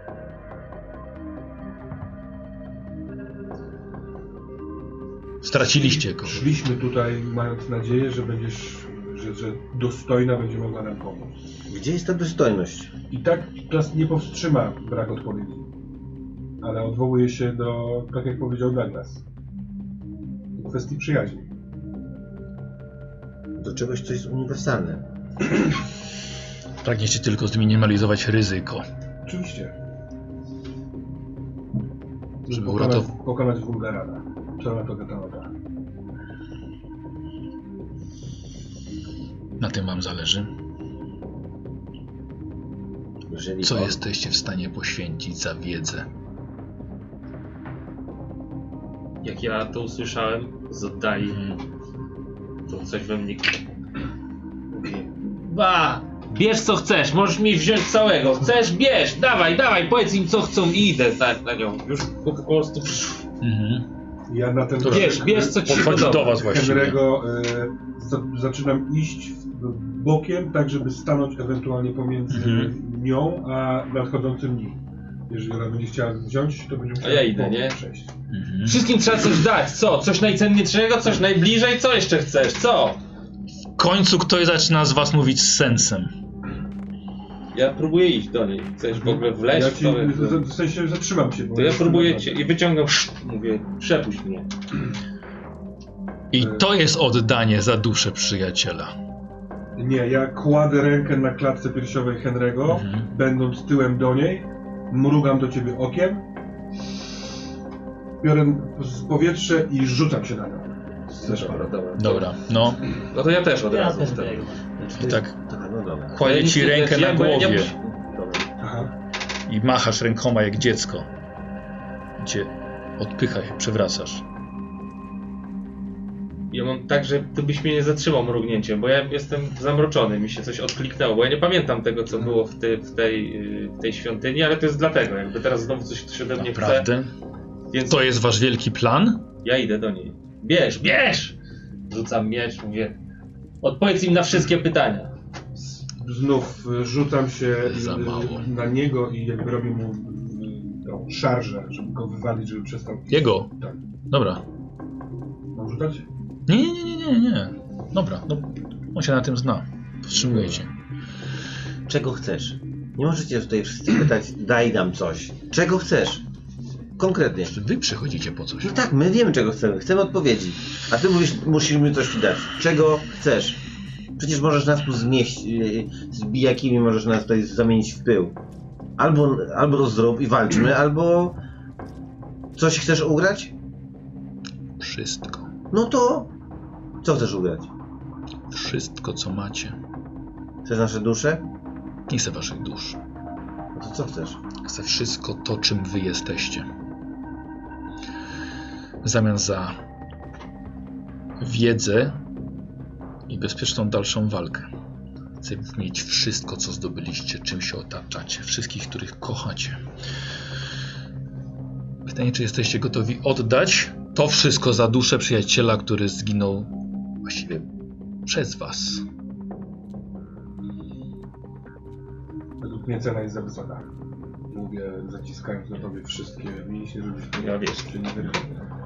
Straciliście kogoś.
Szliśmy tutaj mając nadzieję, że będziesz, że, że dostojna będzie mogła nam pomóc.
Gdzie jest ta dostojność?
I tak nas nie powstrzyma brak odpowiedzi. Ale odwołuje się do, tak jak powiedział Douglas, do kwestii przyjaźni.
Do czegoś, co jest uniwersalne.
Pragniecie tylko zminimalizować ryzyko.
Oczywiście.
Żeby
pokonać,
uratować.
pokonać Wulgarana. Co na to Gatanota?
Na tym wam zależy.
Jeżeli
Co
on-
jesteście w stanie poświęcić za wiedzę?
Jak ja to usłyszałem z oddali,
Mhm.
to coś we mnie mówi: Ba! Bierz co chcesz, możesz mi wziąć całego. Chcesz? Bierz! Dawaj, dawaj, powiedz im co chcą i idę tak na nią. Już po prostu
Mhm.
Ja na ten
bierz, bierz co ci się
Podchodzi
podoba.
do was właściwie.
Henry'ego y, za, zaczynam iść w- bokiem, tak żeby stanąć ewentualnie pomiędzy
Mhm.
nią a nadchodzącym nim. Jeżeli ona będzie chciała wziąć, to będzie musiała
ja idę,
po mnie
nie?
przejść.
Mhm.
Wszystkim trzeba coś dać. Co? Coś najcenniejszego? Coś najbliżej? Co jeszcze chcesz? Co?
W końcu ktoś zaczyna z was mówić z sensem.
Ja próbuję iść do niej. Chcesz w ogóle wleźć
Ja
w
ci,
to?
w, w sensie zatrzymam się. Bo
To ja próbuję cię i wyciągam, mówię, przepuść mnie.
I to jest oddanie za duszę przyjaciela.
Nie, ja kładę rękę na klatce piersiowej Henry'ego,
Mhm.
będąc tyłem do niej, mrugam do ciebie okiem, biorę z powietrze i rzucam się na nią.
Dobra, dobra.
Dobra, no.
No to ja też od
Ja
razu
też
wtedy.
biegnę.
I tak
Tak, no dobra.
kładzie ci rękę na głowie
Dobra.
Aha.
i machasz rękoma jak dziecko. I cię odpycha się, przewracasz.
Ja mam tak, że ty byś mnie nie zatrzymał mrugnięciem, bo ja jestem zamroczony, mi się coś odkliknęło, bo ja nie pamiętam tego, co było w, ty, w, tej, yy, w tej świątyni, ale to jest dlatego, jakby teraz znowu coś, coś ode mnie chce,
Naprawdę?
więc
To jest wasz wielki plan?
ja idę do niej. Bierz, bierz! Rzucam miecz, mówię, odpowiedz im na wszystkie pytania.
Znów y, rzucam się y,
Za mało.
na niego i jakby robię mu y, tą szarżę, żeby go wywalić, żeby przestał...
Jego?
Tak.
Dobra.
Mam rzucać?
Nie, nie, nie, nie, nie, nie. Dobra, no on się na tym zna. Powstrzymuje cię.
Czego chcesz? Nie możecie tutaj wszyscy pytać, daj nam coś. Czego chcesz? Konkretnie.
Wy przychodzicie po coś.
No tak, my wiemy czego chcemy. Chcemy odpowiedzi. A ty mówisz, musisz mi coś dać. Czego chcesz? Przecież możesz nas tu zmieść, yy, z bijakimi możesz nas tutaj zamienić w pył. Albo, albo zrób i walczmy, albo coś chcesz ugrać?
Wszystko.
No to co chcesz ugrać?
Wszystko, co macie.
Chcesz nasze dusze?
Nie chcę waszych dusz.
No to co chcesz?
Chcę wszystko to, czym wy jesteście. W zamian za wiedzę i bezpieczną dalszą walkę. Chcę mieć wszystko, co zdobyliście, czym się otaczacie, wszystkich, których kochacie. Pytanie, czy jesteście gotowi oddać to wszystko za duszę przyjaciela, który zginął właściwie przez was.
Według mnie cena jest za wysoka. Mówię, zaciskając na tobie wszystkie mięśnie, żebyś nie
Ja wiesz.
się nie wyrywał.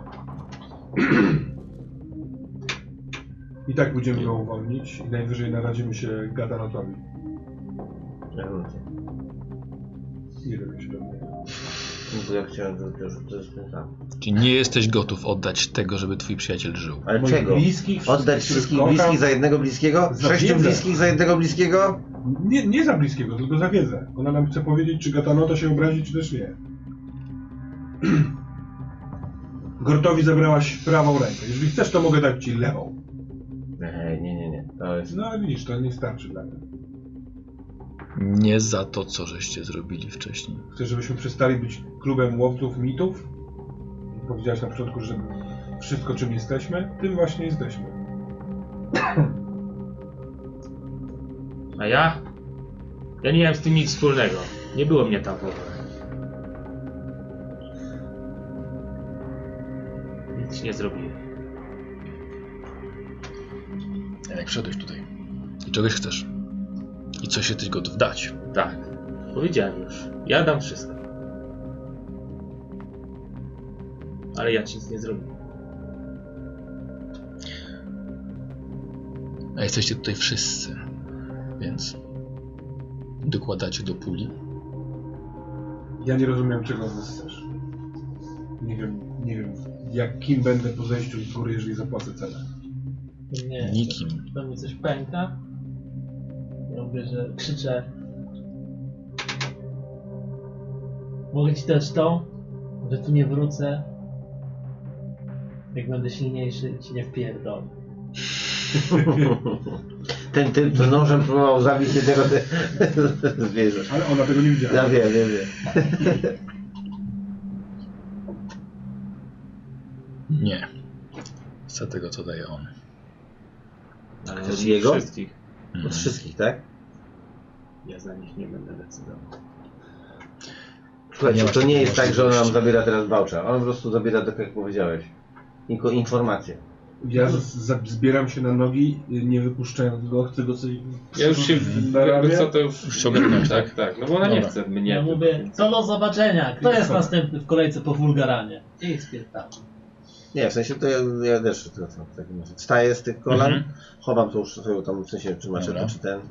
I tak będziemy go uwolnić i najwyżej naradzimy się Gadanotowi. Nie wiem, się do mnie.
No to ja chciałem, żeby to już to jest ten sam.
Czyli nie jesteś gotów oddać tego, żeby twój przyjaciel żył.
Ale
Moich
czego?
bliskich,
Oddać
których
wszystkich
kocham.
bliskich za jednego bliskiego?
Za
Sześciu
wiedzę.
bliskich za jednego bliskiego?
Nie, nie za bliskiego, tylko za wiedzę. Ona nam chce powiedzieć, czy Gatanota się obrazi, czy też nie. Gortowi zabrałaś prawą rękę. Jeżeli chcesz, to mogę dać ci lewą.
Nie, nie, nie, nie. To jest...
No ale widzisz, to nie starczy dla mnie.
Nie za to, co żeście zrobili wcześniej.
Chcesz, żebyśmy przestali być klubem łowców mitów? Powiedziałaś na początku, że wszystko, czym jesteśmy, tym właśnie jesteśmy.
A ja? Ja nie miałem z tym nic wspólnego. Nie było mnie tam w ogóle. Nic ci nie zrobiłem.
Jak przyszedłeś tutaj i czegoś chcesz i coś jesteś gotów dać.
Tak. Powiedziałem już. Ja dam wszystko. Ale ja ci nic nie zrobię.
A jesteście tutaj wszyscy, więc dokładacie do puli.
Ja nie rozumiem, czego od nas chcesz. Nie wiem, nie wiem, jak kim będę po zejściu z góry, jeżeli zapłacę cenę.
Nie,
Nikim.
to mi coś pęka. Ja mówię, że krzyczę. Mogę ci dać to, że tu nie wrócę, jak będę silniejszy i ci nie wpierdolę.
Ten typ z nożem próbował zabić jednego te... zwierzę.
Ale ona tego nie widziała.
Ja wiem, wiem, wiem.
Nie. Chcę tego, co daje on.
Ale
Chcesz
od
jego?
wszystkich.
Od wszystkich, tak?
Ja za nich nie będę decydował.
Słuchajcie,
Nie masz
to nie
takiej
jest tak, że on nam
możliwości.
zabiera teraz voucher. On po prostu zabiera, tak jak powiedziałeś, tylko informacje.
Ja z, z, zbieram się na nogi, nie wypuszczając go, chcę go coś...
Ja już się,
na ramię.
co to już...
Już się ogarnąłem,
tak, tak, no bo ona nie
Dobra.
chce mnie.
Ja mówię, to do zobaczenia, kto jest
Idź,
następny w kolejce po wulgaranie? I spiertam.
Nie, w sensie to ja, ja też to, to, w takim razie wstaję z tych kolan,
Mhm.
chowam to już swoją tam, w sensie czy maczetę,
Dobra.
czy ten.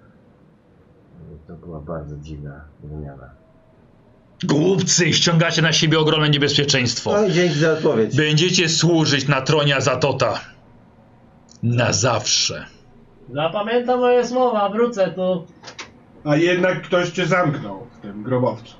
To była bardzo dziwna wymiana.
Głupcy, ściągacie na siebie ogromne niebezpieczeństwo.
No i dzięki za odpowiedź.
Będziecie służyć na tronie Azatota. Na zawsze.
Zapamiętam moje słowa, wrócę tu.
A jednak ktoś cię zamknął w tym grobowcu.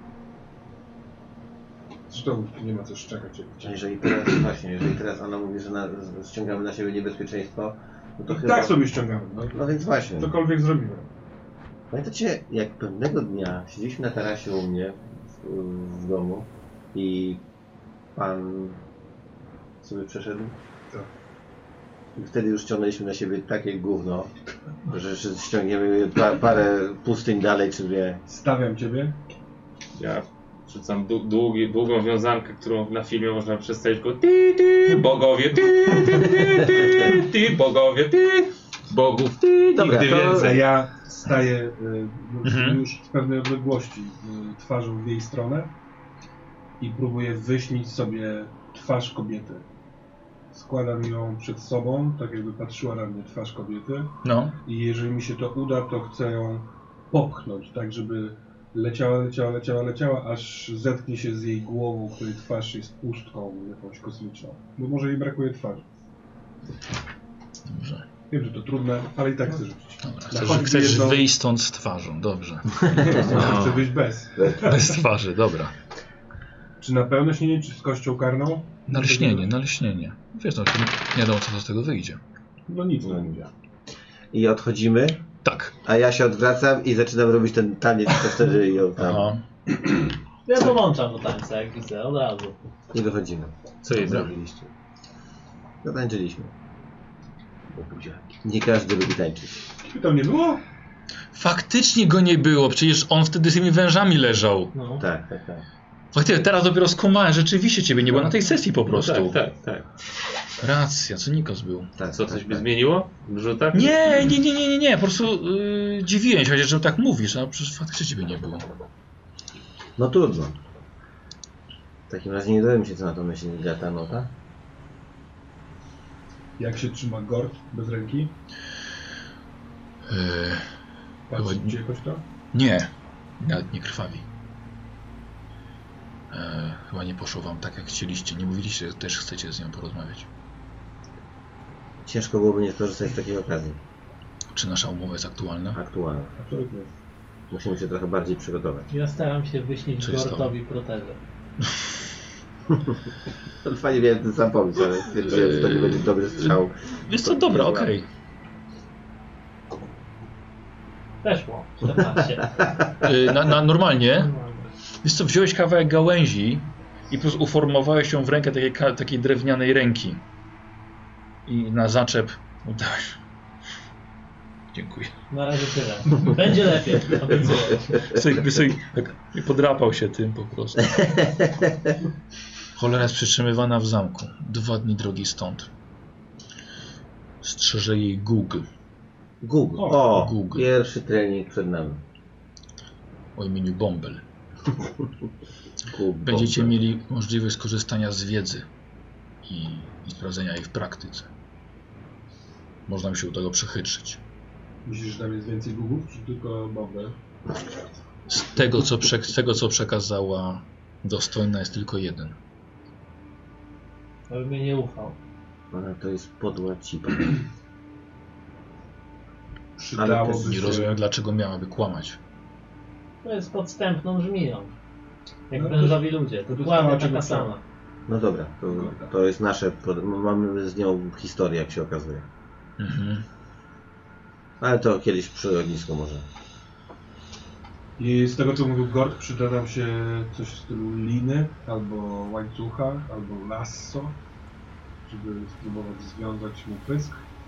Zresztą nie ma co szczekać. jak chciałeś.
Jeżeli teraz, właśnie, jeżeli teraz ona mówi, że na, ściągamy na siebie niebezpieczeństwo, no to
I
chyba...
tak sobie ściągamy. No.
No więc właśnie.
Cokolwiek zrobiłem.
Pamiętacie, jak pewnego dnia siedzieliśmy na tarasie u mnie w, w domu i pan sobie przeszedł?
Tak.
I wtedy już ściągnęliśmy na siebie takie gówno, że jeszcze ściągniemy pa, parę pustyń dalej, czy dwie.
Stawiam ciebie.
Ja rzucam dłu- długi, długą wiązankę, którą na filmie można przedstawić tylko ty, ty, bogowie, ty, ty, ty, ty, ty, bogowie, ty, bogów, ty,
Dobra,
nigdy
to-
A
więcej.
ja staję y,
Mhm.
już z pewnej odległości y, twarzą w jej stronę i próbuję wyśnić sobie twarz kobiety. Składam ją przed sobą, tak jakby patrzyła na mnie twarz kobiety
No.
i jeżeli mi się to uda, to chcę ją popchnąć, tak żeby leciała, leciała, leciała, leciała, aż zetknie się z jej głową, której twarz jest pustką jakąś kosmiczną. Bo może jej brakuje twarzy.
Dobrze.
Wiem, że to trudne, ale i tak chcę rzucić.
Dobra.
Na
Chcesz,
choćby
chcesz
jedną-
wyjść stąd z twarzą. Dobrze.
Chcę wyjść bez.
Bez twarzy, dobra.
Czy na pełne śnienie, czy z kością karną?
Naleśnienie, naleśnienie. Wiesz, no, nie wiadomo, co z tego wyjdzie.
No nic nie będzie.
I odchodzimy,
Tak.
a ja się odwracam i zaczynam robić ten taniec, to wtedy ją tam
Aha.
Ja dołączam do tańca, jak widzę, od razu.
nie dochodzimy.
Co jej
Dobra.
zrobiliście?
Zatańczyliśmy. Nie każdy lubi tańczyć.
Czy tam nie było?
Faktycznie go nie było, przecież on wtedy z tymi wężami leżał.
No.
Tak, tak, tak.
Faktycznie, teraz dopiero skumałem, rzeczywiście ciebie nie było na tej sesji po prostu.
No, tak, tak, tak.
Racja, co Nikos był.
tak
Co,
tak,
coś by
tak.
zmieniło w rzutach?
Nie, nie, nie, nie, nie, nie, po prostu yy, dziwiłem się, chociaż że tak mówisz, a przecież faktycznie ciebie nie było.
No trudno. W takim razie nie dowiem się, co na to myśli Gata Nota.
Jak się trzyma Gord bez ręki?
Yy,
Patrzy
Chyba-
ci jakoś to?
nie, nawet nie krwawi. Yy, chyba nie poszło wam tak, jak chcieliście. Nie mówiliście, że też chcecie z nią porozmawiać.
Ciężko byłoby nie skorzystać z takiej okazji.
Czy nasza umowa jest aktualna?
Aktualna.
Absolutnie.
Musimy się trochę bardziej przygotować.
Ja staram się wyśnić
Co jest to?
Gortowi protezę.
Fajnie miałem ten sam pomysł, ale stwierdziłem, że to nie będzie dobry strzał.
Jest to dobra, okej.
Weszło, czternaście.
Yy, na, na normalnie, wiesz co, wziąłeś kawałek gałęzi i po prostu uformowałeś ją w rękę takiej, ka- takiej drewnianej ręki. I na zaczep udałeś. Dziękuję.
Na razie tyle. Będzie lepiej, obiecuję.
Sobie, sobie, tak, podrapał się tym po prostu. Cholera jest przytrzymywana w zamku. Dwa dni drogi stąd. Strzeże jej Google.
Google.
O,
O,
Google.
pierwszy trening przed nami.
O imieniu Bąbel.
Google.
Będziecie mieli możliwość skorzystania z wiedzy i, i sprawdzenia jej w praktyce. Można mi się do tego przychytrzyć.
Myślisz, że tam jest więcej Google'ów, czy tylko Bobel?
Z tego, co, prze, z tego, co przekazała dostojna, jest tylko jeden.
To bym mnie nie ufał.
Ale to jest podła cipa.
Przydałoby
Nie
się...
rozumiem, dlaczego miałaby kłamać.
To jest podstępną żmiją. Jak
No to-
wężowi ludzie.
to
Dokładnie
dostała
taka
czego
sama.
No dobra, to, to jest nasze... pod- Mamy z nią historię, jak się okazuje.
Mhm.
Ale to kiedyś przy ognisku może.
I z tego, co mówił Gord, przyda nam się coś w stylu liny, albo łańcucha, albo lasso, żeby spróbować związać mu pysk.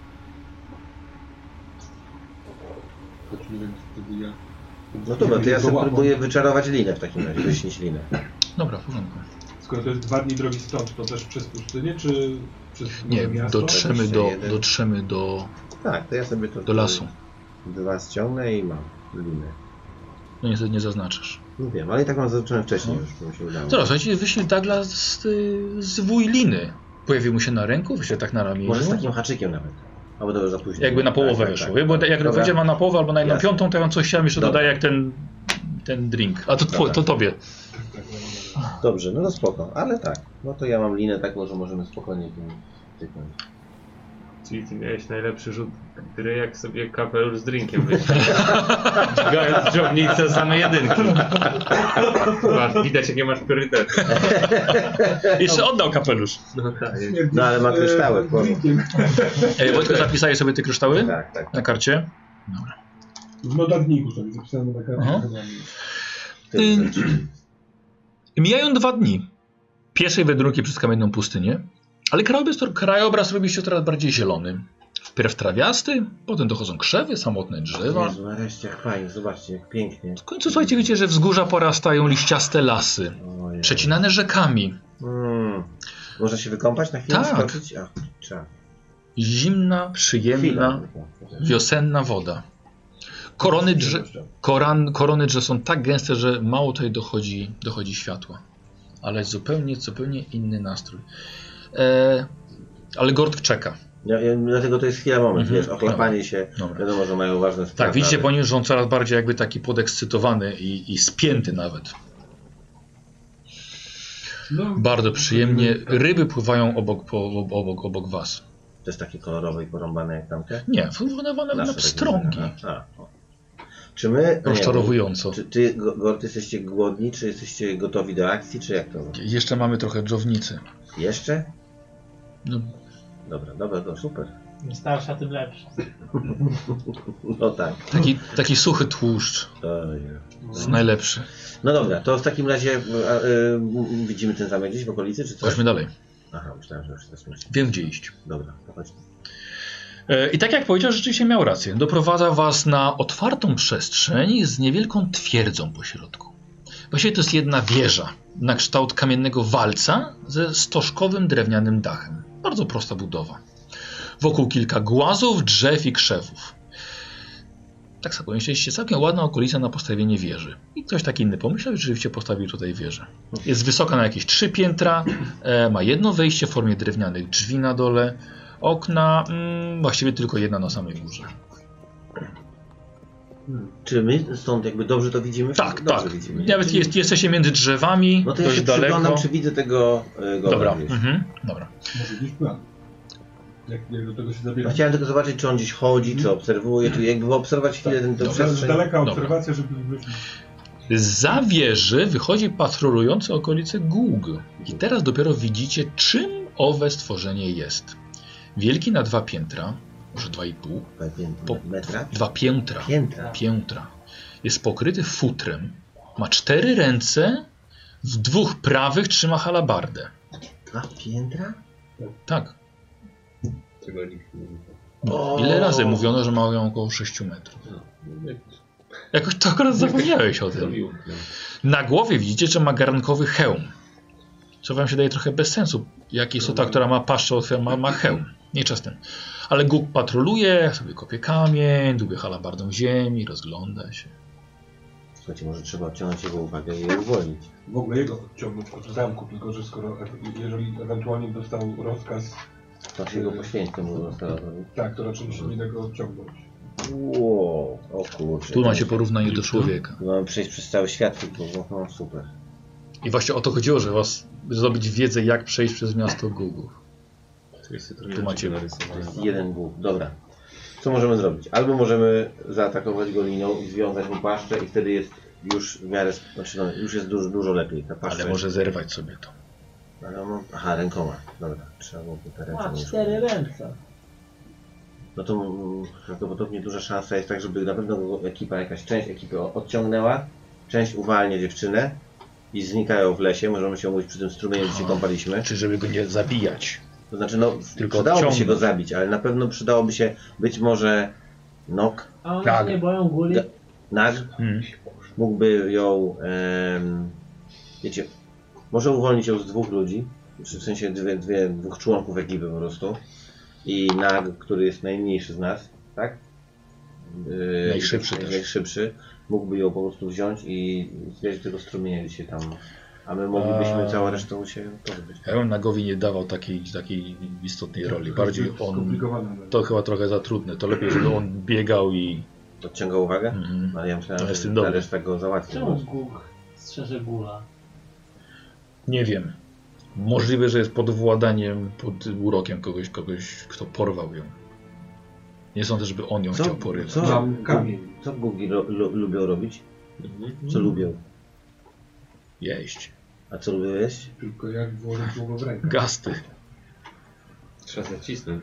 Choć nie wiem, wtedy ja...
No dobra, to ja
go
sobie
łapą.
próbuję wyczarować linę w takim razie, wyśnić linę.
Dobra, w porządku.
Skoro to jest dwa dni drogi stąd, to też przez pustynię, czy przez
Nie,
miasto?
dotrzemy do,
jeden.
dotrzemy do,
Tak, to ja sobie to...
do lasu.
Dwa ściągnę i mam linę.
No niestety nie zaznaczasz.
Nie wiem, ale i tak mam zaznaczone wcześniej
No.
już, bo mi się udało.
Teraz, słuchajcie, wyślij Douglas z, zwój liny. Pojawił mu się na ręku, wyślij tak na ramieniu.
Może z takim haczykiem nawet. Albo dobrze za późno.
Jakby na połowę
Tak, tak,
wyszło.
tak.
Bo jak
Dobra.
będzie ma na połowę albo na jedną
Jasne.
piątą, to ja mam coś tam jeszcze
Dobra.
dodaję jak ten, ten drink. A to, two,
Dobra.
to tobie.
Tak, tak, tak, tak.
Dobrze, no to spoko, ale tak. No to ja mam linę taką, że możemy spokojnie tym tyknąć.
Czyli ty miałeś najlepszy rzut gry, jak sobie kapelusz z drinkiem wyjdzie. Dźgając dżownicę same jedynki. Masz, widać jakie masz priorytety.
Jeszcze oddał kapelusz.
No tak.
No ale ma kryształy,
E,
porządku.
drinkiem.
Ej, Wojtku, zapisałeś sobie te kryształy
Tak, tak.
na karcie? Dobra.
W notatniku sobie zapisane na
Aha.
kartę.
Ym, Mijają dwa dni pieszej wędrówki przez kamienną pustynię, ale krajobraz, krajobraz robi się coraz bardziej zielony. Wpierw trawiasty, potem dochodzą krzewy, samotne drzewa.
Jezu, nareszcie jak fajnie, zobaczcie jak pięknie.
W końcu słuchajcie, wiecie, że wzgórza porastają liściaste lasy,
Ojej.
przecinane rzekami.
Mm. Można się wykąpać na chwilę?
Tak.
Skoczyć? Ach, trzeba.
Zimna, przyjemna, wiosenna woda. Korony drzew, koran, korony drzew są tak gęste, że mało tutaj dochodzi, dochodzi światła. Ale zupełnie, zupełnie inny nastrój. E, ale Gord czeka.
Ja, ja, dlatego to jest chwila moment,
Mhm.
wiesz, ochlapanie się,
Dobra.
wiadomo, że mają ważne sprawy.
Tak, widzicie
ale-
po nim, że on coraz bardziej jakby taki podekscytowany i, i spięty nawet.
No,
Bardzo przyjemnie. Ryby pływają obok, po, obok, obok was.
To jest takie kolorowe i porąbane jak tamte?
Nie, wywoływane na
Nasze takie
pstrągi.
inne. A, o. Czy my... nie,
Rozczarowująco.
Czy ty, Go- Gord, jesteście głodni, czy jesteście gotowi do akcji, czy jak to?
Jeszcze mamy trochę dżownicy.
Jeszcze?
No,
Dobra, dobra, to super.
Im starsza, tym lepsza.
No tak.
taki, taki suchy tłuszcz.
Ojej.
Jest najlepszy.
No dobra, to w takim razie a, y, widzimy ten zamek gdzieś w okolicy, czy coś?
Chodźmy dalej.
Aha, myślałem, że już jesteśmy.
Wiem, gdzie iść.
Dobra, to chodźmy.
E, I tak jak powiedział, rzeczywiście miał rację. Doprowadza was na otwartą przestrzeń z niewielką twierdzą po środku. Właściwie to jest jedna wieża na kształt kamiennego walca ze stożkowym drewnianym dachem. Bardzo prosta budowa. Wokół kilka głazów, drzew i krzewów. Tak sobie pomyśleliście, całkiem ładna okolica na postawienie wieży. I ktoś taki inny pomyślał i rzeczywiście postawił tutaj wieżę. Jest wysoka na jakieś trzy piętra, e, ma jedno wejście w formie drewnianych drzwi na dole, okna, mm, właściwie tylko jedna na samej górze.
Czy my stąd jakby dobrze to widzimy?
Tak,
dobrze
tak.
Widzimy.
Nawet jest, jesteście między drzewami,
No to ja
dość
się
daleko.
przyglądam, czy widzę tego y, goła
Dobra,
gdzieś.
mhm. Dobra.
Może gdzieś plan. Jak, jak do tego się
No,
zabiera.
chciałem tylko zobaczyć, czy on gdzieś chodzi, czy obserwuje, czy jakby obserwować chwilę ten, tę
Z
przestrzeń.
daleka
Dobra.
obserwacja, żeby wrócić.
Za wieży wychodzi patrolujący okolice Gug. I teraz dopiero widzicie, czym owe stworzenie jest. Wielki na dwa piętra, może dwa i pół, Po-
Metra?
dwa piętra,
Piętra.
piętra. Jest pokryty futrem, ma cztery ręce, w dwóch prawych trzyma halabardę.
Dwa piętra?
Tak.
Czego nikt nie wie.
Ile razy mówiono, że mają około sześciu metrów? Jakoś to akurat zapomniałeś o tym. Na głowie widzicie, że ma garnkowy hełm. Co wam się daje trochę bez sensu. Jak istota, która ma paszczę, ma, ma hełm. Nie czas ten. Ale Guk patroluje, sobie kopie kamień, dłubie halabardą ziemi, rozgląda się.
Słuchajcie, może trzeba odciągnąć jego uwagę i je uwolnić.
W ogóle jego odciągnąć od zamku, tylko że skoro, jeżeli ewentualnie dostał rozkaz,
To się go poświęci temu rozkazowi.
tak, to raczej się nie da go odciągnąć.
Wow, o kurczę.
Tu macie porównanie do człowieka.
Mamy przejść przez cały świat, tylko no super.
I właśnie o to chodziło, że was zrobić wiedzę, jak przejść przez miasto Gugów. Tu macie
Jeden Bóg, dobra. Co możemy zrobić? Albo możemy zaatakować go liną i związać mu paszczę i wtedy jest już w miarę, znaczy no, już jest dużo, dużo lepiej. Ta paszcza
ale może zerwać sobie to.
Ale on ma... Aha, rękoma. Dobra, trzeba było te ręce.
Ma
nie
cztery
używać.
ręce.
No to mm, prawdopodobnie duża szansa jest tak, żeby na pewno go ekipa, jakaś część ekipy o- odciągnęła, część uwalnia dziewczynę i znikają w lesie. Możemy się umówić przy tym strumieniu, gdzie się kąpaliśmy.
Czy żeby go nie zabijać.
To znaczy, no,
Tylko
przydałoby się
odciągnąć.
go zabić, ale na pewno przydałoby się być może Nok,
A oni
Tak.
się nie boją guli?
Ga- Nag,
Hmm.
mógłby ją, em, wiecie, może uwolnić ją z dwóch ludzi, czy w sensie dwie, dwie, dwóch członków ekipy po prostu. I Nag, który jest najmniejszy z nas, tak? Yy,
Najszybszy też.
Najszybszy, mógłby ją po prostu wziąć i zjeść tego strumienia gdzie się tam. A my moglibyśmy
A.
całą resztą się pozbyć.
Ja bym Nagowi nie dawał takiej, takiej istotnej roli. Bardziej on...
Skomplikowane.
To chyba trochę za trudne. To lepiej, żeby on biegał i...
Odciągał uwagę?
Mhm.
Ale ja myślałem,
Ale jest
że
tym
ta
dobry.
reszta go załatwi.
Czemu Gug strzeże gula?
Nie wiem. Możliwe, że jest pod władaniem, pod urokiem kogoś, kogoś, kto porwał ją. Nie sądzę, żeby on ją
Co?
chciał porywać.
Co?
Mam kamień.
Co Gugi ro, lu, lubią robić? Co lubią?
Jeść.
A co lubią jeść?
Tylko jak włożyć mu go w rękę.
Gasty.
Trzeba zacisnąć.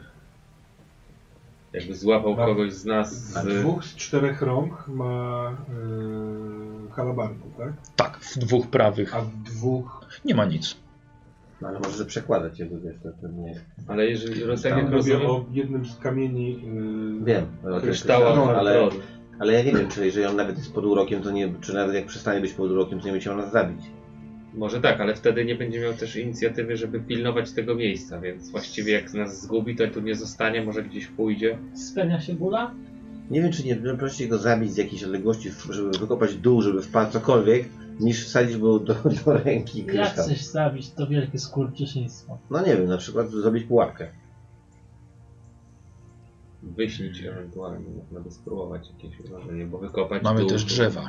Jakby złapał
A-
kogoś z nas
A
z...
dwóch z czterech rąk ma yy, halabardę, tak?
Tak, w dwóch prawych.
A w dwóch...
Nie ma nic.
No, ale może przekładać jego wiesz, to pewnie.
Ale jeżeli roz, tak
Tam
jak
mówię
rozumiem,
o jednym z kamieni... Yy,
Wiem, o tym
kryształa,
kryształach, ale,
ale...
ale ja nie wiem, czy jeżeli on nawet jest pod urokiem, to nie, czy nawet jak przestanie być pod urokiem, to nie będzie chciał nas zabić.
Może tak, ale wtedy nie będzie miał też inicjatywy, żeby pilnować tego miejsca, więc właściwie jak nas zgubi, to tu nie zostanie, może gdzieś pójdzie.
Spełnia się gula?
Nie wiem, czy nie prościej go zabić z jakiejś odległości, żeby wykopać dół, żeby wpadł cokolwiek, niż wsadzić go do, do ręki
Jak
kryształ.
chcesz zabić to wielkie skurczyszystwo?
No nie wiem, na przykład zrobić pułapkę.
Wyśnić ewentualnie, można by spróbować jakieś uważanie, bo wykopać
Mamy
dół,
też
to-
drzewa.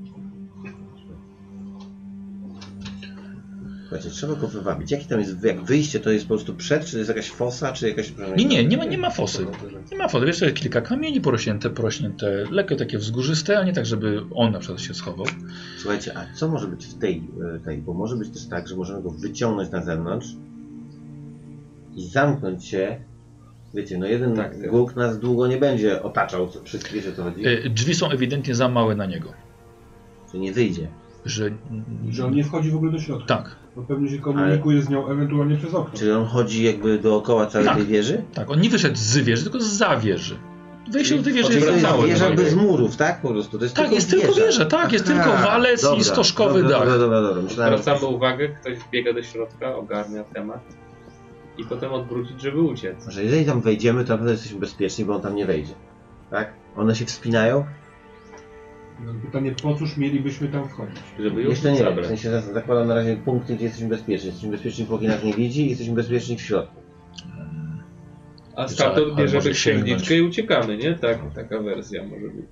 Słuchajcie, trzeba go wywabić. Jakie tam jest, jak wyjście, to jest po prostu przed, czy jest jakaś fosa, czy jakaś...
Nie, nie, nie ma, nie ma fosy. Nie ma fosy. Wiesz, to jest kilka kamieni porośnięte, porośnięte, lekko takie wzgórzyste, a nie tak, żeby on na przykład się schował.
Słuchajcie, a co może być w tej, e, tej, bo może być też tak, że możemy go wyciągnąć na zewnątrz i zamknąć się. Wiecie, no jeden
Tak, tak.
Guk nas długo nie będzie otaczał, co, wszystkich, wiecie o co chodzi?
Y, Drzwi są ewidentnie za małe na niego.
Że nie wyjdzie.
Że...
Że on nie wchodzi w ogóle do środka.
Tak,
Bo pewnie się komunikuje z nią ewentualnie przez okno.
Czyli on chodzi jakby dookoła całej
Tak.
tej wieży?
tak. On nie wyszedł z wieży, tylko za wieży. Wejście do tej wieży
Czyli
jest
to jest
całe.
wieża
no.
bez murów, tak? Po prostu. To jest
Tak,
tylko
jest tylko wieża, tak, jest tylko walec i stożkowy
dobra,
dach.
Dobra, dobra, dobra. Myślałem,
Zwracamy uwagę, ktoś biega do środka, ogarnia temat i potem odwrócić, żeby uciec.
że jeżeli tam wejdziemy, to na pewno jesteśmy bezpieczni, bo on tam nie wejdzie. Tak? One się wspinają?
No, pytanie, po cóż mielibyśmy tam wchodzić?
Żeby ją
Jeszcze nie wiem. W
zabrać.
sensie zas- zakładam na razie punkty, gdzie jesteśmy bezpieczni. Jesteśmy bezpieczni, póki nas nie widzi i jesteśmy bezpieczni w środku.
A
Ale-
stamtąd
ale
bierzemy
może
księżniczkę
sięgnąć.
i uciekamy, nie? Tak, taka wersja może być.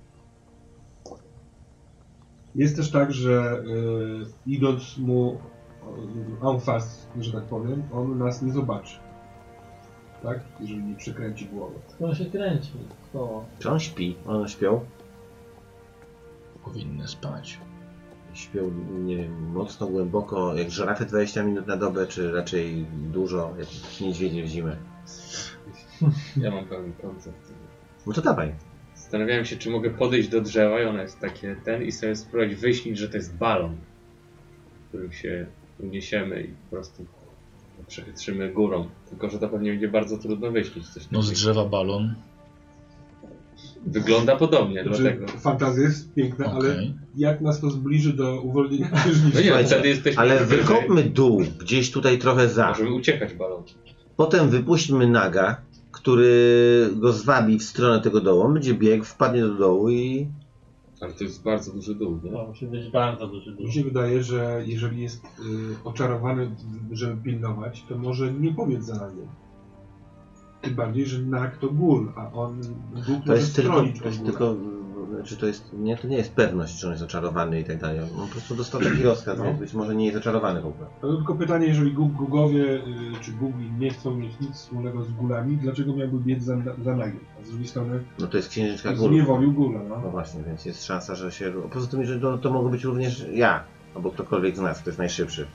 Jest też tak, że y, idąc mu y, en face, że tak powiem, on nas nie zobaczy. Tak? Jeżeli nie przekręci głowy.
Tylko on się kręci. To
Czy on śpi? One śpią?
Powinny spać.
Śpią, nie wiem, mocno, głęboko, jak żyrafy dwadzieścia minut na dobę, czy raczej dużo, jak niedźwiedzie w zimę?
Ja mam pewien koncept.
No to dawaj.
Zastanawiałem się, czy mogę podejść do drzewa i ona jest takie ten i sobie spróbować wyśnić, że to jest balon, którym się uniesiemy i po prostu przechytrzymy górą. Tylko, że to pewnie będzie bardzo trudno wyśnić coś
No z
takiego.
drzewa balon.
Wygląda podobnie,
Znaczy,
dlatego.
fantazja jest piękna, ale
Okej.
jak nas to zbliży do uwolnienia
No
księżniczki?
nie,
Słuchajcie,
wtedy jesteśmy
Ale
wyżej.
wykopmy dół gdzieś tutaj trochę za.
Możemy uciekać balon.
Potem wypuśćmy naga, który go zwabi w stronę tego dołu. On będzie biegł, wpadnie do dołu i...
Ale to jest bardzo duży dół, nie?
To musi być bardzo duży
Mi
dół.
się wydaje, że jeżeli jest y, oczarowany, żeby pilnować, to może nie pobiec za nami. Tym bardziej, że Nag to gól, a on Bóg
To
może
jest tylko,
stronić
to jest
od góra.
tylko, znaczy to jest, nie, to nie jest pewność, czy on jest oczarowany i tak dalej. On po prostu dostał taki rozkaz,
No.
więc być może nie jest oczarowany w ogóle.
To tylko pytanie, jeżeli Gug, Gugowie y, czy Gugi nie chcą mieć nic wspólnego z gólami, dlaczego miałby biec za, za Nagiem? A z drugiej strony
No to jest księżniczka góry.
zniewolił góla,
No
no.
właśnie, więc jest szansa, że się... Poza tym, że to, to mogło być również ja, albo ktokolwiek z nas, kto jest najszybszy.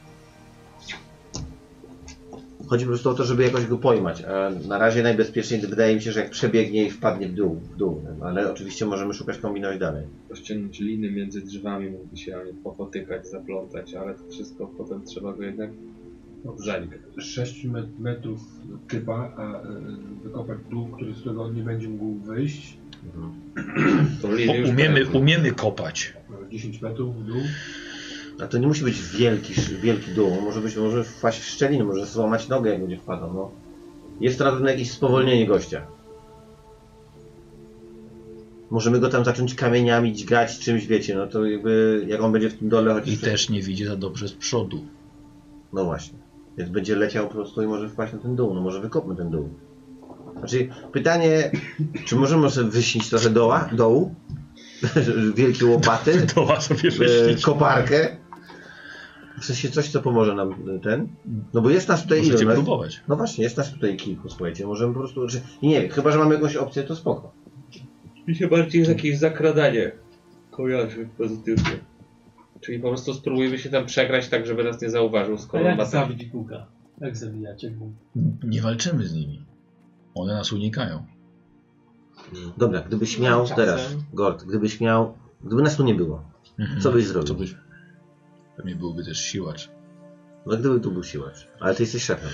Chodzi po prostu o to, żeby jakoś go pojmać, a na razie najbezpieczniej wydaje mi się, że jak przebiegnie i wpadnie w dół, w dół. Ale oczywiście możemy szukać, kombinować dalej.
Rozciągnąć liny między drzewami, mógłby się na nie popotykać, zaplątać, ale to wszystko potem trzeba go jednak zanikać.
sześć metrów typa, a y, wykopać dół, który z którego on nie będzie mógł wyjść.
Mhm.
To
Bo
liny już
umiemy,
pękły.
umiemy kopać.
Może dziesięć metrów w dół.
A to nie musi być wielki, wielki dół, może być, może wpaść w szczelinę, może złamać nogę, jak będzie wpadał, no. Jest to na pewno jakieś spowolnienie gościa. Możemy go tam zacząć kamieniami dźgać, czymś, wiecie, no to jakby, jak on będzie w tym dole chociaż...
I też nie widzi za dobrze z przodu.
No właśnie. Więc będzie leciał po prostu i może wpaść na ten dół, no może wykopmy ten dół. Znaczy, pytanie, czy możemy sobie wyśnić trochę doła, dołu? Wielkie łopaty?
Doła sobie
e,
wyśnić.
koparkę? W sensie coś, co pomoże nam ten? No bo jest nas tutaj
Możecie
ilu?
próbować.
No właśnie, jest nas tutaj kilku, słuchajcie, możemy po prostu... Czy, nie wiem, chyba że mamy jakąś opcję, to spoko.
Mi się bardziej jakieś zakradanie kojarzy pozytywnie. Czyli po prostu spróbujmy się tam przegrać tak, żeby nas nie zauważył,
A
skoro on ma
jak
tak...
zabić Guga? Jak zabijacie Guga?
Nie walczymy z nimi. One nas unikają.
Dobra, gdybyś miał
Czasem.
teraz, Gord, gdybyś miał... Gdyby nas tu nie było,
Mhm.
co byś zrobił?
Co byś... Pewnie byłby też siłacz.
No gdyby tu był siłacz, ale ty jesteś szefem.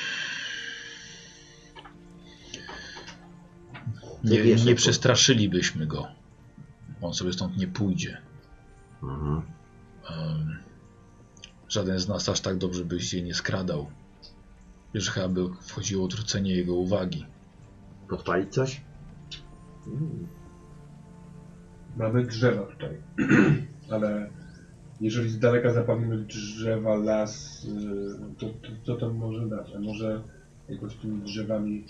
Nie,
wiesz,
nie
jak-
przestraszylibyśmy go. On sobie stąd nie pójdzie.
Mhm.
Um, żaden z nas aż tak dobrze by się nie skradał. Wiesz, chyba by wchodziło odwrócenie jego uwagi.
Podpalić coś?
Mamy drzewa tutaj. Ale jeżeli z daleka zapalimy drzewa, las, y, to, to co to może dać? A może jakoś tymi drzewami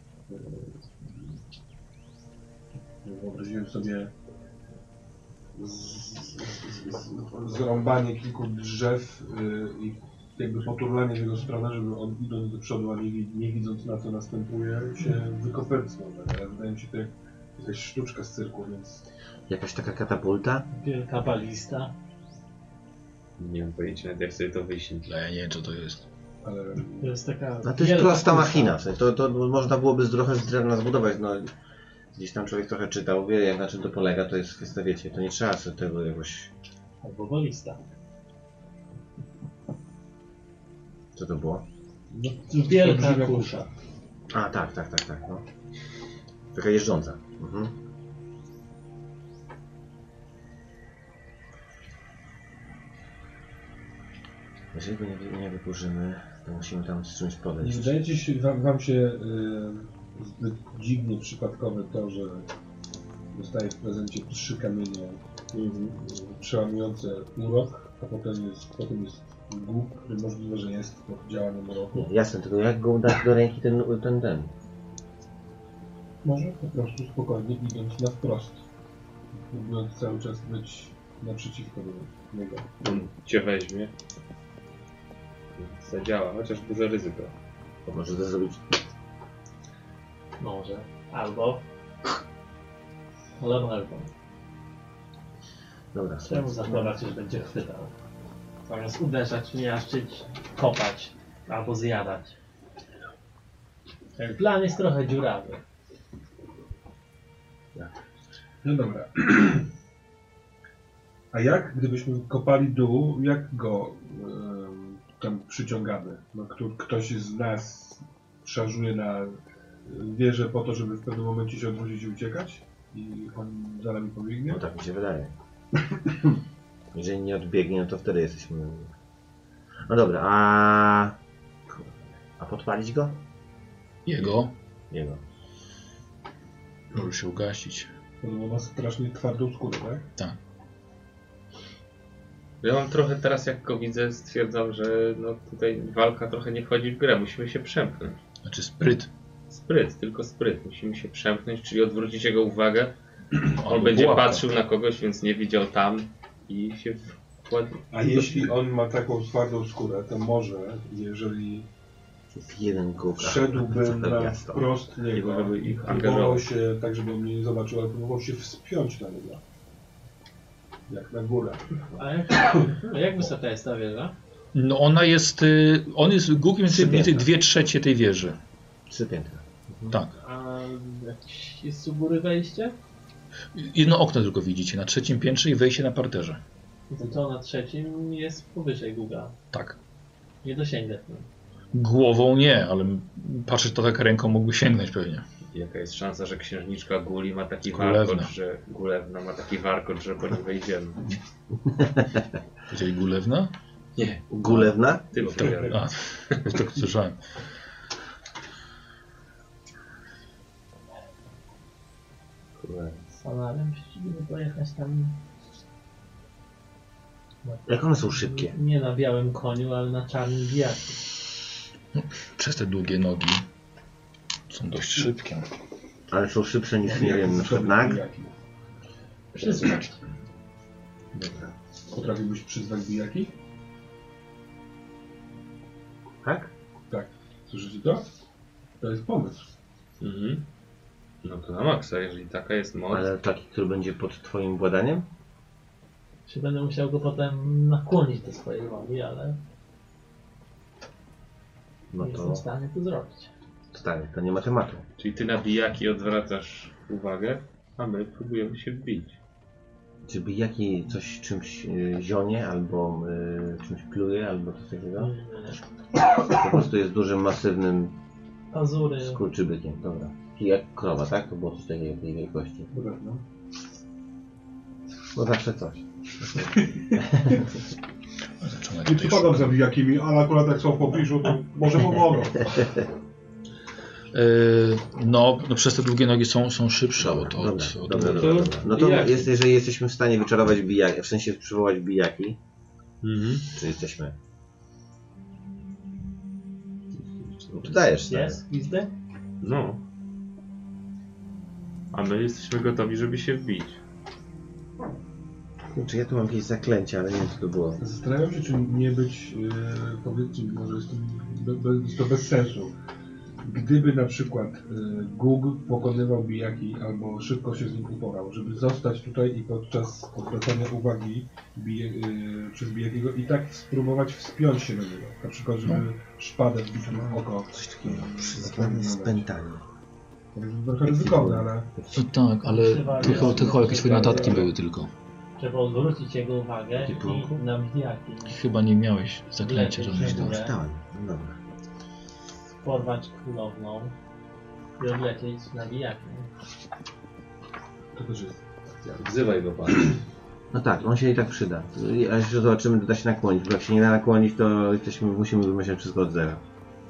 y, wyobraziłem sobie z, z, z, zrąbanie kilku drzew y, i jakby poturlanie w jego stronę, żeby on idąc do przodu, a nie, wi- nie widząc na co następuje, się wykopęcnął. Ale wydaje mi się to jak jakaś sztuczka z cyrku, więc
Jakaś taka katapulta?
Wielka balista.
Nie mam pojęcia nawet jak sobie to wyśnić.
Ale ja nie wiem, co to jest.
ale
To jest taka...
No to jest
wielka
prosta
kulka.
machina, w sensie to, to można byłoby z trochę z drewna zbudować, no gdzieś tam człowiek trochę czytał, wie jak na czym to polega, to jest kwestia, wiecie, to nie trzeba sobie tego jakoś...
Albo balista.
Co to było?
No, wielka
Olbrzymia
kulka.
A, tak, tak, tak, tak, no. Taka jeżdżąca. Mhm. Jeżeli go nie, nie wykurzymy, to musimy tam z czymś
nie
podejść.
wydaje ci się, wam, wam się y, zbyt dziwnie przypadkowe to, że dostaje w prezencie trzy kamienie y, przełamujące urok, a potem jest, potem jest głuk, który możliwe, że jest pod działaniem uroku.
Nie, jasne, tylko jak go dać do ręki ten, ten, ten.
Może po prostu spokojnie idąc na wprost. Próbując cały czas być naprzeciwko do niego.
On cię weźmie. Zadziała, chociaż duże ryzyko.
Może to zrobić.
Może. Albo... Ale albo.
Dobra,
Czemu zachować, że będzie chwytał? Zamiast uderzać, miażdżyć, kopać albo zjadać. Ten plan jest trochę dziurawy.
No dobra. A jak, gdybyśmy kopali dół, jak go em, tam przyciągamy? No, kto, ktoś z nas szarżuje na wieżę po to, żeby w pewnym momencie się odwrócić i uciekać? i on za nami pobiegnie?
No tak mi się wydaje. Jeżeli nie odbiegnie, no to wtedy jesteśmy... No dobra, a... A podpalić go?
Jego
Jego.
może się ugasić.
To ma strasznie twardą skórę, tak?
Tak.
Ja mam trochę teraz, jak go widzę, stwierdzam, że no tutaj walka trochę nie wchodzi w grę. Musimy się przemknąć.
Znaczy spryt.
Spryt, tylko spryt. Musimy się przemknąć, czyli odwrócić jego uwagę. On
Albo
będzie
pułapka.
patrzył na kogoś, więc nie widział tam i się wkładł.
A jeśli on ma taką twardą skórę, to może, jeżeli
To jest jeden kółka.
wszedłbym na wprost niego
żeby
i
ich
próbował
angażować.
się, tak żeby on mnie nie zobaczył, ale próbował się wspiąć na niego. Jak na górę.
A jak, jak wysoka jest ta wieża?
No ona jest, y, on jest Gug mniej więcej
Przypięta.
dwie trzecie tej wieży.
Trzy piętra.
Tak.
A jakieś jest u góry wejście?
Jedno okno tylko widzicie, na trzecim piętrze i wejście na parterze.
To to na trzecim jest powyżej Guga.
Tak.
Nie dosięgnę. No.
Głową nie, ale patrzeć to tak ręką mógłby sięgnąć pewnie.
Jaka jest szansa, że księżniczka Guli ma taki
Gulewna.
warkot, że Gulewna ma taki warkot, że po nim wejdziemy.
Powiedzieli Gulewna?
Nie,
Gulewna?
ty
Tak, a, tak słyszałem.
Zastanawiam się, czy by pojechać tam...
Jak one są szybkie?
Nie na białym koniu, ale na czarnym bijaku.
Przez te długie nogi są dość szybkie.
Ale są szybsze niż, nie wiem, na przykład nag?
Wszystko.
Dobra.
Potrafiłbyś przyzwać bijaki?
Tak?
Tak. Słyszycie to? To jest pomysł.
Mhm. No to na maksa, jeżeli taka jest moc.
Ale taki, który będzie pod twoim władaniem?
Czy będę musiał go potem nakłonić do swojej woli, ale
No
nie jestem
to
w stanie to zrobić.
stary, to nie ma tematu.
Czyli ty na bijaki odwracasz uwagę, a my próbujemy się wbić.
Czy bijaki coś czymś y, zionie, albo y, czymś pluje, albo coś takiego? Po prostu jest dużym, masywnym
Pazury.
skurczybykiem. Dobra. I jak krowa, tak? To było coś takiego tej wielkości.
Podobno.
No zawsze coś.
Zaczyna
Nie
tutaj
przypadam za bijakimi, ale akurat jak są w pobliżu, to może pomogą.
Yy, no, no przez te długie nogi są, są szybsze od,
Dobra,
od, od,
dobra,
od,
dobra, dobra. No to
bijaki.
jest, jeżeli jesteśmy w stanie wyczarować bijaki, w sensie przywołać bijaki,
Mhm.
czy jesteśmy... No to dajesz, stary.
Jest? Gwizdę?
No. A my jesteśmy gotowi, żeby się wbić.
Kurczę, ja tu mam jakieś zaklęcie, ale nie wiem co to było.
Zastanawiam się, czy nie być, yy, powiedzcie mi, może jest to, be, be, jest to bez sensu. Gdyby na przykład yy, Gug pokonywał bijaki albo szybko się z nim uporał, żeby zostać tutaj i podczas odwracania uwagi bije, yy, przez bijakiego i tak spróbować wspiąć się na niego. Na przykład, żeby szpadę wbić mu w oko.
Coś takiego. Przyzwanie spętanie.
To jest trochę ryzykowne, ale
No tak, ale tylko, tylko jakieś swoje notatki były tylko.
Trzeba odwrócić jego uwagę
Jaki punkt?
i na bijaki.
Chyba nie miałeś zaklęcia żadnych.
Dobra.
Czytałem. No dobra.
Porwać królowną i odlecieć na bijaki.
to też jest.
Wzywaj go pan.
No tak, on się i tak przyda. A jeszcze zobaczymy, da się nakłonić. Bo jak się nie da nakłonić, to jesteśmy, musimy wymyślać wszystko od zera.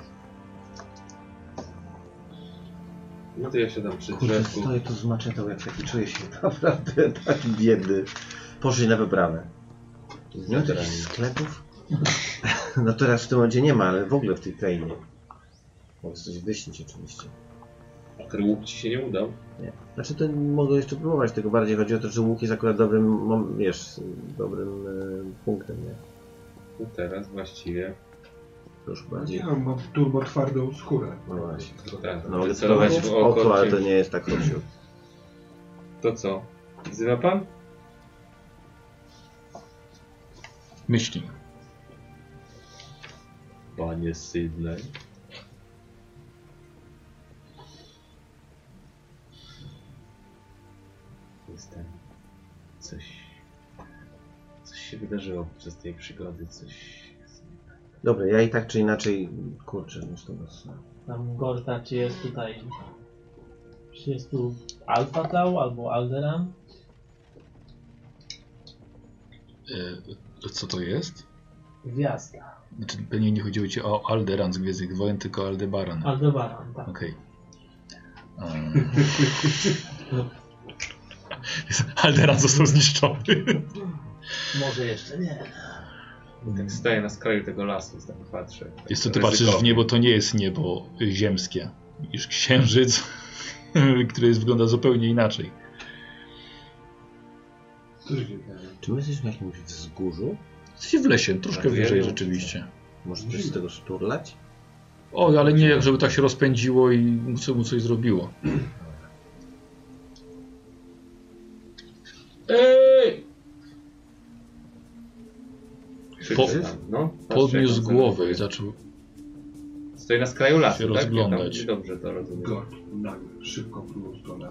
No to ja siadam przy
Kurczę,
drzewku.
stoję tu z maczetą, jak taki czuję się naprawdę taki biedny. Poszli na wyprawę. Nie ma jakichś sklepów? No teraz w tym momencie nie ma, ale w ogóle w tej krainie. Mogę coś wyśnić oczywiście.
A ten łuk ci się nie udał?
Nie. Znaczy to mogę jeszcze próbować, tylko bardziej chodzi o to, że łuk jest akurat dobrym, mom- wiesz, dobrym e, punktem, nie?
No teraz właściwie.
To już
Nie
bardziej...
no, mam turbo twardą skórę.
No właśnie.
Tak,
No mogę
celować
celować
w
w oko, ale to
cię-
nie jest tak chodzi.
To co? Wzywa pan?
Myśli.
Panie Sydney. Jestem. Coś. Coś się wydarzyło podczas tej przygody, coś.
Dobra, ja i tak czy inaczej, kurczę, no to was...
Tam Gorta, czy jest tutaj Czy jest tu Alpha Tau albo Alderan?
E, co to jest?
Gwiazda.
Znaczy, pewnie nie chodziło ci o Alderan z Gwiezdnych Wojen, tylko Aldebaran.
Aldebaran, tak.
Okej. Um. Alderan został zniszczony.
Może jeszcze nie.
Tak stoję na skraju tego lasu, tak patrzę. Tak
Jest to, ty patrzysz w niebo, to nie jest niebo ziemskie. Widzisz księżyc, który jest, wygląda zupełnie inaczej.
Czy my jesteśmy na jakimś wzgórzu?
Jesteś w lesie, troszkę
Tak,
wyżej
wiem.
rzeczywiście.
Może coś z tego szturlać?
O, ale nie, żeby tak się rozpędziło i mu co- mu coś zrobiło.
Ej!
Po-
Krzyczy tam, no. Patrzę,
Podniósł
jak on
głowę i zaczął...
Stoi na skraju lasu,
się
tak?
rozglądać.
Ja tam dobrze to rozumiem.
Gord nagle, szybko w drugą stronę.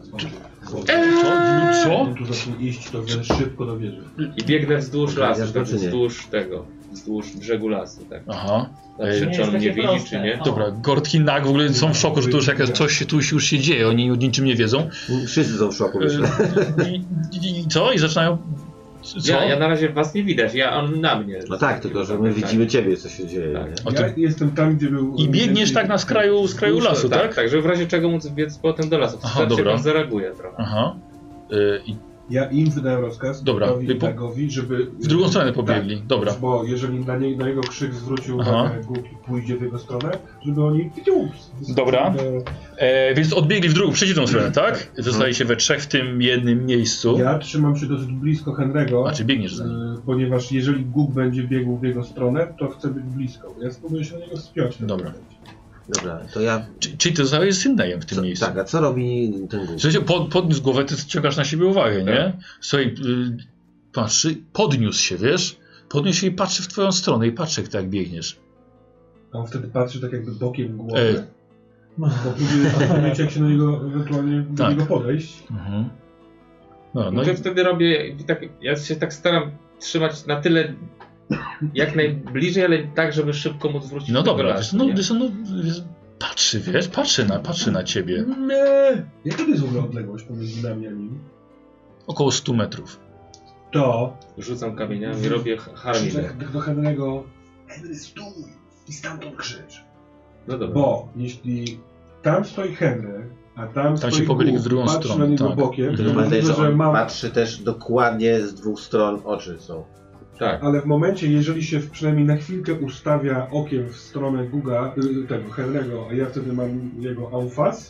Co? Co?
On tu zacznie iść, to wie, szybko do wieży.
I biegnę wzdłuż
Dobra,
lasu,
ja
tak,
to czy nie?
wzdłuż tego, wzdłuż brzegu lasu, tak.
Aha.
Patrzę,
Ej,
czy on
Nie
mnie
jest takie
widzi,
proste.
czy nie.
O.
Dobra, Gord i Nag w ogóle są w szoku, że tu już jakaś coś się tu już się dzieje, oni o niczym nie wiedzą.
Wszyscy są w szoku, myślę.
I, i, I co? I zaczynają... Co?
Ja, ja na razie was nie widać, ja on na mnie.
No tak, tylko że my widzimy ciebie, co się dzieje.
Tak.
Nie?
O, ty...
Ja jestem tam, gdzie był...
I biegniesz tak na skraju, skraju lasu, tak?
Tak, tak, że w razie czego móc biec potem do lasu.
Aha,
Wystarczy,
dobra.
jak on zareaguje trochę.
Aha. Y, I
Ja im wydałem rozkaz,
Dobra.
Godowi i
Po-
Dagowi, żeby...
w drugą stronę pobiegli,
Tak,
dobra.
Bo jeżeli na, nie, na jego krzyk zwrócił
Aha.
uwagę Guk i pójdzie w jego stronę, żeby oni...
Dobra. E, więc odbiegli w drugą, przeciwną stronę, tak? Zostali się we trzech w tym jednym miejscu.
Ja trzymam się dosyć blisko Henry'ego,
A czy biegniesz za nim?
y, ponieważ jeżeli Guk będzie biegł w jego stronę, to chcę być blisko. Ja spróbuję się na niego spiąć.
Dobra.
Dobra, to ja...
Czy, czyli ty zostałeś z Syndejem w tym
Co,
miejscu?
tak, a co robi ten Guk?
Słuchajcie, pod, podniósł głowę, ty ściągasz na siebie uwagę, nie? Słuchaj, y, patrzy, podniósł się, wiesz? Podniósł się i patrzy w twoją stronę i patrzy, jak ty jak biegniesz.
A on wtedy patrzy tak jakby bokiem głowy.
Ej.
Bo próbuje zastanowić, jak się na niego ewentualnie do
Tak.
niego podejść.
Mhm. No,
No
no
to
i
wtedy robię, tak, ja się tak staram trzymać na tyle, jak najbliżej, ale tak, żeby szybko móc wrócić
no
do tego
dobra,
lasu,
wiesz, no,
nie?
wiesz, no, wiesz, patrzy, wiesz, patrzy na, patrzy na ciebie.
Jaka to jest w ogóle odległość pomiędzy nami a nim?
Około stu metrów.
To...
Rzucam kamieniami, robię harminę.
Krzyczę do Henry'ego: Henry, stój! I stamtąd krzycz.
No dobra.
Bo jeśli tam stoi Henry, a tam,
Tam
stoi
się pobyli
Guk
w drugą
i patrzy
stronę,
na niego
tak.
bokiem,
Mhm.
to
Pamiętaj,
możliwe,
że
że
on
mam...
patrzy też dokładnie z dwóch stron oczy są.
Tak.
Ale w momencie, jeżeli się przynajmniej na chwilkę ustawia okiem w stronę Guga, y, tego Henry'ego, a ja wtedy mam jego en face,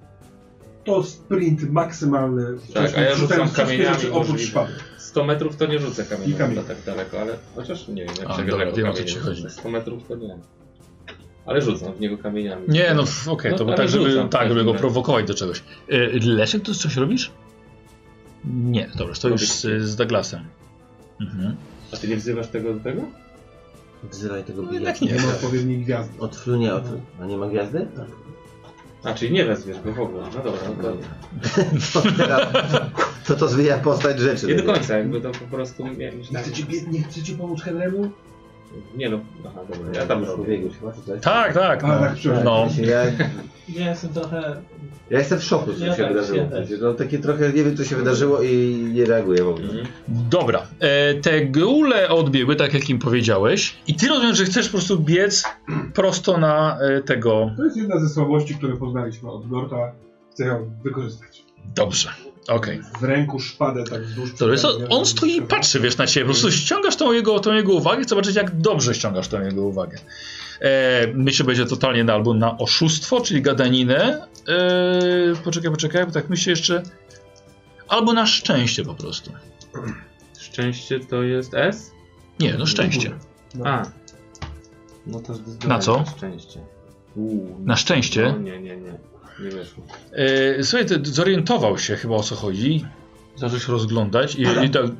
to sprint maksymalny.
Tak, a ja rzucam
rzucając wszystkie
kamieniami,
rzeczy oprócz
możliwe.
szpady.
sto metrów to nie rzucę
I
kamieniami
kamień.
to tak daleko, ale chociaż nie wiem, jak
A,
przegrę
dobra,
jako
wiem, o co
kamieniem
ci chodzi.
rzucę. sto metrów to nie. Ale rzucam w niego kamieniami.
Nie, no f- okej,
No,
to
ale
tak, żeby,
rzucam w
tak, żeby
każdym
go
razie.
prowokować do czegoś. Y, Leszek, to coś robisz? Nie, dobra, stoisz z, z Douglasem. Mhm.
A ty nie wzywasz tego do tego?
Wzywaj tego
No,
biega.
jednak nie.
Nie ma odpowiedniej gwiazdy.
Odfrunie, od... A nie ma gwiazdy?
A, czyli nie wezwiesz go w ogóle. No dobra, no to
To teraz... To to zmienia postać rzeczy.
nie do końca, jakby to po prostu miałem
Nie
myślałem.
chcecie, bie- nie chcecie pomóc Henry'emu?
Nie no, aha, dobra, ja tam
już
robię.
pobiegłeś chyba, czy coś?
Tak, tak.
A,
No.
tak, przepraszam.
No.
Ja,
Ja jestem trochę...
ja jestem w szoku, co
Ja
się
też,
wydarzyło.
ja też.
No, takie trochę nie wiem, co się wydarzyło i nie reaguję w ogóle.
Mhm.
Dobra, e, te góle odbiegły, tak jak im powiedziałeś. I ty rozumiem, że chcesz po prostu biec prosto na e, tego.
To jest jedna ze słabości, które poznaliśmy od Gorta. Chcę ją wykorzystać.
Dobrze, okej.
W ręku szpadę tak wzdłuż...
To jest,
przedramienia,
on stoi i patrzy, wiesz, na ciebie. Po prostu ściągasz tą jego, tą jego uwagę, chcę zobaczyć, jak dobrze ściągasz tą jego uwagę. E, myślę, że będzie totalnie na, albo na oszustwo, czyli gadaninę. E, poczekaj, poczekaj, bo tak myślę jeszcze. Albo na szczęście po prostu.
Szczęście to jest S?
Nie, no szczęście.
No.
A. No to zdecydowanie
Na co?
Na szczęście. Uuu,
Na szczęście.
No, nie, nie, nie. Nie weszło.
E, słuchaj, ty zorientował się chyba, o co chodzi. Zaczął się rozglądać i, i tak...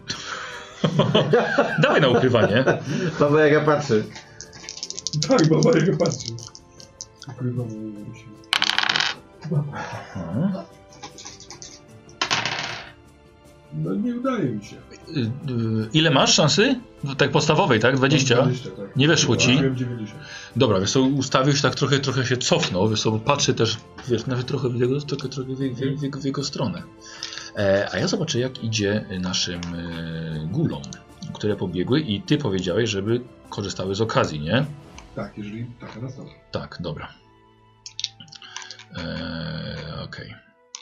Dawaj na ukrywanie.
Paweł, jak ja patrzę.
Tak, bo Marek patrzy. Ukrywam się.
Aha.
No nie udaje mi się.
Y, y, ile masz szansy? Tak podstawowej, tak? dwadzieścia?
dwadzieścia, tak.
Nie weszło ci?
Trafiłem dziewięćdziesiąt.
Dobra, wiesz co, ustawił się tak trochę, trochę się cofnął, wiesz co, patrzy też, wiesz, nawet trochę w jego, trochę, trochę w, w, w, w jego stronę. E, a ja zobaczę, jak idzie naszym e, gulom, które pobiegły i ty powiedziałeś, żeby korzystały z okazji, nie?
Tak, jeżeli taka nastąpi.
Tak, dobra. E, Okej.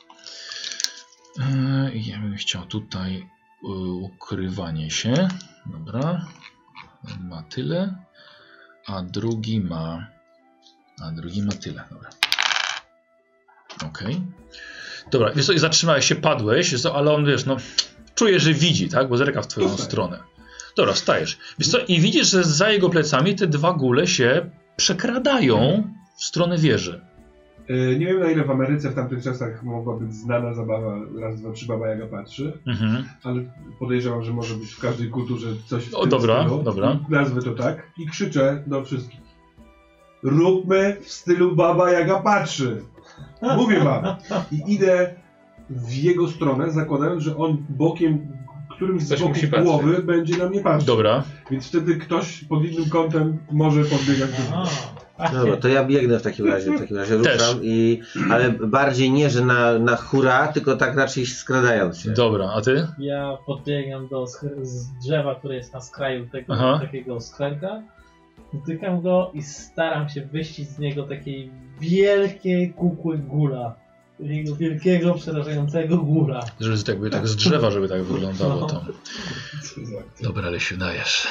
Okay. Ja bym chciał tutaj e, ukrywanie się. Dobra. On ma tyle. A drugi ma... A drugi ma tyle. Dobra. Okej. Okay. Dobra, wiesz co, i zatrzymałeś się, padłeś, wiesz co, ale on, wiesz, no... Czuje, że widzi, tak? Bo zerka w twoją okay. stronę. Dobra, wstajesz. Wiesz co, i widzisz, że za jego plecami te dwa gule się przekradają w stronę wieży.
Yy, nie wiem, na ile w Ameryce w tamtych czasach mogła być znana zabawa raz, dwa, trzy, Baba Jaga patrzy, mhm. ale podejrzewam, że może być w każdej kulturze coś w
o,
tym
dobra,
stylu.
dobra.
Nazwę to tak i krzyczę do wszystkich. Róbmy w stylu Baba Jaga patrzy. Mówię wam. I idę w jego stronę, zakładając, że on bokiem, którymś z boków głowy patrzy. Będzie na mnie patrzył.
Dobra.
Więc wtedy ktoś pod innym kątem może podbiegać do mnie.
Dobra, to ja biegnę w takim razie, w takim razie ruszam i, ale bardziej nie, że na, na hura, tylko tak raczej skradając się.
Dobra, a ty?
Ja podbiegam do z drzewa, które jest na skraju tego Aha. takiego skwerka, dotykam go i staram się wyścić z niego takiej wielkiej kukły gula. Takiego wielkiego, przerażającego gula.
Żeby tak, jakby tak z drzewa, żeby tak wyglądało to. Dobra, ale się dajesz.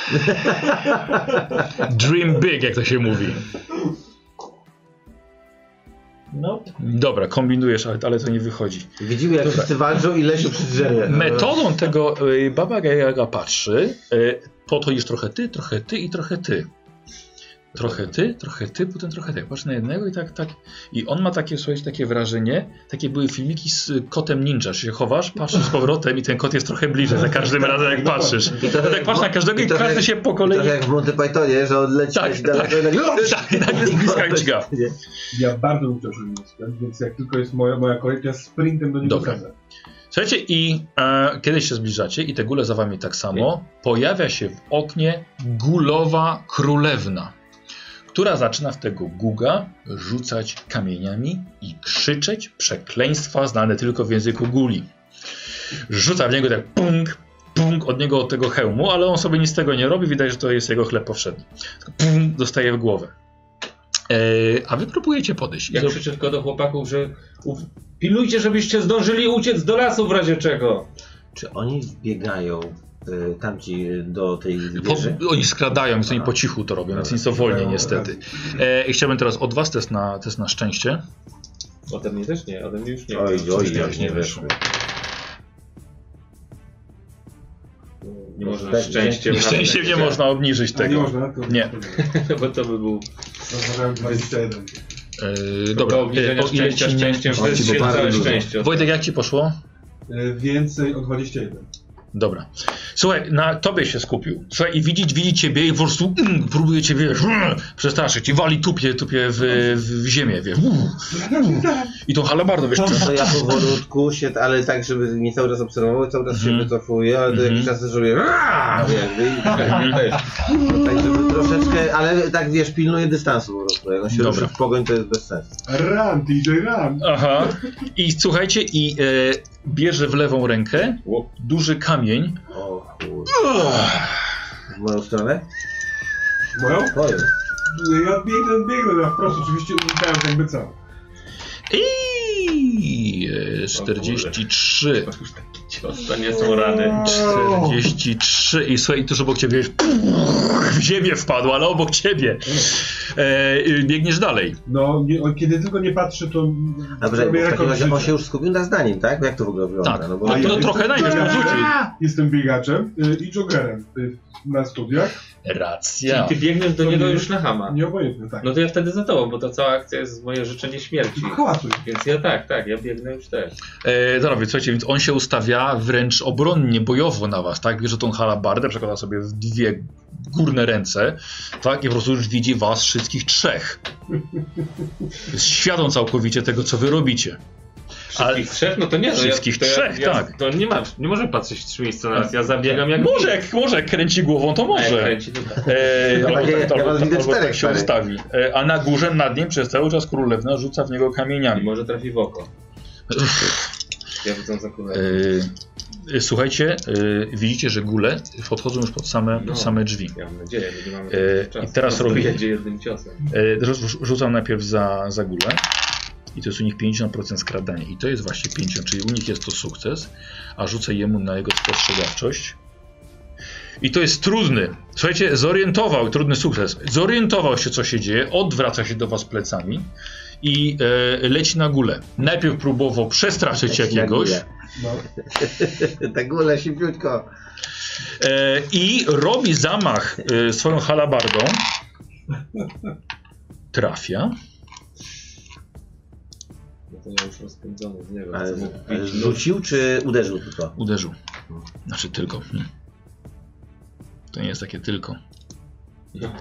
Dream big, jak to się mówi.
No.
Dobra, kombinujesz, ale, ale to nie wychodzi.
Widzimy, jak wszyscy walczą i Lesiu przy drzewie.
Metodą tego y, Baba Jaga patrzy, y, podchodzisz trochę ty, trochę ty i trochę ty. Trochę ty, trochę ty, potem trochę ty. Patrz na jednego i tak, tak. I on ma takie, słuchajcie, takie wrażenie, takie były filmiki z kotem ninja, że się chowasz, patrzysz z powrotem i ten kot jest trochę bliżej za każdym razem, jak patrzysz. I to tak patrz na każdego i, i każdy jak, się po kolei...
I tak jak w Monty Pythonie, że on leci
tak,
daleko
tak,
i
tak, tak, tak, jest bliska i dźga.
Ja bardzo bym chciał się więc jak tylko jest moja, moja kolej, ja sprintem do niego wchodzę.
Słuchajcie, i e, kiedy się zbliżacie i te gule za wami tak samo, pojawia się w oknie gulowa królewna, która zaczyna w tego guga rzucać kamieniami i krzyczeć przekleństwa znane tylko w języku guli. Rzuca w niego tak punk, punk od niego od tego hełmu, ale on sobie nic z tego nie robi, widać, że to jest jego chleb powszedni. Punk, dostaje w głowę. Eee, a wy próbujecie podejść.
Ja krzyczę tylko do chłopaków, że pilnujcie, żebyście zdążyli uciec do lasu w razie czego.
Czy oni wbiegają y, tamci do tej wieży?
Po, oni skradają, więc oni po cichu to robią, więc nieco wolniej niestety. Eee, chciałbym teraz od was test na, test na szczęście.
Ode mnie też nie, ode mnie już nie.
Oj, oj, jak nie weszło.
Nie można szczęściem.
Szczęściem nie można obniżyć tego.
Nie można, to
nie.
Bo to by był...
Rozważałem dwadzieścia jeden.
Yy, dobra,
o ile ci szczęściem, szczęście.
Wojtek, jak ci poszło?
Yy, więcej o dwadzieścia jeden.
Dobra. Słuchaj, na tobie się skupił. Słuchaj, i widzi, widzi ciebie i po prostu mm, próbuje cię, wiesz, mm, przestraszyć i wali tupie, tupie w, w, w ziemię, wiesz. Mm. I tą halabardą, wiesz.
To ja powolutku się, ale tak, żeby mnie cały czas obserwował, cały czas się wycofuję, ale to jakiś czas też robię jakby, tak, żeby troszeczkę, ale tak, wiesz, pilnuję dystansu po prostu. Jak on się ruszy w pogoń, to jest bez sensu.
Run, D J, run!
Aha. I słuchajcie, i e, bierze w lewą rękę duży kamień.
O kurde. W moją stronę?
Moją?
Twoją.
Ja biegnę, biegnę na wprost, oczywiście unikając jakby co.
I czterdzieści trzy.
Cios, to nie są rany.
czterdzieści trzy. I słuchaj, tuż obok ciebie w ziemię wpadło, ale obok ciebie. E, biegniesz dalej.
No, nie, kiedy tylko nie patrzy, to...
Dobrze, bo w takim razie on się już skupił na zdaniem, tak? Jak to w ogóle wygląda?
Tak,
no, bo
no,
ja
to
jestem,
trochę najpierw podrzucił.
Jestem biegaczem y, i joggerem y, na studiach.
Racja.
Czyli ty biegniesz do niego już na chama.
Nieobojętny, tak.
No to ja wtedy za tobą, bo to cała akcja jest moje życzenie śmierci.
Hałasuj.
Więc ja tak, tak, ja biegnę już też.
E, dobra, więc słuchajcie, więc on się ustawia wręcz obronnie, bojowo na was, tak? Bierze tą halabardę, przekłada sobie w dwie górne ręce, tak? I po prostu już widzi was wszystkich trzech. Jest świadom całkowicie tego, co wy robicie.
Wszystkich trzech? No to nie. No
Wszystkich
ja, to
trzech,
ja, ja,
tak.
To nie ma, nie może patrzeć w trzy miejsca na raz. Ja zabiegam jak...
Może jak, może jak kręci głową, to
A jak
może.
kręci, to tak.
E,
Ja
albo
takie-
tak,
ja
albo,
was widzę
albo
czterech,
tak się
stary.
ustawi. E, a na górze nad nim przez cały czas królewna rzuca w niego
I
kamieniami.
może trafi w oko. Ja rzucam za kulę.
E, e, słuchajcie, e, widzicie, że góle podchodzą już pod same,
No.
same drzwi.
Ja mam nadzieję, że nie mamy
E,
czasu.
i teraz
To
robi-
jedzie jednym ciosem.
E, rzu- rzucam najpierw za, za górę. I to jest u nich pięćdziesiąt procent skradania. I to jest właśnie pięćdziesiąt, czyli u nich jest to sukces, a rzucę jemu na jego spostrzegawczość. I to jest trudny. Słuchajcie, zorientował, trudny sukces. Zorientował się, co się dzieje, odwraca się do was plecami i e, leci na górę. Najpierw próbował przestraszyć
Leci na
jakiegoś
górę.
No.
Tak górę, szybciutko.
e, i robi zamach e, swoją halabardą. Trafia.
No to ja już rozpędzony z niego.
Ale
chcę mu
ale
wbić
rzucił czy uderzył tylko?
Uderzył. Znaczy tylko. Hmm. To nie jest takie tylko.
nóż.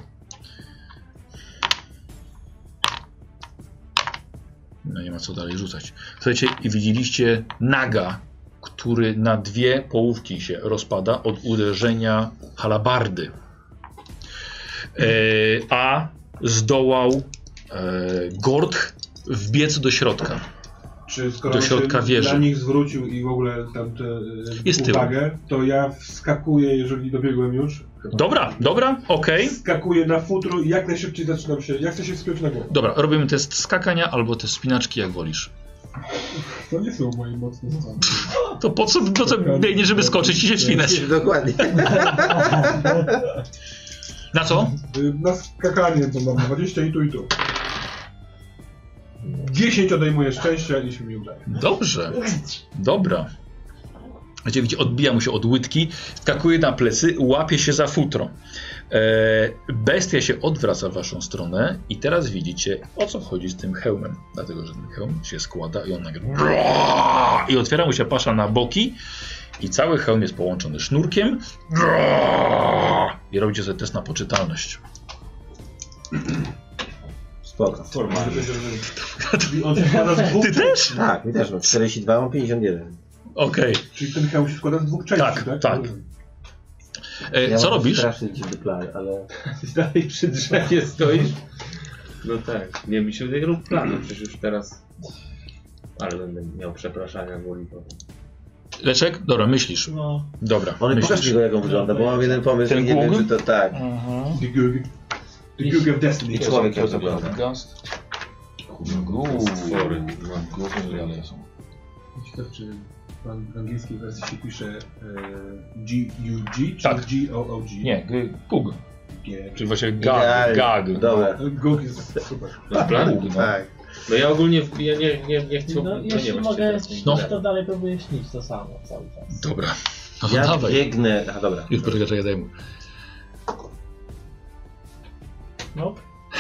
No nie ma co dalej rzucać. Słuchajcie, i widzieliście naga, który na dwie połówki się rozpada od uderzenia halabardy. E, a zdołał e, Gord wbiec do środka.
Czy skoro
Do
on
środka
się
wieży.
na nich zwrócił i w ogóle tam te,
Jest tyłem.
uwagę, to ja wskakuję, jeżeli dobiegłem już.
Dobra, dobra, okej.
Wskakuję na futro i jak najszybciej zaczynam się. Ja chcę się wspiąć na głowę.
Dobra, robimy test skakania albo test spinaczki, jak wolisz.
To nie są moje mocne strony.
To po co, po co biegnie, żeby skoczyć i się wspinać?
Dokładnie.
Na co?
Y, Na skakanie to mam dwadzieścia i tu i tu. dziesięć odejmuję szczęścia i się mi udaje.
Dobrze, dobra. Wiecie, gdzie odbija mu się od łydki, skakuje na plecy, łapie się za futro. E, bestia się odwraca w waszą stronę i teraz widzicie, o co chodzi z tym hełmem. Dlatego, że ten hełm się składa i on nagle... I otwiera mu się pasza na boki i cały hełm jest połączony sznurkiem. I robicie sobie test na poczytalność.
Spoko.
Formalnie.
On się składa z dwóch
Ty też?
Tak, mi też mam czterdzieści dwa, mam pięćdziesiąt jeden.
Okej.
Czyli ten hełm się składa z dwóch części,
Tak,
tak?
tak. E,
Ja
Co
mam
robisz?
strasznie dziwny plan, ale...
Dalej przy drzewie stoisz? No tak. Nie, mi się wydaje, rób plan. Przecież już teraz... Ale będę miał przepraszania woli potem.
Leczek? Dobra, myślisz.
No.
Dobra,
On pokaż
myślisz.
mi go, jak on wygląda, bo mam jeden pomysł
Ten
i nie wiem,
Gug?
czy to tak.
The Gug. The Gug of Destiny.
I człowiek jak wygląda.
Gast.
Stwory.
Ciekawe, czy w angielskiej wersji się pisze e, G U G czy
Tak.
G O O G?
Nie, g- Gug.
G.
Czyli właśnie gag.
Idealnie.
gag.
Dobra.
Gug jest super.
No plan?
Gug, no.
Tak.
No ja ogólnie w- ja nie, nie, nie chcę...
No,
nie
jeśli
wiem,
mogę,
teraz nie
No.
gadam.
to dalej próbuję śnić to samo cały czas.
Dobra. No to
Ja
dawaj.
biegnę... A dobra.
Już poczekaj, czekaj, daj mu.
No.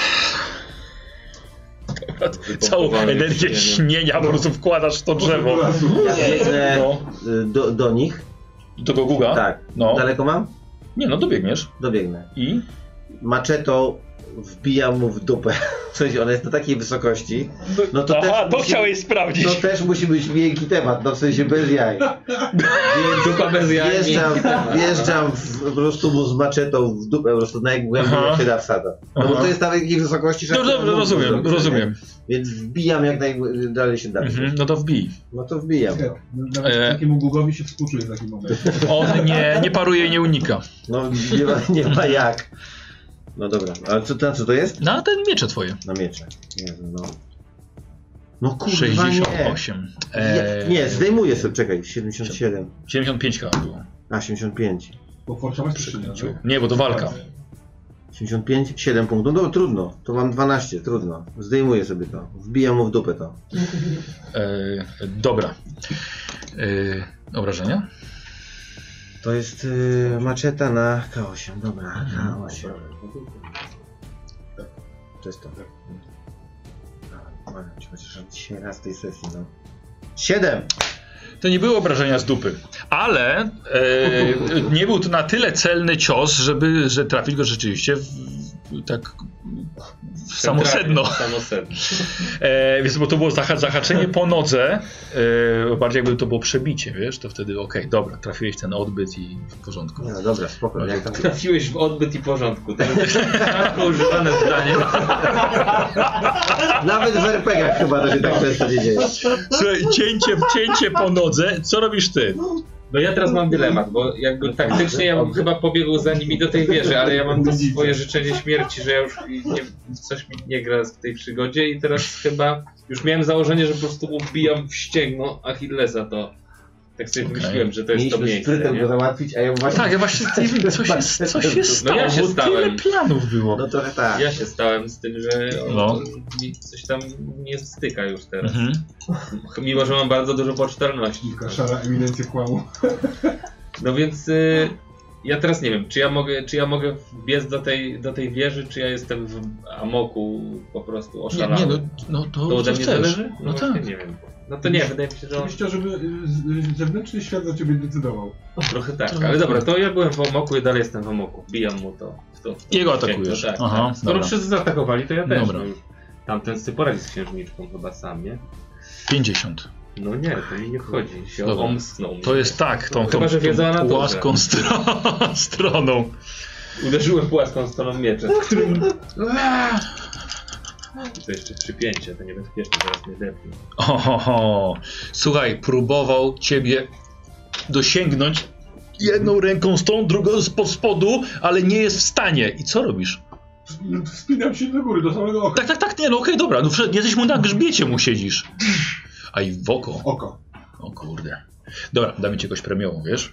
Całą energię śnienia po prostu wkładasz w to drzewo.
Ja biegnę
No.
y, do, do nich.
Do tego Guga?
Tak.
No.
Daleko mam?
Nie, no dobiegniesz.
Dobiegnę.
I?
Maczetą wbijam mu w dupę. W sensie, ona jest na takiej wysokości. No to
Aha,
też
to
musi-
chciałeś sprawdzić.
To też musi być miękki temat, no w sensie bez jaj. Więc
Dupa bez jaj,
wjeżdżam,
miękki temat.
wjeżdżam w, po prostu mu z maczetą w dupę, po prostu najgłębiej
Aha.
jak się da wsada. No bo
Aha.
to jest na takiej wysokości, że...
No dobrze, rozumiem, rozumiem.
Więc wbijam jak najdalej się da.
Mhm, no to wbij.
No to wbijam. No,
Nawet
E.
takiemu Gugowi się współczuje w takim momencie.
On nie, nie paruje i nie unika.
no nie, ma, nie ma jak. No dobra, ale co, to, co to jest?
No ale te miecze twoje.
Na miecze. Jezu, no. No kurwa
sześćdziesiąt
nie.
osiem.
Nie,
Eee,
nie, zdejmuję sobie, czekaj, siedemdziesiąt siedem.
siedemdziesiąt pięć chyba było.
A, siedemdziesiąt pięć.
Bo forsować czy nie?
Nie, bo to walka.
siedemdziesiąt pięć, siedem punktów, no trudno, to mam dwanaście, trudno. Zdejmuję sobie to, wbijam mu w dupę to.
Eee, dobra. Eee, obrażenia?
To jest yy, maczeta na K osiem, dobra, K osiem. To jest to. Dobra, chociaż dzisiaj raz tej sesji, no. siedem!
To nie były obrażenia z dupy, ale e, nie był to na tyle celny cios, żeby że trafić go rzeczywiście w, tak w samo sedno.
Samo sedno.
E, więc bo to było zaha zahaczenie po nodze, e, bardziej jakby to było przebicie, wiesz, to wtedy okej, okay, dobra, trafiłeś w ten odbyt i w porządku.
No dobra, spoko. Jak tam...
Trafiłeś w odbyt i porządku. To jest rzadko używane zdanie.
Nawet w er pe gie ach chyba to się tak często nie dzieje.
Słuchaj, cięcie, cięcie po nodze, co robisz ty?
No ja teraz mam dylemat, bo jakby taktycznie ja bym chyba pobiegł za nimi do tej wieży, ale ja mam to swoje życzenie śmierci, że ja już nie, coś mi nie gra w tej przygodzie i teraz chyba już miałem założenie, że po prostu mu wbijam w ścięgno Achillesa, to tak sobie
Okay.
wymyśliłem, że to jest
Mieliśmy
to miejsce.
sprytem
Nie?
go załatwić, a ja właśnie...
Tak, ja właśnie nie wiem, co się, co się stało,
No ja się
bo
stałem.
tyle planów było.
No trochę tak.
Ja się stałem z tym, że
No.
mi coś tam nie styka już teraz.
Mhm.
Mimo, że mam bardzo dużo poczytalności.
Taka szara eminencja kłamu.
No więc y, ja teraz nie wiem, czy ja mogę, czy ja mogę biec do tej, do tej wieży, czy ja jestem w amoku po prostu
Nie,
oszalałem.
nie, no, no to,
To ode
co
mnie
chcesz.
zależy?
No
właśnie
tak.
nie wiem. No to nie, wydaje mi się, że on
Żebyś chciał, żeby y, z- y, zewnętrzny świat za ciebie decydował.
trochę tak,
Trochę
ale
tak.
dobra, to ja byłem w amoku i dalej jestem w amoku. Bijam mu to. w to, w to
Jego
w to
atakujesz.
Tak,
Aha,
tak. Skoro
dobra.
wszyscy zaatakowali, to ja też.
Dobra.
No, już tamten sobie poradzi z księżniczką chyba sam, nie?
pięćdziesiąt.
No nie, to mi nie wchodzi. Się
Dobra.
omsknął mnie.
To jest tak, tą, tą,
Chyba, że wiedza o
tą
naturze.
płaską stro stroną.
Uderzyłem płaską stroną mieczem, w którym... To jeszcze przypięcie, to niebezpieczne, zaraz mnie depnie.
Ohoho. Słuchaj, próbował ciebie dosięgnąć jedną ręką z tą, drugą z pod spodu, ale nie jest w stanie. I co robisz?
Wspinam się do góry, do samego oka.
Tak, tak, tak, nie, no okej, dobra, no wszedł- jesteś mu na grzbiecie mu siedzisz. A i w oko.
Oko.
O kurde. Dobra, damy ci jakoś premiową, wiesz?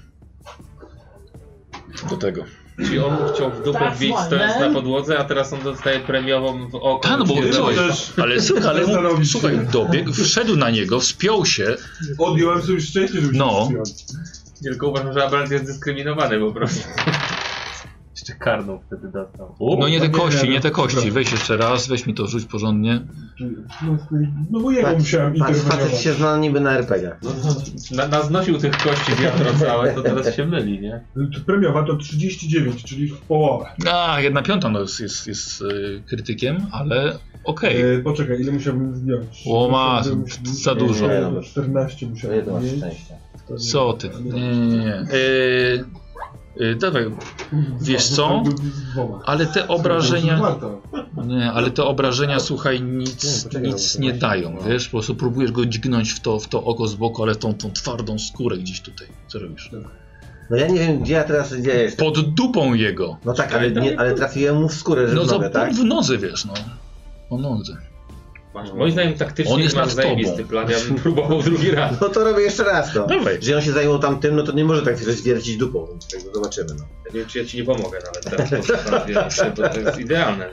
Do tego.
Czyli on chciał w dupę
That's
wbić
my
stojąc
man.
na podłodze, a teraz on dostaje premiową w oko.
Tak, no bo
Nie
byłeś.
zdałeś.
Ale słuchaj, ale
Zastanowić się.
słuchaj, dobiegł, wszedł na niego, wspiął się.
Odjąłem sobie szczęście, żeby
No.
się wspiąć.
Tylko uważam, że Abrant jest dyskryminowany po prostu. Jeszcze karną wtedy dostał.
No nie te
nie,
kości,
nie,
nie te kości.
dobra.
Weź jeszcze raz, weź mi to, rzuć porządnie.
No, no bo jego musiałem
Patrz, facet
interweniować.
się zna niby na er pe gie ach.
No, na, naznosił tych kości wiatro całe, to teraz się myli, nie?
Premiowa to trzydzieści dziewięć, czyli w połowę.
A, jedna piąta no jest, jest, jest yy, krytykiem, ale okej.
E, poczekaj, ile musiałbym zdjąć?
O, ma,
Musiałbym-
za dużo.
Nie, no, czternaście
To
musiałem
jedno masz
mieć.
szczęście.
To nie-
Co ty?
to
Nie, nie, nie. Yy, yy, dawaj, wiesz co?
Zostałbym z dwoma.
ale te obrażenia...
Warto.
Nie, ale te obrażenia, słuchaj, nic,
Nie, poczekaj,
nic
bo to
nie
właśnie-
dają,
no.
wiesz? Po prostu próbujesz go dźgnąć w to, w to oko z boku, ale tą, tą twardą skórę gdzieś tutaj. Co robisz?
No ja nie wiem, gdzie ja teraz gdzie jestem.
Pod dupą jego.
No tak, ale, nie, ale trafiłem mu w skórę, że
No
w
to
nogę, tak?
w nodze, wiesz, no. O nodze.
Masz, moim zdaniem taktycznie
On jest
mam
nad tobą.
zajebisty plan, ja bym próbował drugi raz.
No to robię jeszcze raz to.
Dawaj.
Że on się zajął tamtym, no to nie może tak zwiercić dupą, więc tego zobaczymy, no.
Nie wiem, czy ja ci nie pomogę nawet teraz, bo to, to jest idealne.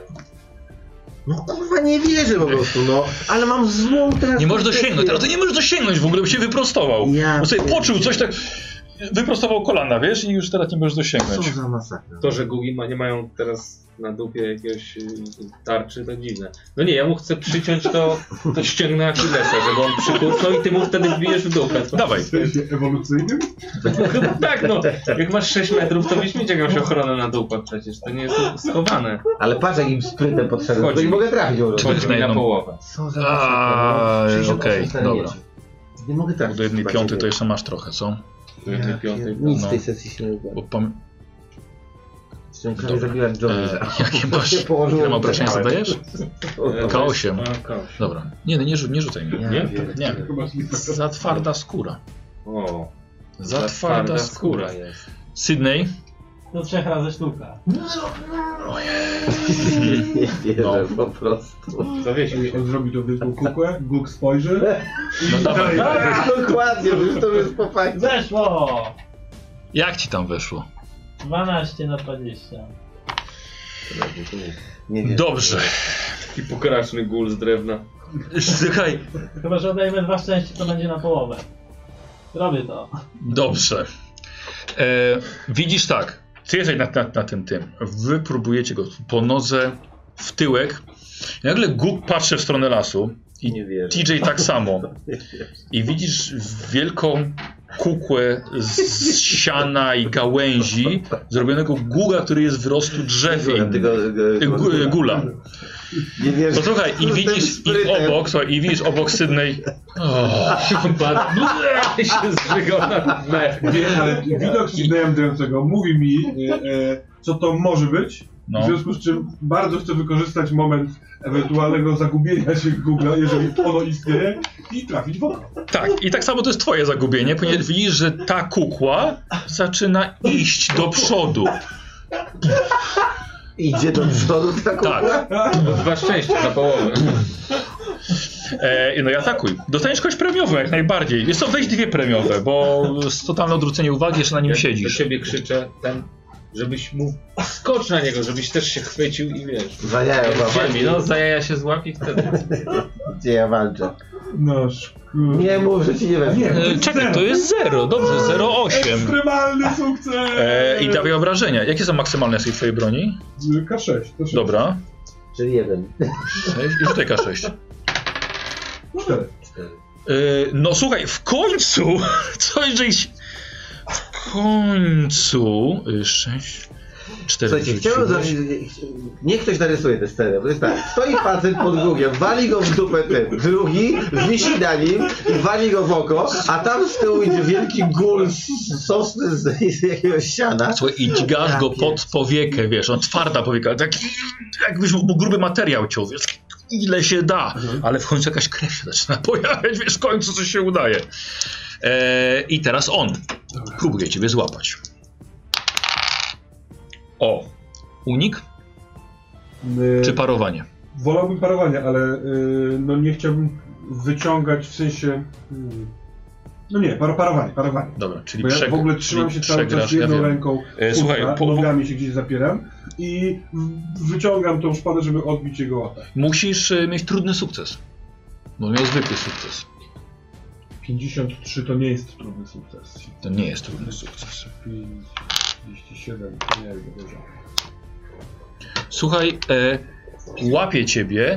No kurwa nie wierzę po prostu, no. Ale mam złą teraz...
Nie możesz dosięgnąć, teraz to nie możesz dosięgnąć w ogóle, bo się wyprostował.
Ja
Bo sobie
pierdzielę.
poczuł coś tak... Wyprostował kolana, wiesz? I już teraz nie możesz
Co
dosięgnąć.
za masakra.
To, że Gugi ma, nie mają teraz na dupie jakiegoś y, tarczy, to dziwne. No nie, ja mu chcę przyciąć to, to ścięgno Achillesa, żeby on przykucnął i ty mu wtedy wbijesz w dupę.
Dawaj.
W sensie ewolucyjnym?
Chyba tak, no. Jak masz sześć metrów, to byś mieć jakąś ochronę na dupę przecież. To nie jest schowane.
Ale patrz jakim sprytem podszedłem,
Chodzi
to nie
mi-
mogę trafić po prostu.
Chodź
Chodzi
na
mi na
jedną-
połowę.
Co za
A,
masakra, no.
okej,
sześćdziesiąt osiem
dobra.
mieci. Nie mogę trafić.
Do jednej
chyba
piątej
ciebie.
to jeszcze masz trochę, co?
Do jednej
Ja
piątej.
pier- Nic
no.
z tej sesji się nie udało.
Bo pam...
Zresztą prawie zabiłem Johnny.
E, jakie masz... Ile obrażenia zadajesz? K osiem.
A, K osiem.
Dobra. Nie, nie, nie, rzu- nie rzucaj mi.
Ja
Nie?
pier-
Nie.
Chyba śliwka.
Za twarda skóra.
O,
Za twarda skóra.
jest.
Sydney?
Do trzech razy sztuka.
Nie wierzę
No.
po prostu.
To wiesz,
I on zrobi to wielką kukłę, Guk spojrzy.
No dawaj.
Dokładnie, już to jest po fakcie.
Weszło!
Jak ci tam weszło?
dwanaście na dwadzieścia.
Nie wierzę.
Dobrze.
taki pokraczny gól z drewna.
Słuchaj.
Chyba, że oddajemy dwa szczęście, to będzie na połowę. Robię to.
Dobrze. E, widzisz tak. Ty jesteś na, na, na tym tym. Wy próbujecie go po nodze w tyłek. I nagle Guk patrzy w stronę lasu. I
Nie wierzę.
T J tak samo. I widzisz wielką kukłę z siana i gałęzi zrobionego guga, który jest w rostu drzew.
Tego,
innych.
tego,
E, gu- e, Gula.
Nie wiesz,
To słuchaj, i widzisz ich obok, słuchaj, i widzisz obok Sydney. Oh.
się zżygał na dne.
Nie, ale widok Sydneya dręczącego mówi mi, e, e, co to może być.
No.
W związku z czym bardzo chcę wykorzystać moment ewentualnego zagubienia się Google'a, jeżeli ono istnieje, i trafić w oko.
Tak, i tak samo to jest twoje zagubienie, ponieważ widzisz, że ta kukła zaczyna iść do przodu.
Idzie do przodu taką.
Tak.
Dwa szczęścia na połowę.
E, no i atakuj. Dostaniesz kość premiową jak najbardziej. Jest to weź dwie premiowe, bo z totalne odwrócenie uwagi jeszcze na nim
Ja
siedzisz.
do ciebie krzyczę, ten, żebyś mu skocz na niego, żebyś też się chwycił i wiesz.
Za jaja
W ziemi,
walczy.
no za jaja się złapie wtedy.
Gdzie ja walczę?
No szkur...
Nie mów, że ci nie wezmę.
Nie,
E, czekaj, to jest zero, dobrze, zero osiem.
Ekstremalny sukces!
E, I dawaj obrażenia. Jakie są maksymalne z tej twojej broni?
K sześć. To sześć.
Dobra.
Czyli jeden.
sześć I rzucaj K sześć.
Cztery.
E, no słuchaj, w końcu coś żeś... W końcu... sześć... cztery
Słuchajcie, chciałem zobaczyć, niech ktoś narysuje tę scenę, bo to jest tak, stoi facet pod drugiem, wali go w dupę ten, drugi wisi na nim i wali go w oko, a tam z tyłu idzie wielki gól z sosny z, z jakiegoś ściana.
Słuchaj, i dźgasz go pod powiekę, wiesz, on twarda powieka, taki jakbyś mu gruby materiał ciął, wiesz, ile się da, ale w końcu jakaś krew się zaczyna pojawiać, wiesz, w końcu coś się udaje. Eee, I teraz on próbuje ciebie złapać. O, unik
Y,
czy parowanie?
Wolałbym parowanie, ale y, no nie chciałbym wyciągać w sensie... Y, no nie, par parowanie, parowanie.
Dobra, czyli
Bo ja
przeg-
w ogóle trzymam
czyli
się cały
przegrasz,
czas jedną
ja wiem.
ręką,
E, słuchaj,
kurwa,
po-
nogami się gdzieś zapieram i w- wyciągam tą szpadę, żeby odbić jego atak.
Musisz e, mieć trudny sukces, bo miał zwykły sukces.
pięćdziesiąt trzy to nie jest trudny sukces.
To nie jest trudny sukces.
trzydzieści siedem, nie jest dużo.
Słuchaj, e, łapie ciebie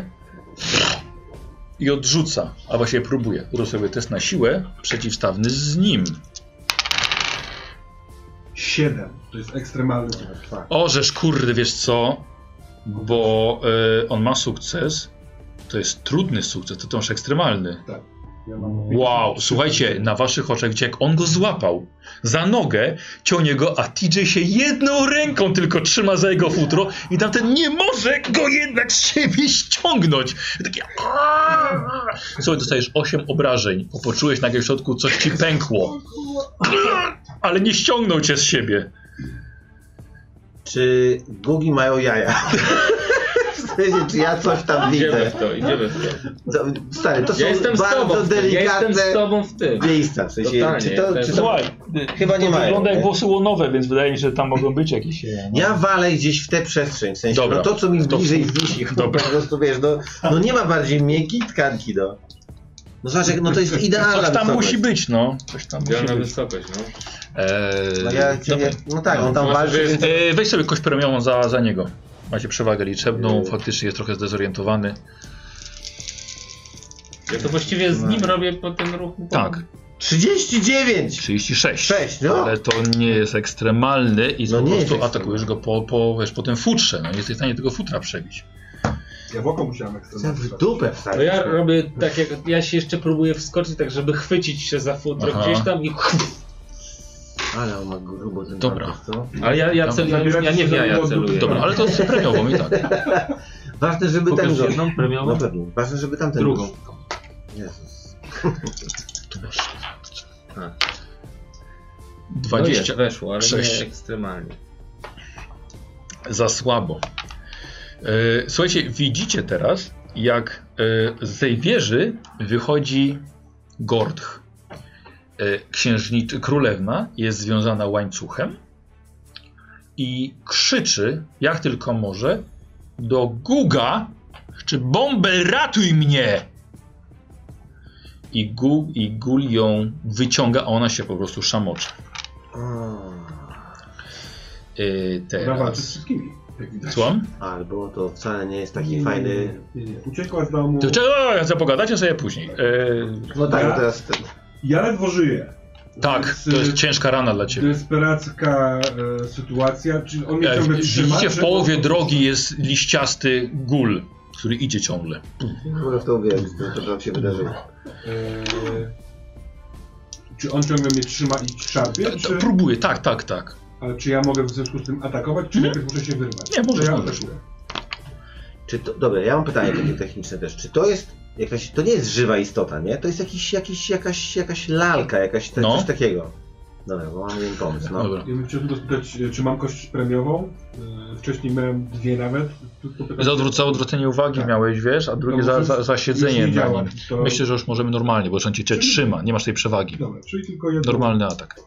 i odrzuca, a właściwie próbuje. Rób sobie test na siłę przeciwstawny z nim.
siedem, to jest ekstremalny sukces. Tak.
O, żeż kurde, wiesz co? Bo e, on ma sukces, to jest trudny sukces, to też ekstremalny.
Tak. Ja mam
Wow, słuchajcie, na waszych oczach widzicie, jak on go złapał za nogę, ciągnie go, a T J się jedną ręką tylko trzyma za jego futro i tamten nie może go jednak z siebie ściągnąć. I takie... Słuchaj, dostajesz osiem obrażeń, bo poczułeś nagle w środku, coś ci pękło. Ale nie ściągnął cię z siebie.
Czy gugi mają jaja? W sensie, czy ja coś tam
Idziemy
widzę?
w to, idziemy w to.
To, stary, to są
Ja jestem z tobą
bardzo
w tym, ja
delikatne
jestem z tobą w tym.
miejsca. W sensie,
Totalnie,
czy to,
ja
czy
też.
to...
Słuchaj,
Chyba nie
to
mają,
wygląda jak
nie?
włosy łonowe, więc wydaje mi się, że tam mogą być jakieś...
Ja walę gdzieś w tę przestrzeń, w sensie,
Dobra.
no to co mi
To-
bliżej wisi,
Dobra.
po prostu wiesz, no, no nie ma bardziej miękkiej tkanki, no. No zobacz, jak- no to jest idealna
Coś tam
wysokość.
musi być, no. Coś tam musi
Idealna
być.
wysokość, no.
Eee,
No, ja,
dobra.
ja, no tak, on tam
No,
walczy,
może
więc...
Eee, weź sobie kość premiową za, za niego. Macie przewagę liczebną,
Eee.
faktycznie jest trochę zdezorientowany.
Ja to właściwie z nim robię po ten ruch.
Tak,
trzydzieści dziewięć!
trzydzieści sześć.
sześć, no.
Ale to nie jest ekstremalny i
No
po
nie
prostu
jest
atakujesz go po, po, wiesz, po tym futrze. No nie jesteś w stanie tego futra przebić.
Ja w oko musiałem
Chcę
ekstremalnie.
w dupę wsadzić.
No ja robię tak jak, ja się jeszcze próbuję wskoczyć tak, żeby chwycić się za futro
Aha.
gdzieś tam i...
Ale on ma grubo ten
Dobra.
papier, co?
Ale ja, ja, cel, ja, już, ja nie w jaja celuję.
Dobra, ale to z premiową i tak.
Ważne, żeby ten
Pokaż
go...
jedną premiową?
No pewnie. Ważne, żeby tamten
Drugą.
go... Jezus.
Tu masz.
A. No
dwadzieścia.
jest, weszło, ale
sześć.
nie ekstremalnie.
Za słabo. E, słuchajcie, widzicie teraz, jak e, z tej wieży wychodzi Gordh. E, księżniczy, królewna jest związana łańcuchem i krzyczy, jak tylko może, do Guga, czy Bombel, ratuj mnie! I, Gu, I Gul ją wyciąga, a ona się po prostu szamocze. E,
Ona walczy z
teraz...
wszystkimi, jak widać.
Słucham?
Albo to wcale nie jest taki
Nie, nie,
fajny...
Nie, nie, nie. Uciekła z domu.
To czego, ja pogadacie sobie później. E,
No tak,
Ja-
no teraz... Ten...
Ja ledwo żyję.
tak,
Więc,
to jest
y,
ciężka rana dla ciebie.
Desperacka e, sytuacja, czy on mnie
E,
ciągle trzyma?
Widzicie, w
czy
połowie
on-
drogi jest liściasty gul. który idzie ciągle.
Może w to uwierzyć, to to się wydarzyło.
Eee, czy on ciągle mnie trzyma i szarpie? Czy...
Próbuję, tak, tak, tak.
Ale czy ja mogę w związku z tym atakować, czy najpierw muszę się wyrwać?
Nie, możesz,
To ja
możesz.
atakuję.
Czy to, dobra, ja mam pytanie takie techniczne też. Czy to jest jakaś, to nie jest żywa istota, nie? To jest jakiś, jakiś, jakaś, jakaś lalka, jakaś te,
No.
coś takiego. Dobra, bo mam jeden pomysł, no.
Dobra.
Ja bym chciał tylko spytać, czy mam kość premiową? Eee, wcześniej miałem dwie nawet. Tu, tu pytam,
Za odwrócenie, odwrócenie uwagi
Tak.
miałeś, wiesz, a drugie
No,
za,
już-
za, za siedzenie
już nie
na
działa,
nim.
to-
Myślę, że już możemy normalnie, bo on cię, cię
Czyli-
trzyma, nie masz tej przewagi.
Dobra, czyli tylko jedno.
Normalny atak.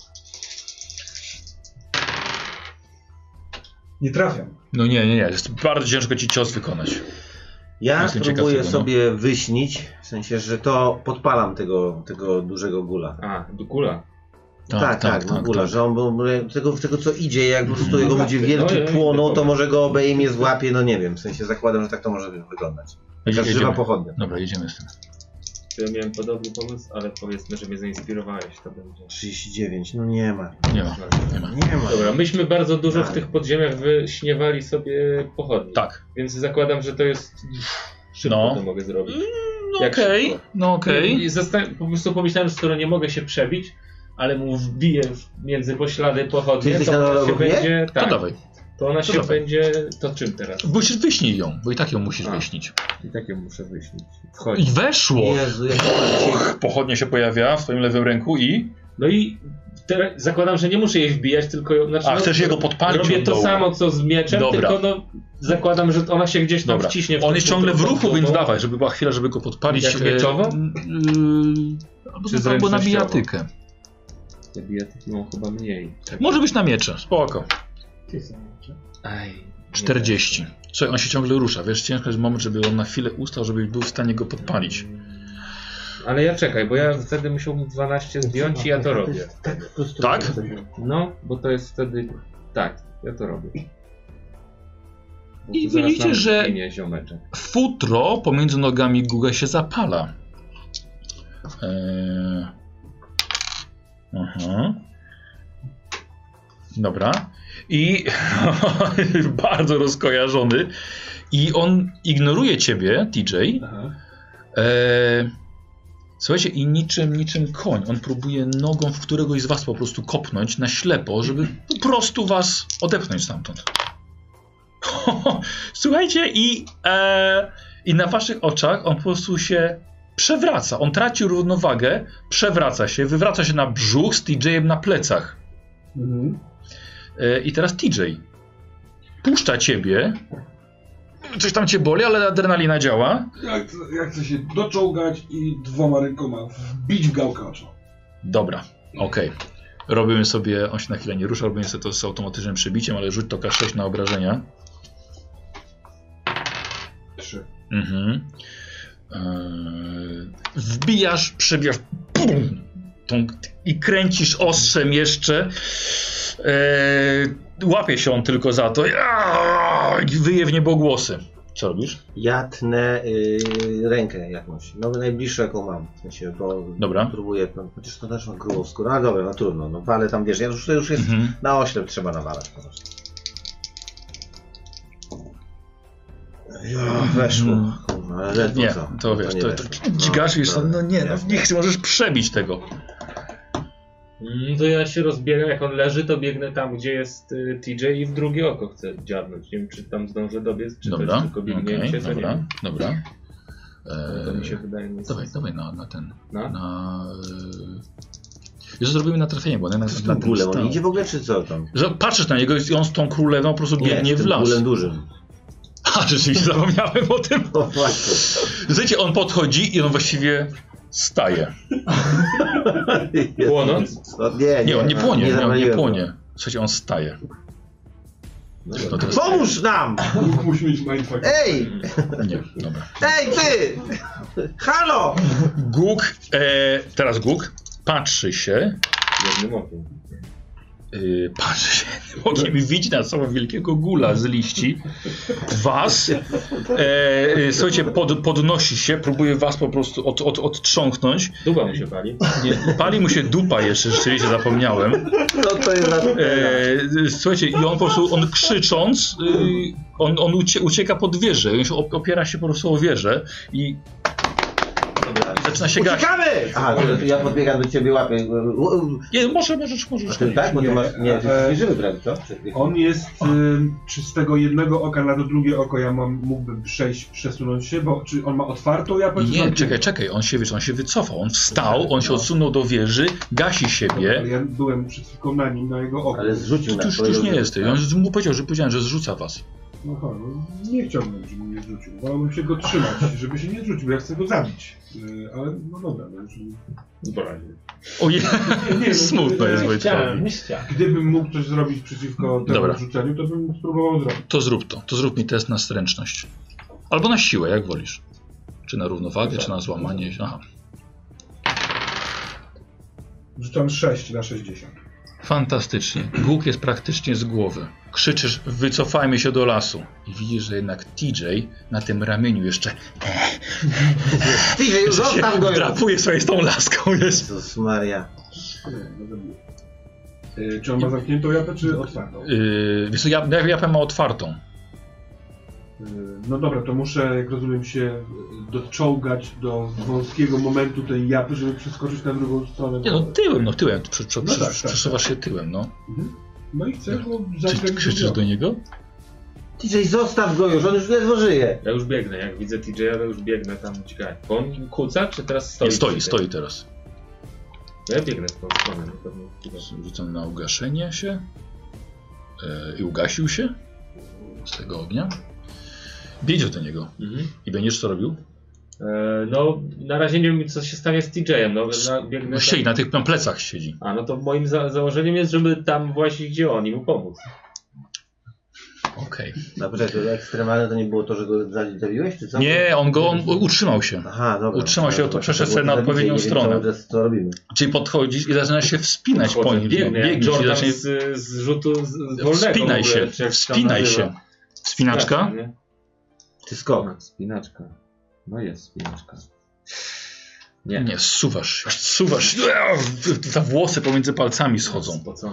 Nie trafiam.
No nie, nie, nie, jest bardzo ciężko ci cios wykonać.
Ja
Jestem ciekaw
spróbuję
tego, no.
sobie wyśnić, w sensie, że to podpalam tego, tego dużego gula.
A, do kula.
Tak, tak, no gula, że on bo, tego, tego co idzie, jak po prostu jego będzie wielki
Ojej,
płonął, to
ojej.
może go obejmie, złapie, no nie wiem, w sensie zakładam, że tak to może wyglądać. Taka
Jedziemy.
żywa pochodnia.
Dobra, jedziemy z tym.
To ja miałem podobny pomysł, ale powiedzmy, że mnie zainspirowałeś, to będzie.
trzydzieści dziewięć, no nie ma,
Nie ma, nie ma.
nie ma.
Dobra, myśmy bardzo dużo w
Tak.
tych podziemiach wyśniewali sobie pochodnie.
Tak.
Więc zakładam, że to jest... Szybko
No.
to mogę zrobić.
No
Jak
okej,
szybko?
no okej.
I zastan- po prostu pomyślałem, że skoro nie mogę się przebić, ale mu wbiję w- między poślady
Ty
pochodnie,
jesteś
to
na
ona się
dole, nie?
będzie...
To
Tak,
dawaj.
to ona się
dawaj.
będzie... To czym teraz?
Musisz wyśnij ją, bo i tak ją musisz
A.
wyśnić.
I tak ją muszę wyśnić.
I
Wchodzi.
weszło!
Jezu, jak to
Pochodnia się pojawia w twoim lewym ręku i...
No i teraz zakładam, że nie muszę jej wbijać, tylko ją... Znaczy,
A,
no,
chcesz jego podpalić
robię
od
to
dołu.
samo, co z mieczem,
Dobra.
tylko no... Zakładam, że ona się gdzieś tam
Dobra.
wciśnie w
On
tą
jest ciągle w
tą
ruchu,
tą-
więc
tą-
dawaj, żeby była chwila, żeby go podpalić.
Jak
e,
mieczowo?
mm, yy, Albo,
Czy
albo na
zręcznościowo?
bijatykę.
Te bijatyki mam chyba mniej.
Może być na miecze, spoko.
Ty są czy?
Aj,
czterdzieści. Słuchaj, on się ciągle rusza, wiesz, ciężko jest moment, żeby on na chwilę ustał, żebyś był w stanie go podpalić.
Ale ja czekaj, bo ja wtedy musiałbym dwanaście zdjąć i ja to robię.
Tak frustrujące.
Tak?
No, bo to jest wtedy... Tak, ja to robię. Bo
I
tu zaraz
widzicie,
nam
że-
zginie ziomeczek.
Futro pomiędzy nogami Guga się zapala. Eee... Aha. Dobra. I bardzo rozkojarzony. I on ignoruje ciebie, T J.
Aha.
Eee... Słuchajcie, i niczym, niczym koń. On próbuje nogą w któregoś z was po prostu kopnąć na ślepo, żeby po prostu was odepchnąć stamtąd. Słuchajcie, i, e, i na waszych oczach on po prostu się przewraca. On traci równowagę, przewraca się, wywraca się na brzuch z T J-em na plecach.
Mhm.
E, I teraz T J puszcza ciebie. Coś tam cię boli, ale adrenalina działa.
Ja, chcę, ja chcę się doczołgać i dwoma rękoma wbić w gałkacza.
Dobra, okej. Robimy sobie, on się na chwilę nie rusza, robimy sobie to z automatycznym przebiciem, ale rzuć to K sześć na obrażenia.
Trzy.
Mhm. Eee, wbijasz, przebijasz pum, tą, i kręcisz ostrzem jeszcze. Eee, łapie się on tylko za to i wyje w niebogłosy. Co robisz?
Ja tnę y, rękę jakąś, no najbliższą jaką mam, w sensie, bo
Dobra.
próbuję, no, chociaż to też mam grubą skórę, ale dobra, no trudno, no walę tam, wiesz, ja już, to już jest
Mhm.
na oślep trzeba nawalać po prostu. Ja, weszło,
Mhm.
kurwa, ale ledwo
Nie,
co.
to wiesz,
nie
to, to,
weszło.
to dźgasz i
dobra,
no nie, no
jasne.
nie chcę, możesz przebić tego.
Mm, to ja się rozbiegam, jak on leży, to biegnę tam, gdzie jest y, T J i w drugie oko chcę dziabnąć. Nie wiem, czy tam zdążę dobiec, czy to
Dobra,
jest tylko biegnięcie,
okej,
to nie
dobra,
wiem.
dobra.
To mi się
Eee,
wydaje nie
dawaj, dawaj na, na ten,
No?
na... Eee... Już zrobimy na trafienie, bo on jednak
Z
na
tym
tym
gulem, on
stał.
idzie w ogóle, czy co tam?
Że patrzysz na niego i on z tą królewną po prostu biegnie
z
w
tym
las.
gulem dużym.
A, rzeczywiście zapomniałem o tym.
O właśnie.
Słuchajcie, on podchodzi i on właściwie staje.
Płonąc?
No, nie,
Nie, on nie płonie, nie, on nie
zawaliłem go.
płonie. Słuchajcie, on staje. No to jest...
Pomóż nam!
Musimy mieć mindfuck.
Ej!
Nie, dobra.
Ej, ty! Halo!
Guk, e, teraz Guk patrzy się
Jednym okiem.
Yy, patrzy się okiem i widzi na sobą wielkiego gula z liści. Was. E, e, słuchajcie, pod, podnosi się, próbuje was po prostu od, od, odtrząknąć.
Dupa mu się pali.
Nie, pali mu się dupa jeszcze, rzeczywiście zapomniałem.
No to jest
E, słuchajcie, i on po prostu, on krzycząc, y, on, on ucie, ucieka pod wieżę. On się opiera się po prostu o wieżę i zaczyna się gasić.
Uciekamy! Aha, to ja podbiegam do ciebie, łapię.
Nie, może, możesz, możesz.
A ty tak? Bo ty masz... Nie, ty
E,
nie żywy prawie, co? Czy ty-
On jest, y, czy z tego jednego oka na to drugie oko ja mam, mógłbym przejść, przesunąć się, bo czy on ma otwartą japę, czy
Nie,
zamkniętą?
czekaj, czekaj, on się, wiesz, on się wycofał, on wstał, on się odsunął do wieży, gasi
Ale
siebie.
ja byłem przed chwilką na nim, na jego oku.
Ale zrzucił
Tu
nas.
już, tu już nie jesteś. On mu powiedział, że powiedziałem, że zrzuca was.
Aha, no, nie chciałbym, żeby mnie zrzucił. Wolałbym się go trzymać, żeby się nie zrzucił, bo ja chcę go zabić. Y, ale no dobra, no już...
Ojej,
Nie, nie,
smutno jest
Nie
Wojtkowi.
chciałem, nie chciałem.
Gdybym mógł coś zrobić przeciwko temu
Dobra.
zrzuceniu, to bym spróbował zrobić.
To zrób to. To zrób mi test na zręczność. Albo na siłę, jak wolisz. Czy na równowagę, czy na złamanie. Aha.
Rzucam sześć na sześćdziesiąt.
Fantastycznie. Głuk jest praktycznie z głowy. Krzyczysz, wycofajmy się do lasu. I widzisz, że jednak T J na tym ramieniu jeszcze
Ty, że już zostaw go już!
drapuje sobie z tą laską. Jest.
Jezus Maria.
Nie, no dobra. Y, Czy on ma zamkniętą japę, czy otwartą?
Yy, wiesz co, ja, ja, ja ma otwartą.
Y, No dobra, to muszę, jak rozumiem, się doczołgać do wąskiego momentu tej japy, żeby przeskoczyć na drugą stronę.
Nie no, tyłem, no tyłem. Prze, prze,
No
prze,
tak, tak,
przesuwasz się tyłem, no.
Mhm. No i chcę go
Czy
zakręcić.
krzyczysz do niego?
Ty, że zostaw go już, on już ledwo żyje.
Ja już biegnę, jak widzę T J, to już biegnę tam uciekać. Bo on kuca, czy teraz stoi?
Nie, stoi,
przy
stoi
tym?
teraz.
To ja biegnę w tą stronę. Na pewno.
Rzucam na ugaszenie się. Yy, I ugasił się z tego ognia. Biegniesz do niego.
Mhm.
I będziesz co robił?
E, no, na razie nie wiem, co się stanie z T J-em. No, na, biegnę
No, siedzi, na tych na plecach siedzi.
A, no to moim za założeniem jest, żeby tam właśnie gdzie on i mu pomóc.
Okej.
No poczekaj, to ekstremalne to nie było to, że go zabiłeś, czy co?
Nie, on go on utrzymał się.
Aha, dobra.
Utrzymał się,
No,
to
właśnie,
przeszedł
było
sobie na
zabicie,
odpowiednią
nie wiem,
stronę.
Co, co robimy?
Czyli podchodzisz i zaczynasz się wspinać po
Chodzę,
nim.
biegnę, jak
Biegniesz i
Jordan
zacznie...
z, z rzutu z, z wolnego.
Wspinaj
w ogóle,
się,
czy jak tam
wspinaj
nazywa.
się. Wspinaczka?
Nie?
Ty skok.
A, spinaczka. No jest spinaczka. Nie.
Nie, zsuwasz się, zsuwasz się. Te włosy pomiędzy palcami schodzą.
Spocony.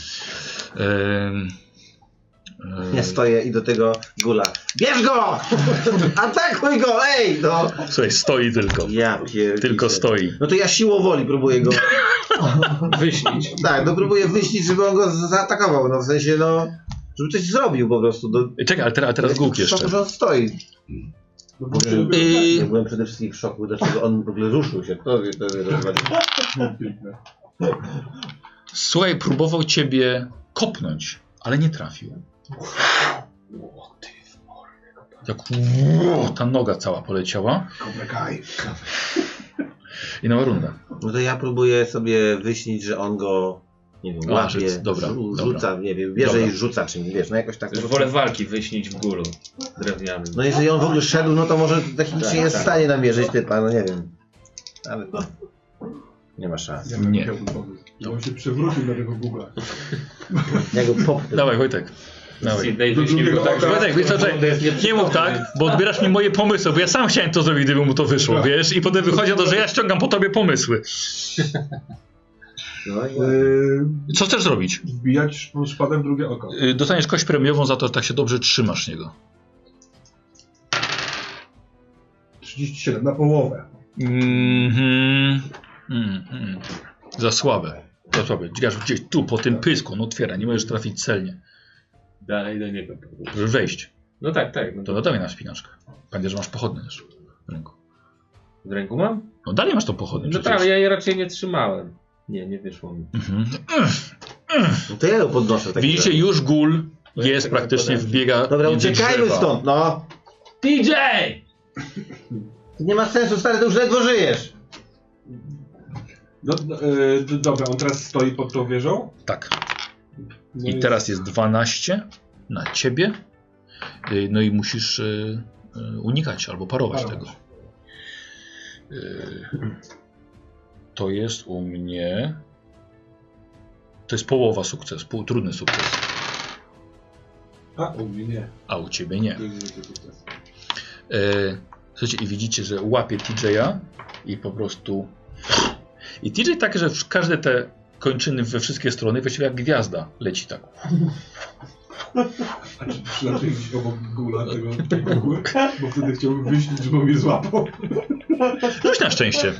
Ehm, ehm,
Ja stoję i do tego gula. Bierz go! Atakuj go, ej! No.
Słuchaj, stoi tylko.
Ja pierdolę.
Tylko stoi.
No to ja siłą woli próbuję go.
Wyśnić.
Tak, no próbuję wyśnić, żeby on go z- zaatakował. No w sensie, no. Żeby coś zrobił po prostu. Do...
Czekaj, ale teraz, a teraz Guk
W szoku,
jeszcze.
że on stoi.
No,
Bo,
bo-
Yy,
ja byłem przede wszystkim w szoku, dlaczego on w ogóle ruszył się. Kto wie, to wie,
Piękne.
Słuchaj, próbował ciebie kopnąć, ale nie trafił. Tak, ło, ta noga cała poleciała.
Cobra Kai.
I nowa runda.
No to ja próbuję sobie wyśnić, że on go, nie wiem,
A,
łapie,
że- dobra,
rzu-
dobra.
rzuca, nie wiem, bierze
Dobra.
i rzuca czymś, wiesz, no jakoś tak.
Już wolę walki wyśnić w gólu drewnianym.
No jeżeli on w ogóle szedł, no to może technicznie
Tak,
jest
tak.
w stanie namierzyć typa, no nie wiem. Ale no, nie ma szans.
Ja bym
Nie.
chciał pomysł. I on się przewrócił na tego Google'a.
Ja go popnę.
Dawaj, Wojtek. Dawaj.
Sydney
Do
wyśnił
drugiego
go tak,
oka.
że...
Wojtek, wiesz co, czekaj, nie mów tak, bo odbierasz mi moje pomysły, bo ja sam chciałem to zrobić, gdyby mu to wyszło, wiesz? I potem wychodzi to, że ja ściągam po tobie pomysły.
No i
Yy,
Co chcesz zrobić?
wbijać szpadę w drugie oko.
Y, Dostaniesz kość premiową za to, że tak się dobrze trzymasz niego.
trzydzieści siedem na połowę.
Mhm. Mm, mm. Za słabe. Za słabe. Gdzieś, gdzieś tu, po tym pysku, on otwiera, nie możesz trafić celnie.
Dalej do niego.
Żeby wejść.
No tak, tak. No
To dodaj na spinaczkę. Pamiętaj, że masz pochodnie też w ręku.
w ręku mam?
No dalej masz tą pochodnię
No
przecież.
tak, ale ja je raczej nie trzymałem. Nie, nie wyszło mi.
Mhm.
no to ja go podnoszę. Tak
Widzicie, już gól
Bo ja
jest
tego
praktycznie
podam.
wbiega
Dobra,
między
uciekajmy
drzewa.
stąd, no.
T J!
To nie ma sensu, stary, to już ledwo żyjesz.
No, yy, d- dobra, on teraz stoi pod tą wieżą.
Tak.
No
I teraz jest dwanaście na ciebie. Y, No i musisz y, y, unikać albo parować
Parować.
tego. Y, To jest u mnie To jest połowa sukces, pół, trudny sukces.
A, u mnie nie.
A u ciebie nie.
To jest zwykły sukces.
E, słuchajcie, i widzicie, że łapie T J a i po prostu... I T J tak, że w każde te kończyny we wszystkie strony, właściwie jak gwiazda leci tak.
A czy przylaczy gdzieś obok gula tego kukły? Bo wtedy chciałbym wyśnić, żeby mnie złapał.
Coś na szczęście.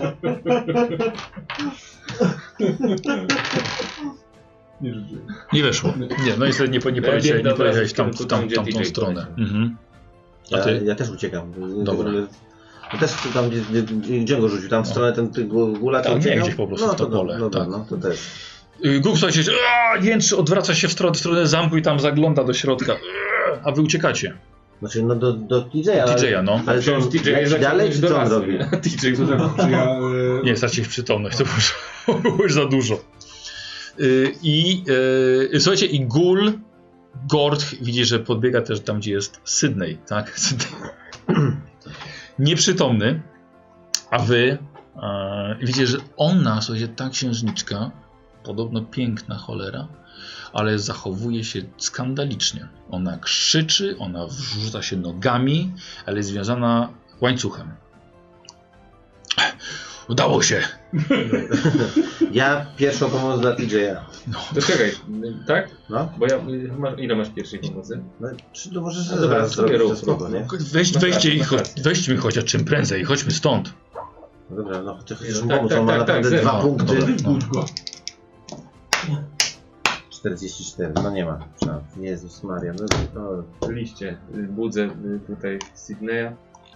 Nie życie.
Nie weszło. Nie, no niestety nie, po- nie
Ja
poleciałeś, nie
biegnę
poleciałeś tam,
od razu,
w tam,
tam, gdzie
tamtą
T J
stronę.
poleciał.
Mhm. A
Ja,
ty?
ja też uciekam.
Dobra.
Ja też tam, gdzie, gdzie, gdzie go rzucił, tam w stronę ten ty, gula,
Tam,
co
nie,
uciekał?
gdzieś po prostu
no,
w to
to,
pole,
Dobra,
tak.
no to też.
Y, Guk, słuchajcie, aaa, jęczy, odwraca się w stronę, w stronę zamku i tam zagląda do środka. Eee, A wy uciekacie.
Znaczy, no do, do T J a.
Do T J a, no.
Ale to on
T J
leci dalej, czy
do
co on
lasu,
robi?
nie? T J
To tak, czy ja... E...
Nie, straciłeś przytomność, to już, już za dużo. Y, I y, słuchajcie, i Gul, Gord widzi, że podbiega też tam, gdzie jest Sydney, tak? Sydney. Nieprzytomny, a wy e, widzicie, że ona, słuchajcie, ta księżniczka, podobno piękna cholera, ale zachowuje się skandalicznie. Ona krzyczy, ona wrzuca się nogami, ale jest związana łańcuchem. Udało się!
Ja pierwszą pomoc dla T J a.
To czekaj, tak?
No,
Bo ja, masz, ile masz pierwszej pomocy?
no czy to możesz
No dobra,
zaraz
sobie
zrobić,
rób,
to spoko,
rób,
nie?
rób.
Weź,
Masz
weźcie
rację,
i
masz
cho-
rację.
weźmy chociaż czym prędzej, chodźmy stąd.
No dobra, no chociaż chcesz
No
mu
tak,
pomóc,
tak,
on ma
tak,
naprawdę
tak,
dwa
no,
punkty.
dobra.
Budź go.
czterdzieści cztery, no nie ma szans. Jezus Maria, no to...
Liście, budzę tutaj Sydneya.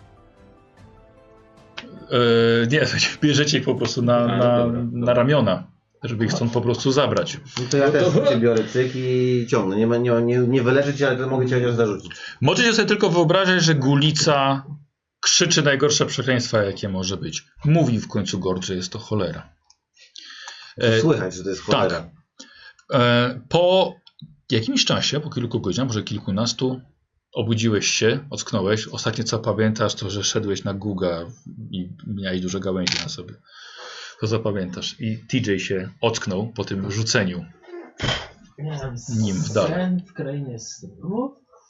E, nie, bierzecie ich po prostu na,
A,
na,
dobra,
na
dobra.
ramiona, żeby ich stąd po prostu zabrać.
No to ja
No to-
też cię biorę cyk i ciągnę. Nie, ma, nie, ma- nie, nie wyleczę cię, ale to mogę cię chociaż zarzucić.
Możecie sobie tylko wyobrażać, że Gulica krzyczy najgorsze przekleństwa, jakie może być. Mówi w końcu Gord, że jest to cholera. E,
Słychać, że to jest cholera.
tak. E, po jakimś czasie, po kilku godzinach, może kilkunastu, obudziłeś się, ocknąłeś. Ostatnie co pamiętasz, to że szedłeś na Guga i miałeś duże gałęzie na sobie. To zapamiętasz. I T J się ocknął po tym rzuceniu.
Miałem
Nim w dal.
sen w krainie snów.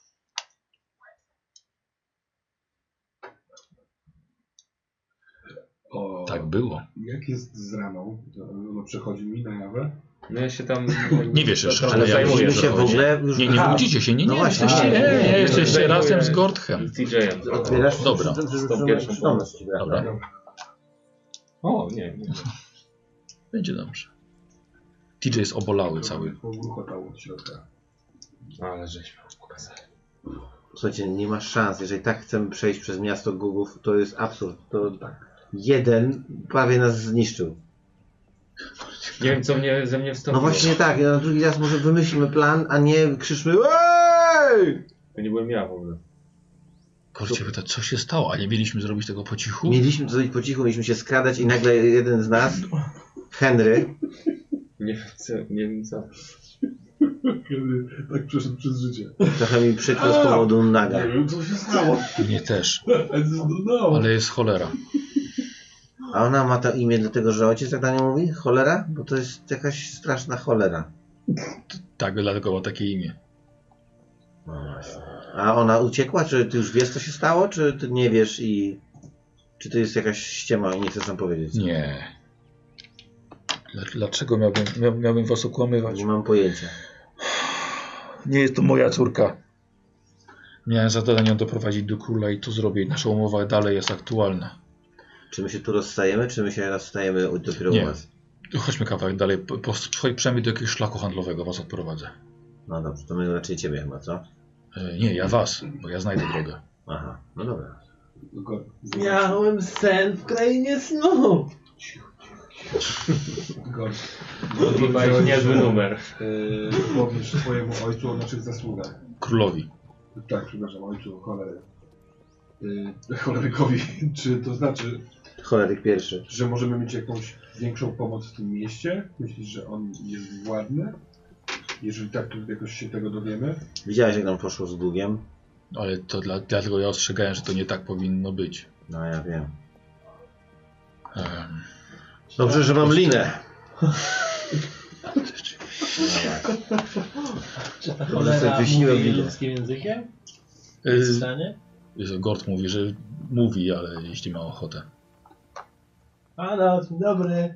O,
Tak było.
jak jest z raną? To ono przechodzi mi na jawę?
No ja się tam...
Nie wiesz jeszcze,
ale
że ja
zajmuję
Musimy
się
się w
chodzi.
ogóle już...
Nie, nie
A,
budzicie się, nie, nie,
No właśnie,
jesteście,
nie,
nie,
nie,
nie,
nie,
jesteście
zajmuję
razem z
się
Gordhem.
T J-em.
Otwierasz
Dobra.
przy- przy-
Z tą
przy-
pierwszą
przytomność ci brak.
Dobra.
O, nie, nie.
Będzie dobrze. T J jest obolały cały.
Pogruchotało od środka.
Ale żeśmy pokazali.
Słuchajcie, nie ma szans. Jeżeli tak chcemy przejść przez miasto Gugów, to jest absurd. To jeden prawie nas zniszczył.
Nie wiem, co mnie, ze mnie
No
wstąpiło.
właśnie tak, na drugi raz może wymyślmy plan, a nie krzyczmy EJ!
To nie byłem ja w ogóle.
Kurczę, pyta, co się stało? A nie mieliśmy zrobić tego po cichu?
Mieliśmy to zrobić po cichu, mieliśmy się skradać i nagle jeden z nas, Henry,
Nie wiem co. Nie wiem co.
Kiedy tak przeszedł przez życie.
trochę mi przykro z powodu naga.
Nie wiem, co się stało.
Mnie też,
No.
ale jest cholera.
A ona ma to imię dlatego, że ojciec tak na nią mówi? Cholera? Bo to jest jakaś straszna cholera.
Tak, dlatego ma takie imię.
No właśnie. A ona uciekła? Czy ty już wiesz, co się stało? Czy ty nie wiesz i... Czy to jest jakaś ściema i nie chcesz nam powiedzieć?
Nie. Dla- Dlaczego miałbym, miał, miałbym was okłamywać?
Nie mam pojęcia.
Nie jest to moja córka. Miałem zadanie ją doprowadzić do króla i to zrobię. Nasza umowa dalej jest aktualna.
Czy my się tu rozstajemy, czy my się rozstajemy dopiero
Nie.
u was?
Chodźmy kawałek dalej. Po, po, chodź przynajmniej do jakiegoś szlaku handlowego was odprowadzę.
No dobrze, to my raczej ciebie chyba, co?
E, nie, ja was, bo ja znajdę drogę.
Aha, no dobra.
Go-
Miałem sen w krainie snów.
Go-
To chyba jest niezły numer.
Yy, Powiesz swojemu ojcu o naszych zasługach.
Królowi.
Tak, przepraszam, ojcu cholery. Yy, cholerykowi. Czy to znaczy,
Choleryk pierwszy.
że możemy mieć jakąś większą pomoc w tym mieście? Myślisz, że on jest władny? Jeżeli tak, to jakoś się tego dowiemy?
Widziałeś, jak nam poszło z długiem?
Ale to dla, dlatego ja ostrzegałem, że to nie tak powinno być.
No ja wiem.
Em,
Dobrze, że mam linę.
Czy ta
Dobrze,
cholera
sobie wyśniłem
mówi
widzę.
ludzkim językiem?
Yy,
W stanie?
Gord mówi, że mówi, ale jeśli ma ochotę.
Halo, dzień dobry.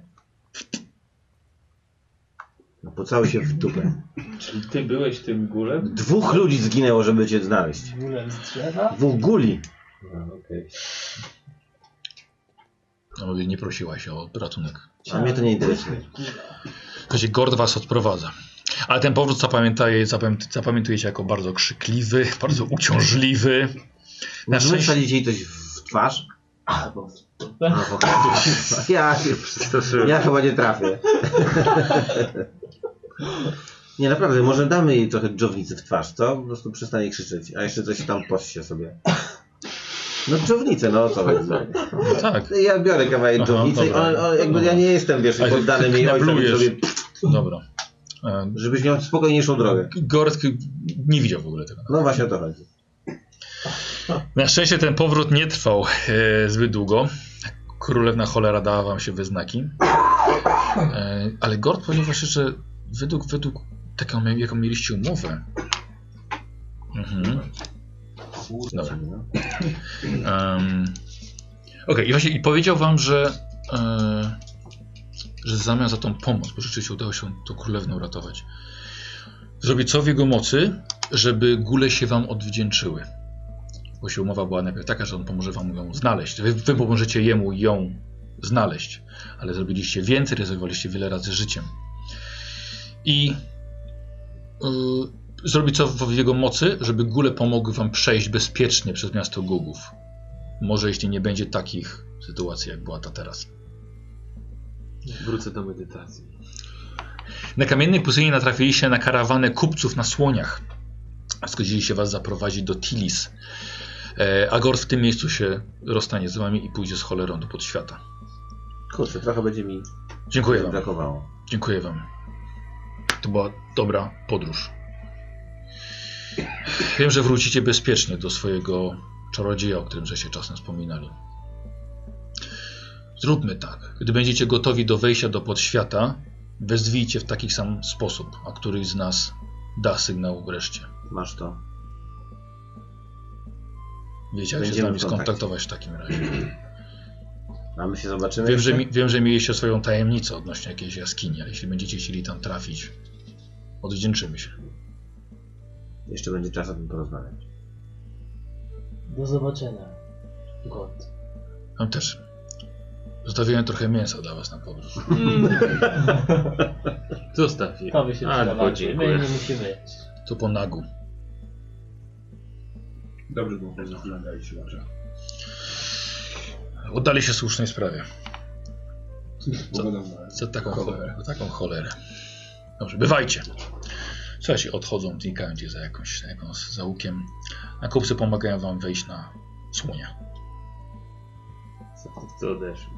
No, pocałuj się w dupę.
Czyli ty byłeś tym gulem?
Dwóch ludzi zginęło, żeby cię znaleźć.
Gulem z drzewa?
Dwóch guli.
No, okej.
No mówię, nie prosiłaś o ratunek.
A mnie to nie interesuje.
Słuchajcie, Gord was odprowadza. Ale ten powrót zapamiętaje, zapamię- zapamiętujecie jako bardzo krzykliwy, bardzo uciążliwy. Na
Możemy
szczęście...
wsadzić jej coś w twarz?
A, bo...
No, ja, ja chyba nie trafię. Nie, naprawdę, może damy jej trochę dżownicy w twarz, co? Po prostu przestanie krzyczeć, a jeszcze coś tam poście sobie. No dżownicę, no o co chodzi?
No tak.
Ja biorę kawałek
Aha,
dżownicy i
dobra.
on, on, jakby ja nie jestem, wiesz,
Ale
poddanym jej ojcem,
kneblujesz.
żeby,
Dobra. E,
żebyś miał spokojniejszą drogę.
Gord nie widział w ogóle tego.
No właśnie o to chodzi.
Na szczęście ten powrót nie trwał e, zbyt długo. Królewna cholera dała wam się we znaki. E, ale Gord powiedział właśnie, że według, według taką, jaką mieliście umowę. Mhm. Dobra. Um, Okej, okay, i właśnie i powiedział wam, że, e, że w zamian za tą pomoc, bo rzeczywiście udało się tą królewnę uratować, zrobi co w jego mocy, żeby góle się wam odwdzięczyły. Bo się umowa była najpierw taka, że on pomoże wam ją znaleźć. Wy, wy pomożecie jemu ją znaleźć, ale zrobiliście więcej, ryzykowaliście wiele razy życiem. I yy, zrobi co w jego mocy, żeby góle pomogły wam przejść bezpiecznie przez miasto Gugów. Może jeśli nie będzie takich sytuacji, jak była ta teraz.
Wrócę do medytacji.
Na kamiennej pustyni natrafiliście na karawanę kupców na słoniach. Zgodzili się was zaprowadzić do Tilis. E, a Gord w tym miejscu się rozstanie z wami i pójdzie z cholerą do podświata.
Kurczę, trochę będzie mi
Dziękuję wam.
brakowało.
Dziękuję wam. To była dobra podróż. Wiem, że wrócicie bezpiecznie do swojego czarodzieja, o którym żeście czasem wspominali. Zróbmy tak. Gdy będziecie gotowi do wejścia do podświata, wezwijcie w taki sam sposób, a któryś z nas da sygnał wreszcie.
Masz to.
Wiecie, jak się z
Będziemy
nami
w kontakcie.
skontaktować w takim razie.
A my się zobaczymy.
Wiem, że,
jeszcze?
mi, wiem, że mieliście swoją tajemnicę odnośnie jakiejś jaskini, ale jeśli będziecie chcieli tam trafić, odwdzięczymy się.
Jeszcze będzie czas o tym porozmawiać.
Do zobaczenia. Gord.
Tam też. Zostawiłem trochę mięsa dla was na podróż.
Zostaw je.
To by się
A,
przydawało. My
podziękuję.
nie musimy jeść.
To po nagu.
Dobrze było powiedzieć, nagrali się łaża.
Oddali się słusznej sprawie.
Pogadam
Za taką cholerę. Za taką cholerę. Dobrze, bywajcie. Słuchajcie, odchodzą, znikają gdzieś za jakąś, za jakąś zaułkiem. A kupcy pomagają wam wejść na słonia.
Co odeszło?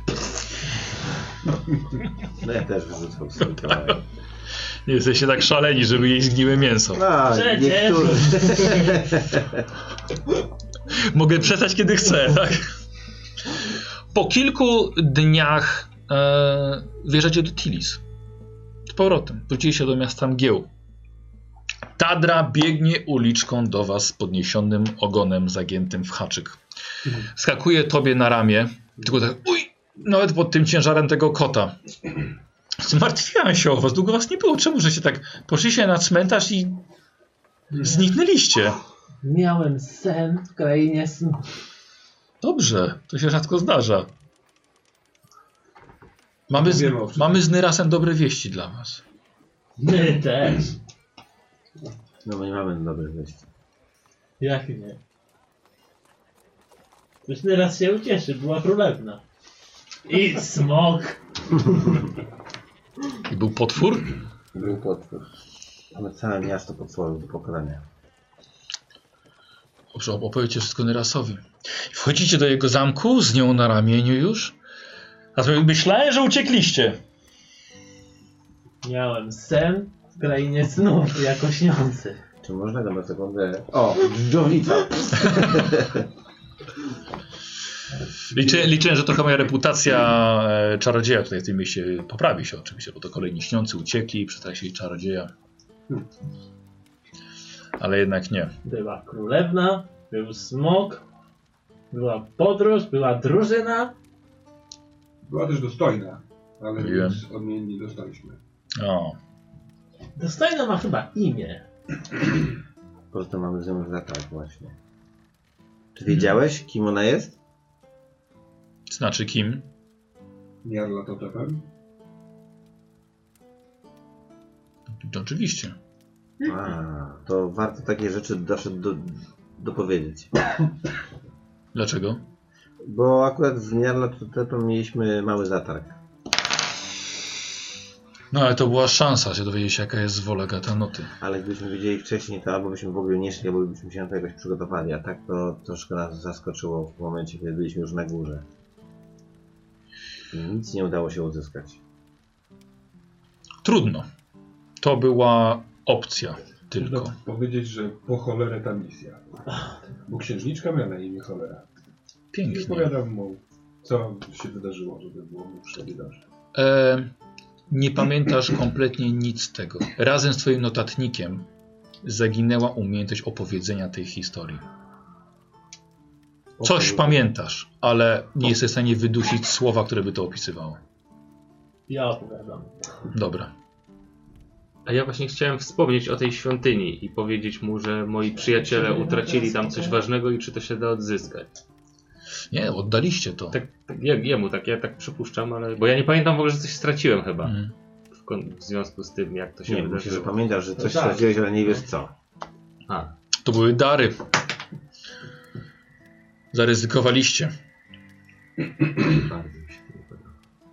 No ja też wyrzucam sobie kawałek.
Nie jesteście tak szaleni, żeby jej zgniłe mięso.
A,
Przecież.
niektórzy.
Mogę przestać kiedy chcę, tak? Po kilku dniach e, wjeżdżacie do Tilis. Z powrotem. Wróciliście do miasta mgieł. Tadra biegnie uliczką do was z podniesionym ogonem zagiętym w haczyk. Skakuje tobie na ramię. Tylko tak, uj, nawet pod tym ciężarem tego kota. Zmartwiałem się o was, długo was nie było. Czemu żeście tak poszliście na cmentarz i zniknęliście?
Miałem sen w krainie snu.
Dobrze, to się rzadko zdarza. Mamy z,
Wiemy o wszystkim.
mamy z Nyrasem dobre wieści dla was.
My też.
No my nie mamy dobrych wieści.
Jak nie? Już raz się ucieszy, była królewna. I smok.
I był potwór?
Był potwór. Mamy całe miasto potworów do pokonania.
Dobrze, opowiedzcie wszystko Nyrasowi. Wchodzicie do jego zamku z nią na ramieniu już? A to myślałem, że uciekliście.
Miałem sen w krainie snów jako śniący.
Czy można go na sekundę... O, dżdżownica!
Liczę, liczę, że trochę moja reputacja e, czarodzieja tutaj w tym mieście poprawi się oczywiście, bo to kolejni śniący uciekli, przetracili czarodzieja. Ale jednak nie.
Była królewna, był smok, była podróż, była drużyna.
Była też dostojna, ale
Wiem.
nic odmiennie dostaliśmy.
O.
Dostojna ma chyba imię.
Po prostu mamy z nią tak właśnie. Czy wiedziałeś, kim ona jest?
Znaczy kim?
Jarla Totepem?
Oczywiście.
A, to warto takie rzeczy doszedł do, dopowiedzieć.
Dlaczego?
Bo akurat z Jarla Totepem mieliśmy mały zatarg.
No ale to była szansa się dowiedzieć się, jaka jest wola Gatanoty.
Ale gdybyśmy wiedzieli wcześniej, to albo byśmy w ogóle nie szli, albo byśmy się na to jakoś przygotowali. A tak to troszkę nas zaskoczyło w momencie, kiedy byliśmy już na górze. I nic nie udało się uzyskać.
Trudno. To była opcja tylko.
Można powiedzieć, że po cholerę ta misja. Bo księżniczka miała na imię cholera. I
Pięknie.
opowiadam mu, co się wydarzyło, żeby było mu wszędzie dobrze.
E, nie pamiętasz kompletnie nic z tego. Razem z twoim notatnikiem zaginęła umiejętność opowiedzenia tej historii. Coś pamiętasz, ale nie jesteś w stanie wydusić słowa, które by to opisywało.
Ja opowiadam.
Dobra.
A ja właśnie chciałem wspomnieć o tej świątyni i powiedzieć mu, że moi przyjaciele utracili tam coś ważnego i czy to się da odzyskać.
Nie, oddaliście to.
Tak, tak je- jemu tak, ja tak przypuszczam, ale... Bo ja nie pamiętam w ogóle, że coś straciłem chyba.
Mhm.
W, kon- w związku z tym, jak to się
Nie, myślę, że
wydarzyło.
pamiętasz, że coś
No tak.
straciłeś, ale nie wiesz co.
A,
To były dary. Zaryzykowaliście.
bardzo mi się to podoba.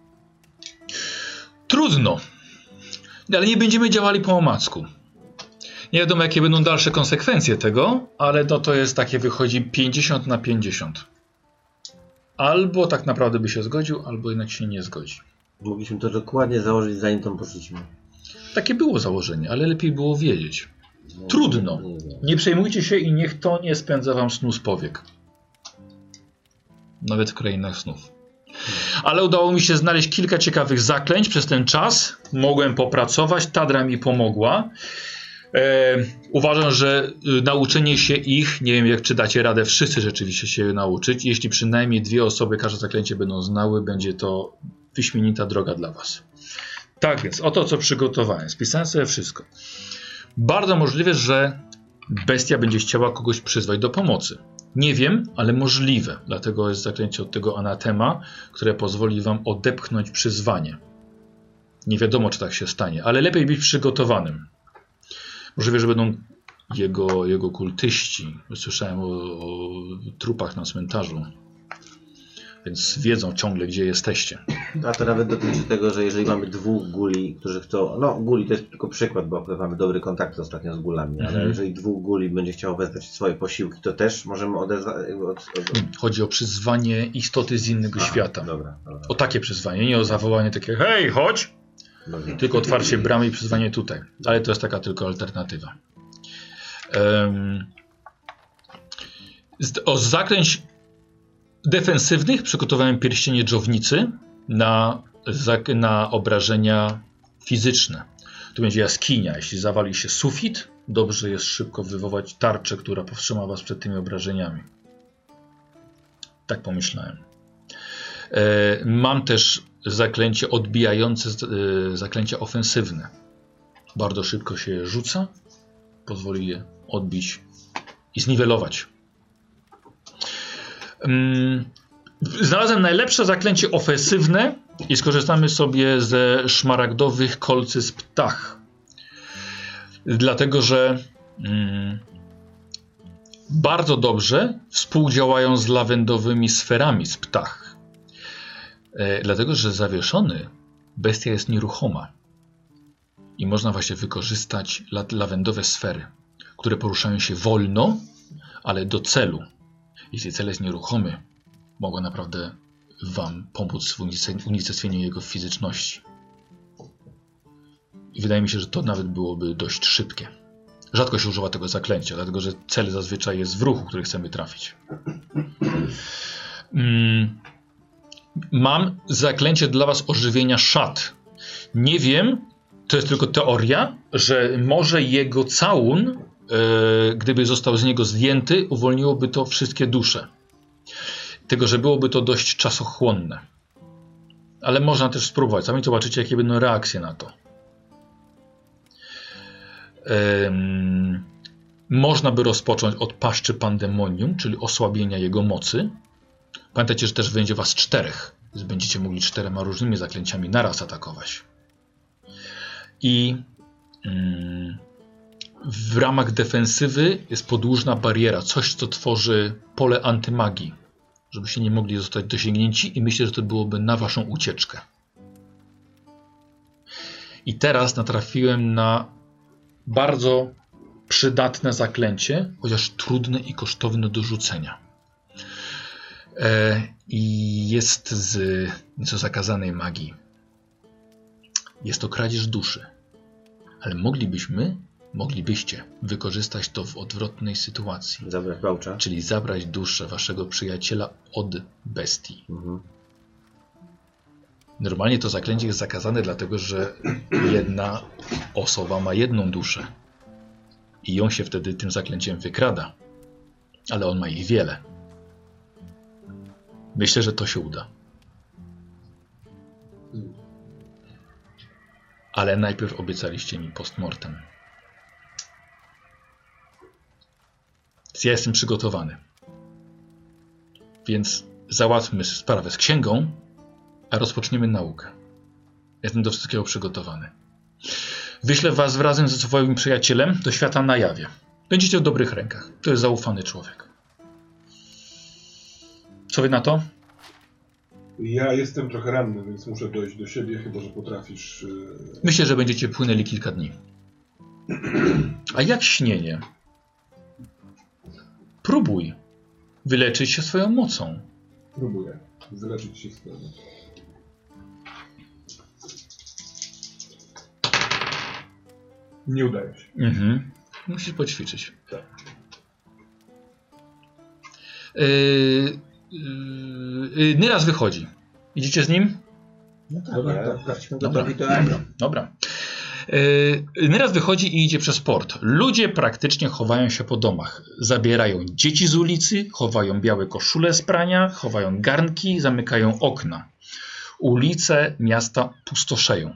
Trudno. Ale nie będziemy działali po omacku. Nie wiadomo, jakie będą dalsze konsekwencje tego, ale no to jest takie, wychodzi pięćdziesiąt na pięćdziesiąt. Albo tak naprawdę by się zgodził, albo jednak się nie zgodzi.
Mogliśmy to dokładnie założyć, zanim tam poszliśmy.
Takie było założenie, ale lepiej było wiedzieć.
No,
Trudno.
Nie, nie.
Nie przejmujcie się i niech to nie spędza wam snu z powiek. Nawet w krainach snów. Ale udało mi się znaleźć kilka ciekawych zaklęć przez ten czas. Mogłem popracować, Tadra mi pomogła. E, uważam, że y, nauczenie się ich, nie wiem jak czy dacie radę wszyscy rzeczywiście się nauczyć. Jeśli przynajmniej dwie osoby każde zaklęcie będą znały, będzie to wyśmienita droga dla was. Tak więc, oto co przygotowałem. Spisałem sobie wszystko. Bardzo możliwe, że bestia będzie chciała kogoś przyzwać do pomocy. Nie wiem, ale możliwe. Dlatego jest zaklęcie od tego anatema, które pozwoli wam odepchnąć przyzwanie. Nie wiadomo, czy tak się stanie, ale lepiej być przygotowanym. Możliwe, że będą jego, jego kultyści. Słyszałem o, o trupach na cmentarzu. Więc wiedzą ciągle, gdzie jesteście.
A to nawet dotyczy tego, że jeżeli mamy dwóch guli, którzy chcą... No, guli to jest tylko przykład, bo akurat mamy dobry kontakt ostatnio z gulami, ale
Mhm.
jeżeli dwóch guli będzie chciało wezwać swoje posiłki, to też możemy odezwać... Od, od...
Chodzi o przyzwanie istoty z innego
Aha,
świata.
Dobra, dobra.
O takie przyzwanie, nie o zawołanie takie hej, chodź!
dobra.
Tylko otwarcie bramy i przyzwanie tutaj. Ale to jest taka tylko alternatywa. Um, z, o zaklęć defensywnych przygotowałem pierścienie dżownicy na, zak- na obrażenia fizyczne. Tu będzie jaskinia. Jeśli zawali się sufit, dobrze jest szybko wywołać tarczę, która powstrzyma was przed tymi obrażeniami. Tak pomyślałem. E, mam też zaklęcie odbijające, e, zaklęcia ofensywne. Bardzo szybko się je rzuca, pozwoli je odbić i zniwelować. Mm, znalazłem najlepsze zaklęcie ofensywne i skorzystamy sobie ze szmaragdowych kolcy z ptach. Dlatego, że mm, bardzo dobrze współdziałają z lawendowymi sferami z ptach. E, dlatego, że zawieszony bestia jest nieruchoma. I można właśnie wykorzystać la lawendowe sfery, które poruszają się wolno, ale do celu. Jeśli cel jest nieruchomy, mogą naprawdę wam pomóc w unicestwieniu jego fizyczności. I wydaje mi się, że to nawet byłoby dość szybkie. Rzadko się używa tego zaklęcia, dlatego że cel zazwyczaj jest w ruchu, który chcemy trafić. Mm, mam zaklęcie dla was ożywienia szat. Nie wiem, to jest tylko teoria, że może jego całun, e, gdyby został z niego zdjęty, uwolniłoby to wszystkie dusze. Tylko, że byłoby to dość czasochłonne. Ale można też spróbować. Sami zobaczycie, jakie będą reakcje na to. Um, można by rozpocząć od paszczy pandemonium, czyli osłabienia jego mocy. Pamiętajcie, że też będzie was czterech, więc będziecie mogli czterema różnymi zaklęciami naraz atakować. I um, w ramach defensywy jest podłużna bariera, coś, co tworzy pole antymagii, żebyście nie mogli zostać dosięgnięci, i myślę, że to byłoby na waszą ucieczkę. I teraz natrafiłem na bardzo przydatne zaklęcie, chociaż trudne i kosztowne do rzucenia. E, I jest z nieco zakazanej magii. Jest to kradzież duszy. Ale moglibyśmy, moglibyście wykorzystać to w odwrotnej sytuacji.
Zabrać bałcza.
Czyli zabrać duszę waszego przyjaciela od bestii.
Mhm.
Normalnie to zaklęcie jest zakazane, dlatego że jedna osoba ma jedną duszę. I ją się wtedy tym zaklęciem wykrada. Ale on ma ich wiele. Myślę, że to się uda. Ale najpierw obiecaliście mi postmortem. Ja jestem przygotowany. Więc załatwmy sprawę z księgą, a rozpoczniemy naukę. Jestem do wszystkiego przygotowany. Wyślę was razem ze swoim przyjacielem do świata na jawie. Będziecie w dobrych rękach. To jest zaufany człowiek. Co wy na to?
Ja jestem trochę ranny, więc muszę dojść do siebie, chyba że potrafisz... Yy...
Myślę, że będziecie płynęli kilka dni. A jak śnienie? Próbuj wyleczyć się swoją mocą.
Próbuję wyleczyć się swoją mocą. Nie udaje się.
Mhm. Musisz poćwiczyć.
Tak.
Yy, yy, Nyras wychodzi. Idziecie z nim?
No tak,
Dobra,
ja
tak,
jesteśmy
Dobra.
gotowi do tego.
Dobra. Yy, Nyras wychodzi i idzie przez port. Ludzie praktycznie chowają się po domach. Zabierają dzieci z ulicy, chowają białe koszule z prania, chowają garnki, zamykają okna. Ulice miasta pustoszeją.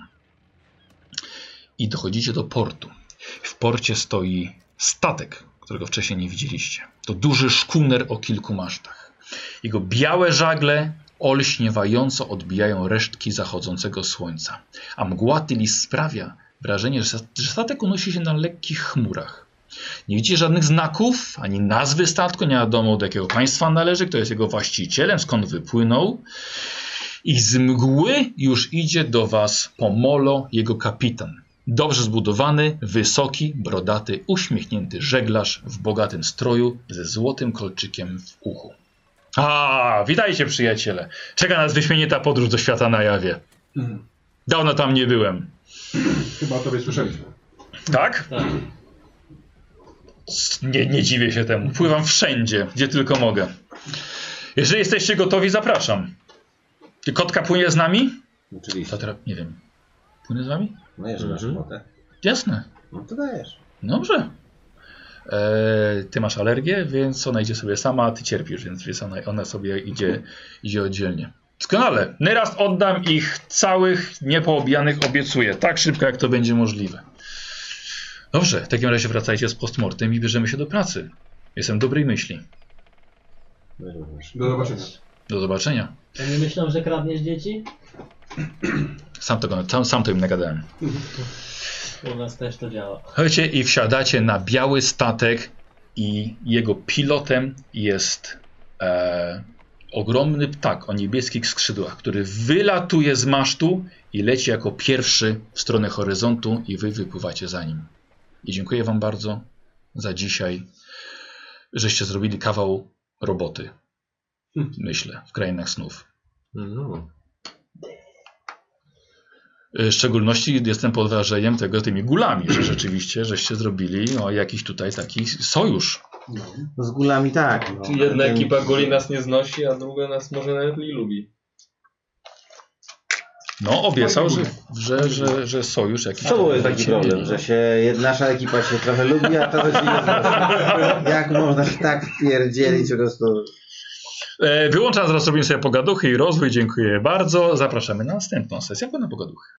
I dochodzicie do portu. W porcie stoi statek, którego wcześniej nie widzieliście. To duży szkuner o kilku masztach. Jego białe żagle olśniewająco odbijają resztki zachodzącego słońca. A mgła tylis sprawia wrażenie, że statek unosi się na lekkich chmurach. Nie widzicie żadnych znaków, ani nazwy statku, nie wiadomo do jakiego państwa należy, kto jest jego właścicielem, skąd wypłynął. I z mgły już idzie do was Pomolo, jego kapitan. Dobrze zbudowany, wysoki, brodaty, uśmiechnięty żeglarz w bogatym stroju ze złotym kolczykiem w uchu. A, witajcie przyjaciele. Czeka nas wyśmienita podróż do świata na jawie.
Mhm.
Dawno tam nie byłem.
Chyba o tobie słyszeliśmy.
Tak?
Tak.
Nie, nie dziwię się temu. Pływam wszędzie, gdzie tylko mogę. Jeżeli jesteście gotowi, zapraszam. Czy kotka płynie z nami?
Oczywiście.
To teraz, nie wiem. Płynie z nami?
No jeżeli masz ochotę.
Jasne.
No to dajesz.
Dobrze. Eee, ty masz alergię, więc ona idzie sobie sama, a ty cierpisz, więc, więc ona, ona sobie idzie, idzie oddzielnie. Doskonale. Nieraz oddam ich całych, niepoobijanych, obiecuję. Tak szybko, jak to będzie możliwe. Dobrze, w takim razie wracajcie z postmortem i bierzemy się do pracy. Jestem dobrej myśli.
Do zobaczenia.
Do zobaczenia.
Ja nie myślą, że kradniesz dzieci?
Sam, tego, sam, sam to im nagadałem.
U nas też to działa.
Chodźcie i wsiadacie na biały statek i jego pilotem jest e, ogromny ptak o niebieskich skrzydłach, który wylatuje z masztu i leci jako pierwszy w stronę horyzontu i wy wypływacie za nim. I dziękuję wam bardzo za dzisiaj, żeście zrobili kawał roboty, myślę, w krainach snów.
No.
W szczególności jestem pod wrażeniem tego tymi gulami, że rzeczywiście żeście zrobili no, jakiś tutaj taki sojusz
No z gulami tak. No.
Czyli jedna
Ten-
ekipa guli nas nie znosi, a druga nas może nawet nie lubi.
No, obiecał, że, że, że, że sojusz jakiś...
Co był taki
będziecie
problem,
mieli.
że się nasza ekipa się trochę lubi, a ta się nie znosi? Jak można tak pierdzielić po prostu?
E, Wyłączam, zaraz robimy sobie pogaduchy i rozwój. Dziękuję bardzo. Zapraszamy na następną sesję, bo na pogaduchy.